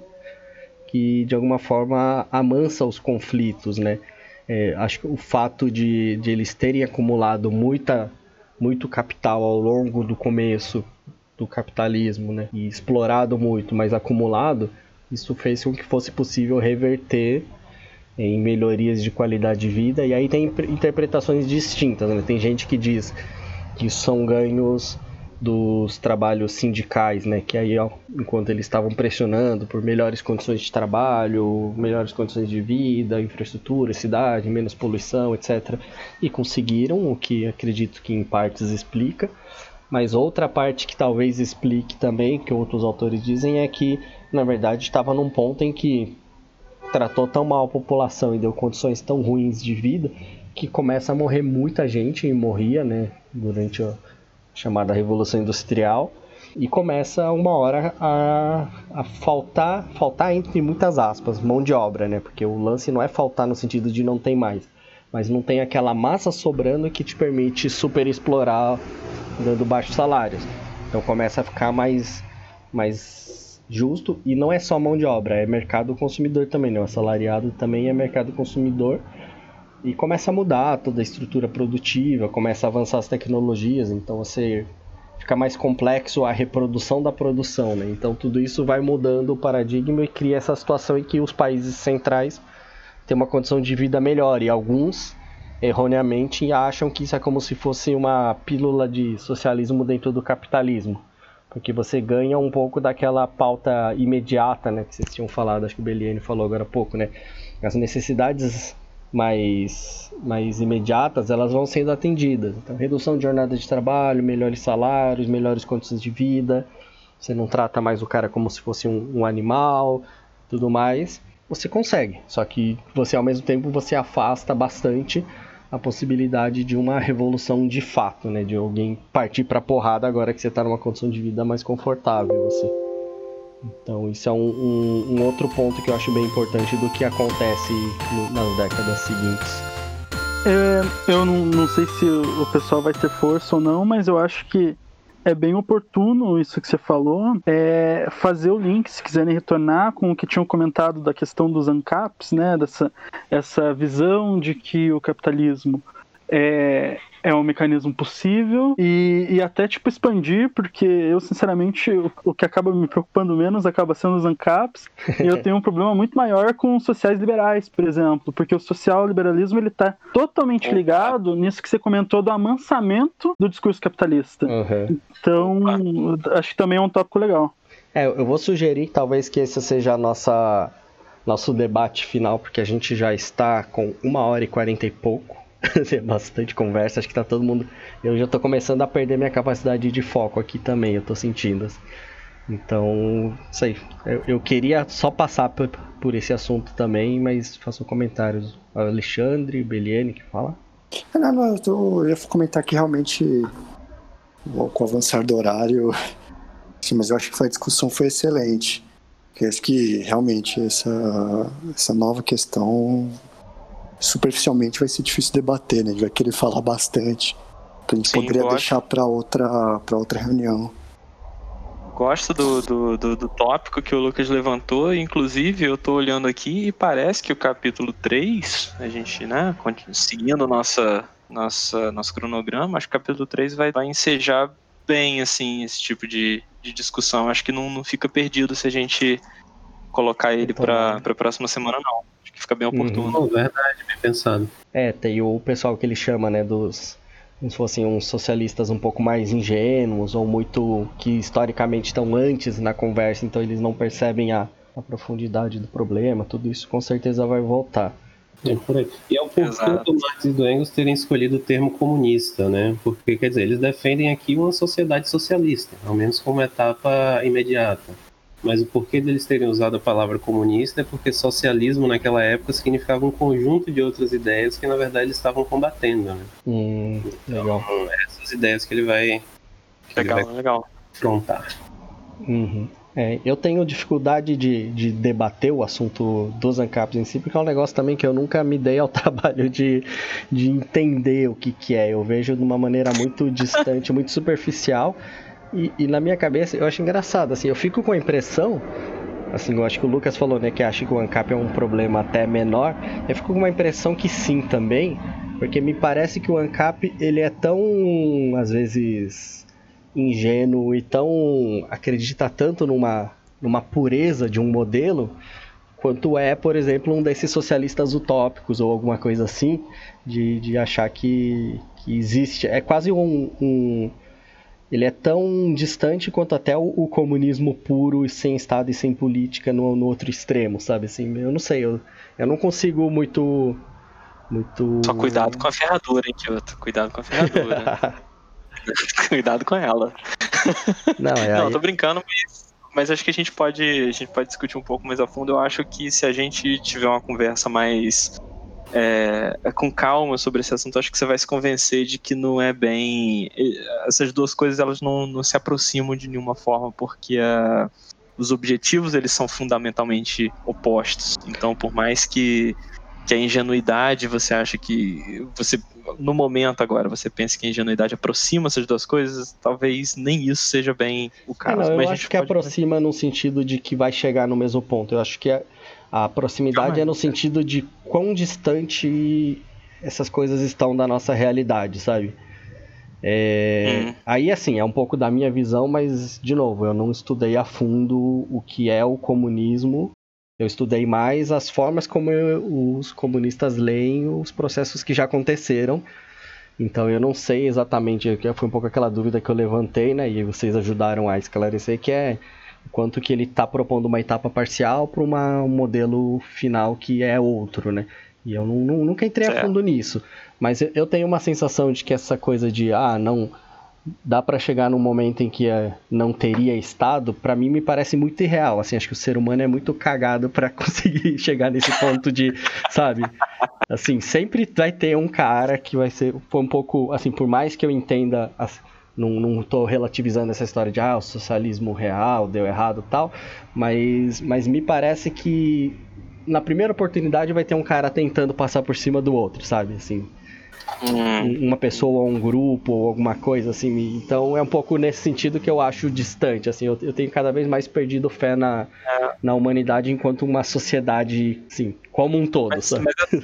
que de alguma forma amansa os conflitos, né? É, acho que o fato de, de eles terem acumulado muita, muito capital ao longo do começo do capitalismo, né, e explorado muito, mas acumulado, isso fez com que fosse possível reverter em melhorias de qualidade de vida. E aí tem interpretações distintas, né? Tem gente que diz que isso são ganhos dos trabalhos sindicais, né? Que aí, ó, enquanto eles estavam pressionando por melhores condições de trabalho, melhores condições de vida, infraestrutura, cidade, menos poluição, etcétera. E conseguiram, o que acredito que em partes explica. Mas outra parte que talvez explique também, que outros autores dizem, é que, na verdade, estava num ponto em que tratou tão mal a população e deu condições tão ruins de vida que começa a morrer muita gente, e morria, né, durante a chamada Revolução Industrial, e começa uma hora a, a faltar, faltar entre muitas aspas, mão de obra, né, porque o lance não é faltar no sentido de não tem mais, mas não tem aquela massa sobrando que te permite super explorar dando baixos salários. Então começa a ficar mais, mais justo, e não é só mão de obra, é mercado consumidor também, né? O assalariado também é mercado consumidor, e começa a mudar toda a estrutura produtiva, começa a avançar as tecnologias, então você fica mais complexo a reprodução da produção, né? Então tudo isso vai mudando o paradigma e cria essa situação em que os países centrais têm uma condição de vida melhor, e alguns erroneamente acham que isso é como se fosse uma pílula de socialismo dentro do capitalismo, porque você ganha um pouco daquela pauta imediata, né, que vocês tinham falado, acho que o Beliani falou agora há pouco, né, as necessidades mais, mais imediatas, elas vão sendo atendidas. Então, redução de jornada de trabalho, melhores salários, melhores condições de vida, você não trata mais o cara como se fosse um, um animal, tudo mais, você consegue. Só que você, ao mesmo tempo, você afasta bastante a possibilidade de uma revolução de fato, né? De alguém partir pra porrada agora que você tá numa condição de vida mais confortável, assim. Então isso é um, um, um outro ponto que eu acho bem importante do que acontece no, nas décadas seguintes. É, eu não, não sei se o pessoal vai ter força ou não, mas eu acho que é bem oportuno isso que você falou, é fazer o link, se quiserem retornar, com o que tinham comentado da questão dos ANCAPs, né, dessa essa visão de que o capitalismo é, é um mecanismo possível e, e até tipo expandir, porque eu sinceramente o, o que acaba me preocupando menos acaba sendo os ANCAPs e eu tenho um problema muito maior com os sociais liberais, por exemplo, porque o social liberalismo ele está totalmente ligado nisso que você comentou do amansamento do discurso capitalista. Uhum. Então acho que também é um tópico legal. É, eu vou sugerir talvez que esse seja a nossa nosso debate final, porque a gente já está com uma hora e quarenta e pouco. É bastante conversa, acho que tá todo mundo... Eu já tô começando a perder minha capacidade de foco aqui também, eu tô sentindo. Então, não sei, eu, eu queria só passar por, por esse assunto também, mas façam comentários. Alexandre, Beliene, que fala? Não, não, eu, tô, eu ia comentar que realmente, com o avançar do horário, sim, mas eu acho que a discussão foi excelente. Eu acho que realmente essa, essa nova questão... superficialmente vai ser difícil debater, né? A gente vai querer falar bastante. Então a gente Sim, poderia gosto. deixar para outra, para outra reunião. Gosto do, do, do, do tópico que o Lucas levantou. Inclusive, eu tô olhando aqui e parece que o capítulo três, a gente, né, seguindo nossa, nossa, nosso cronograma, acho que o capítulo três vai, vai ensejar bem, assim, esse tipo de, de discussão. Acho que não, não fica perdido se a gente colocar ele para a próxima semana, não. Acho que fica bem oportuno. Uhum. Verdade, bem pensado. É, tem o pessoal que ele chama, né, dos... como se fossem uns socialistas um pouco mais ingênuos, ou muito... que historicamente estão antes na conversa, então eles não percebem a, a profundidade do problema, tudo isso com certeza vai voltar. É por aí. E é o porquê do Marx e do Engels terem escolhido o termo comunista, né? Porque, quer dizer, eles defendem aqui uma sociedade socialista, ao menos como etapa imediata. Mas o porquê deles terem usado a palavra comunista é porque socialismo naquela época significava um conjunto de outras ideias que na verdade eles estavam combatendo, né? Hum, legal. Então, essas ideias que ele vai, que legal, ele vai legal. confrontar. Uhum. É, eu tenho dificuldade de, de debater o assunto dos ANCAPs em si, porque é um negócio também que eu nunca me dei ao trabalho de, de entender o que, que é. Eu vejo de uma maneira muito distante, muito superficial. E, e na minha cabeça, eu acho engraçado, assim, eu fico com a impressão, assim, eu acho que o Lucas falou, né, que acha que o ANCAP é um problema até menor, eu fico com uma impressão que sim também, porque me parece que o ANCAP, ele é tão, às vezes, ingênuo e tão, acredita tanto numa, numa pureza de um modelo, quanto é, por exemplo, um desses socialistas utópicos ou alguma coisa assim, de, de achar que, que existe, é quase um... um ele é tão distante quanto até o, o comunismo puro e sem Estado e sem política no, no outro extremo, sabe? Assim, eu não sei, eu, eu não consigo muito... muito... Só cuidado com a ferradura, hein, Kyoto? Cuidado com a ferradura. Cuidado com ela. Não, é não aí... tô brincando, mas, mas acho que a gente, pode, a gente pode discutir um pouco mais a fundo. Eu acho que se a gente tiver uma conversa mais... É, com calma sobre esse assunto, acho que você vai se convencer de que não é bem... Essas duas coisas, elas não, não se aproximam de nenhuma forma, porque a, os objetivos, eles são fundamentalmente opostos. Então, por mais que, que a ingenuidade, você acha que... você no momento agora, você pensa que a ingenuidade aproxima essas duas coisas, talvez nem isso seja bem o caso. É, não, eu mas acho que pode... aproxima no sentido de que vai chegar no mesmo ponto. Eu acho que é... A proximidade é no sentido de quão distante essas coisas estão da nossa realidade, sabe? É... Hum. Aí, assim, é um pouco da minha visão, mas, de novo, eu não estudei a fundo o que é o comunismo. Eu estudei mais as formas como eu, os comunistas leem os processos que já aconteceram. Então, eu não sei exatamente, foi um pouco aquela dúvida que eu levantei, né? E vocês ajudaram a esclarecer, que é... quanto que ele está propondo uma etapa parcial para um modelo final que é outro, né? E eu não, não, nunca entrei a fundo nisso. Mas eu, eu tenho uma sensação de que essa coisa de, ah, não... dá pra chegar num momento em que é, não teria Estado, pra mim me parece muito irreal, assim, acho que o ser humano é muito cagado pra conseguir chegar nesse ponto de, sabe, assim, sempre vai ter um cara que vai ser um pouco, assim, por mais que eu entenda, assim, não, não tô relativizando essa história de, ah, o socialismo real deu errado e tal, mas, mas me parece que na primeira oportunidade vai ter um cara tentando passar por cima do outro, sabe, assim, Hum. uma pessoa ou um grupo ou alguma coisa assim, então é um pouco nesse sentido que eu acho distante, assim, eu, eu tenho cada vez mais perdido fé na, é. na humanidade enquanto uma sociedade, assim, como um todo, mas, sabe? Mas,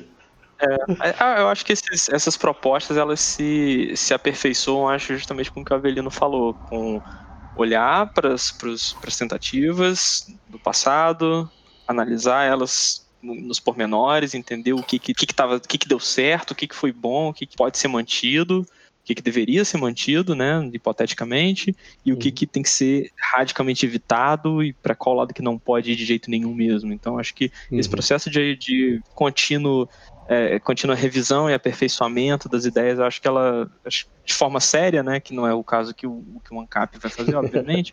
é, eu acho que esses, essas propostas, elas se, se aperfeiçoam, acho, justamente com o que o Avelino falou, com olhar para as tentativas do passado, analisar elas nos pormenores, entender o que que, que, que, tava, o que, que deu certo, o que, que foi bom, o que, que pode ser mantido, o que, que deveria ser mantido, né, hipoteticamente, e uhum. o que, que tem que ser radicalmente evitado e para qual lado que não pode ir de jeito nenhum mesmo. Então, acho que uhum. esse processo de, de contínuo, é, contínua revisão e aperfeiçoamento das ideias, eu acho que ela, de forma séria, né, que não é o caso que o, que o ANCAP vai fazer, obviamente,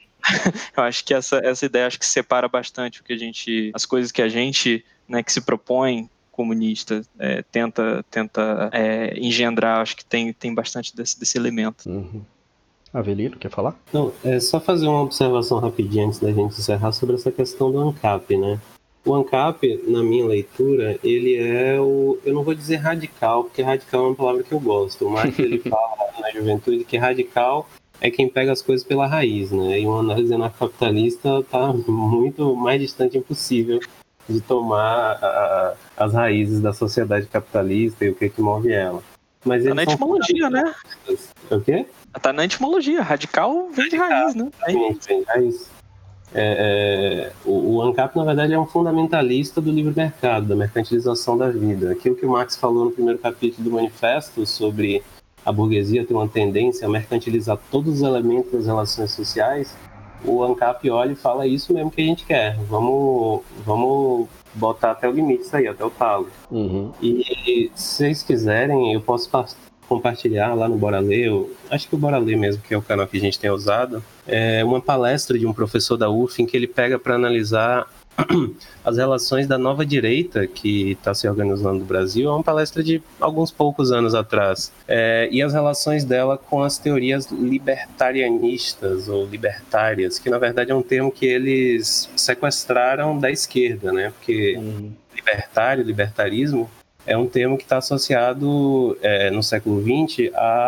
eu acho que essa, essa ideia acho que separa bastante o que a gente, as coisas que a gente, né, que se propõe comunista, é, tenta, tenta é, engendrar, acho que tem, tem bastante desse, desse elemento. Uhum. Avelino, quer falar? Não, é só fazer uma observação rapidinha antes da gente encerrar sobre essa questão do ANCAP, né? O ANCAP, na minha leitura, ele é o, eu não vou dizer radical, porque radical é uma palavra que eu gosto. O Marx, ele fala na juventude que radical é quem pega as coisas pela raiz, né? E uma análise anarcocapitalista está muito mais distante impossível de tomar a, as raízes da sociedade capitalista e o que, que move ela. Mas tá na etimologia, né? O quê? Tá na etimologia. Radical vem de raiz, né? Vem de raiz. É, é, o, o ANCAP, na verdade, é um fundamentalista do livre mercado, da mercantilização da vida. Aquilo que o Marx falou no primeiro capítulo do Manifesto sobre a burguesia ter uma tendência a mercantilizar todos os elementos das relações sociais, o ANCAP olha e fala isso mesmo que a gente quer. Vamos, vamos botar até o limite isso aí, até o talo. Uhum. E se vocês quiserem, eu posso compartilhar lá no Bora Ler, eu, acho que o Bora Ler mesmo, que é o canal que a gente tem usado, é uma palestra de um professor da U F em que ele pega para analisar as relações da nova direita que está se organizando no Brasil. É uma palestra de alguns poucos anos atrás, é, e as relações dela com as teorias libertarianistas ou libertárias, que na verdade é um termo que eles sequestraram da esquerda, né? Porque uhum. libertário, libertarismo é um termo que está associado é, no século vinte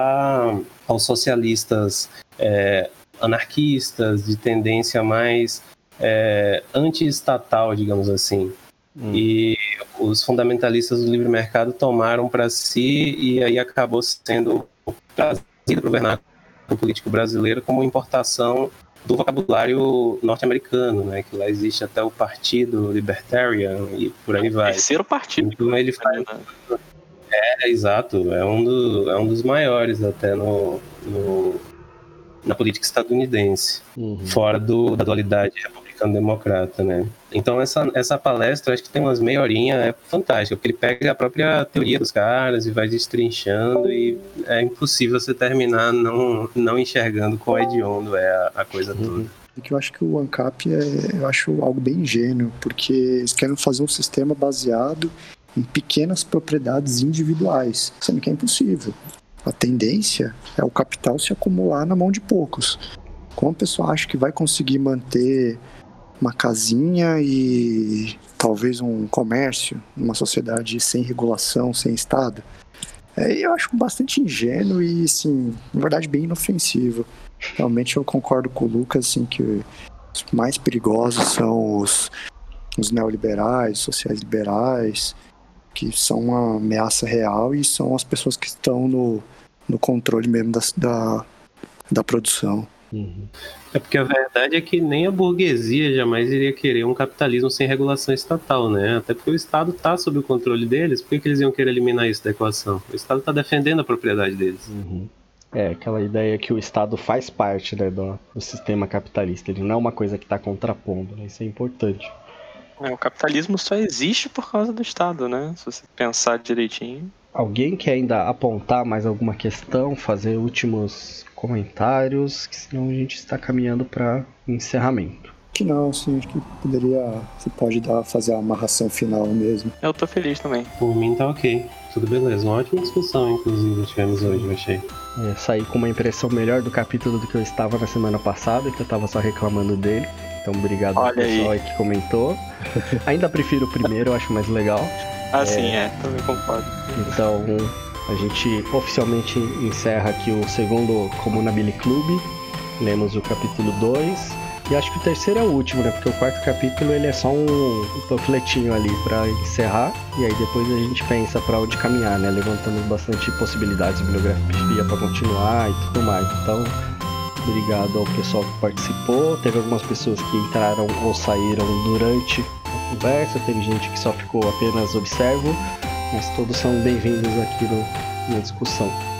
a, aos socialistas é, anarquistas de tendência mais É, anti-estatal, digamos assim. Hum. E os fundamentalistas do livre mercado tomaram para si, e aí acabou sendo trazido para o vernáculo político brasileiro como importação do vocabulário norte-americano, né? Que lá existe até o Partido Libertarian e por aí vai. Terceiro partido. Então ele faz... É, exato. É um, do, é um dos maiores até no... no... na política estadunidense, uhum. fora do, da dualidade republicano-democrata, né? Então essa, essa palestra, acho que tem umas meia horinha, é fantástica, porque ele pega a própria teoria dos caras e vai destrinchando, e é impossível você terminar não, não enxergando quão hediondo é a, a coisa uhum. toda. Que eu acho que o ANCAP é, eu acho algo bem ingênuo, porque eles querem fazer um sistema baseado em pequenas propriedades individuais, sendo que é impossível. A tendência é o capital se acumular na mão de poucos. Como a pessoa acha que vai conseguir manter uma casinha e talvez um comércio numa sociedade sem regulação, sem Estado, é, eu acho bastante ingênuo e, assim, na verdade, bem inofensivo. Realmente eu concordo com o Lucas, assim, que os mais perigosos são os, os neoliberais, sociais liberais, que são uma ameaça real e são as pessoas que estão no, no controle mesmo da, da, da produção. Uhum. É porque a verdade é que nem a burguesia jamais iria querer um capitalismo sem regulação estatal, né? Até porque o Estado está sob o controle deles, por que, que eles iam querer eliminar isso da equação? O Estado está defendendo a propriedade deles. Uhum. É, aquela ideia que o Estado faz parte, né, do, do sistema capitalista, ele não é uma coisa que está contrapondo, né? Isso é importante. É, o capitalismo só existe por causa do Estado, né? Se você pensar direitinho. Alguém quer ainda apontar mais alguma questão, fazer últimos comentários, que senão a gente está caminhando para encerramento. Que não, sim, acho que poderia, você pode dar, fazer a amarração final mesmo. Eu tô feliz também. Por mim tá ok, tudo beleza. Uma ótima discussão, inclusive, tivemos hoje, eu achei. É, saí com uma impressão melhor do capítulo do que eu estava na semana passada, que eu estava só reclamando dele. Então, obrigado ao pessoal aí que comentou. Ainda prefiro o primeiro, eu acho mais legal. Ah, é... sim, é, também concordo. Então, a gente oficialmente encerra aqui o segundo Comunabile Club. Lemos o capítulo dois. E acho que o terceiro é o último, né? Porque o quarto capítulo ele é só um, um panfletinho ali pra encerrar. E aí depois a gente pensa pra onde caminhar, né? Levantamos bastante possibilidades de bibliografia pra continuar e tudo mais. Então, obrigado ao pessoal que participou. Teve algumas pessoas que entraram ou saíram durante a conversa. Teve gente que só ficou apenas observo. Mas todos são bem-vindos aqui no, na discussão.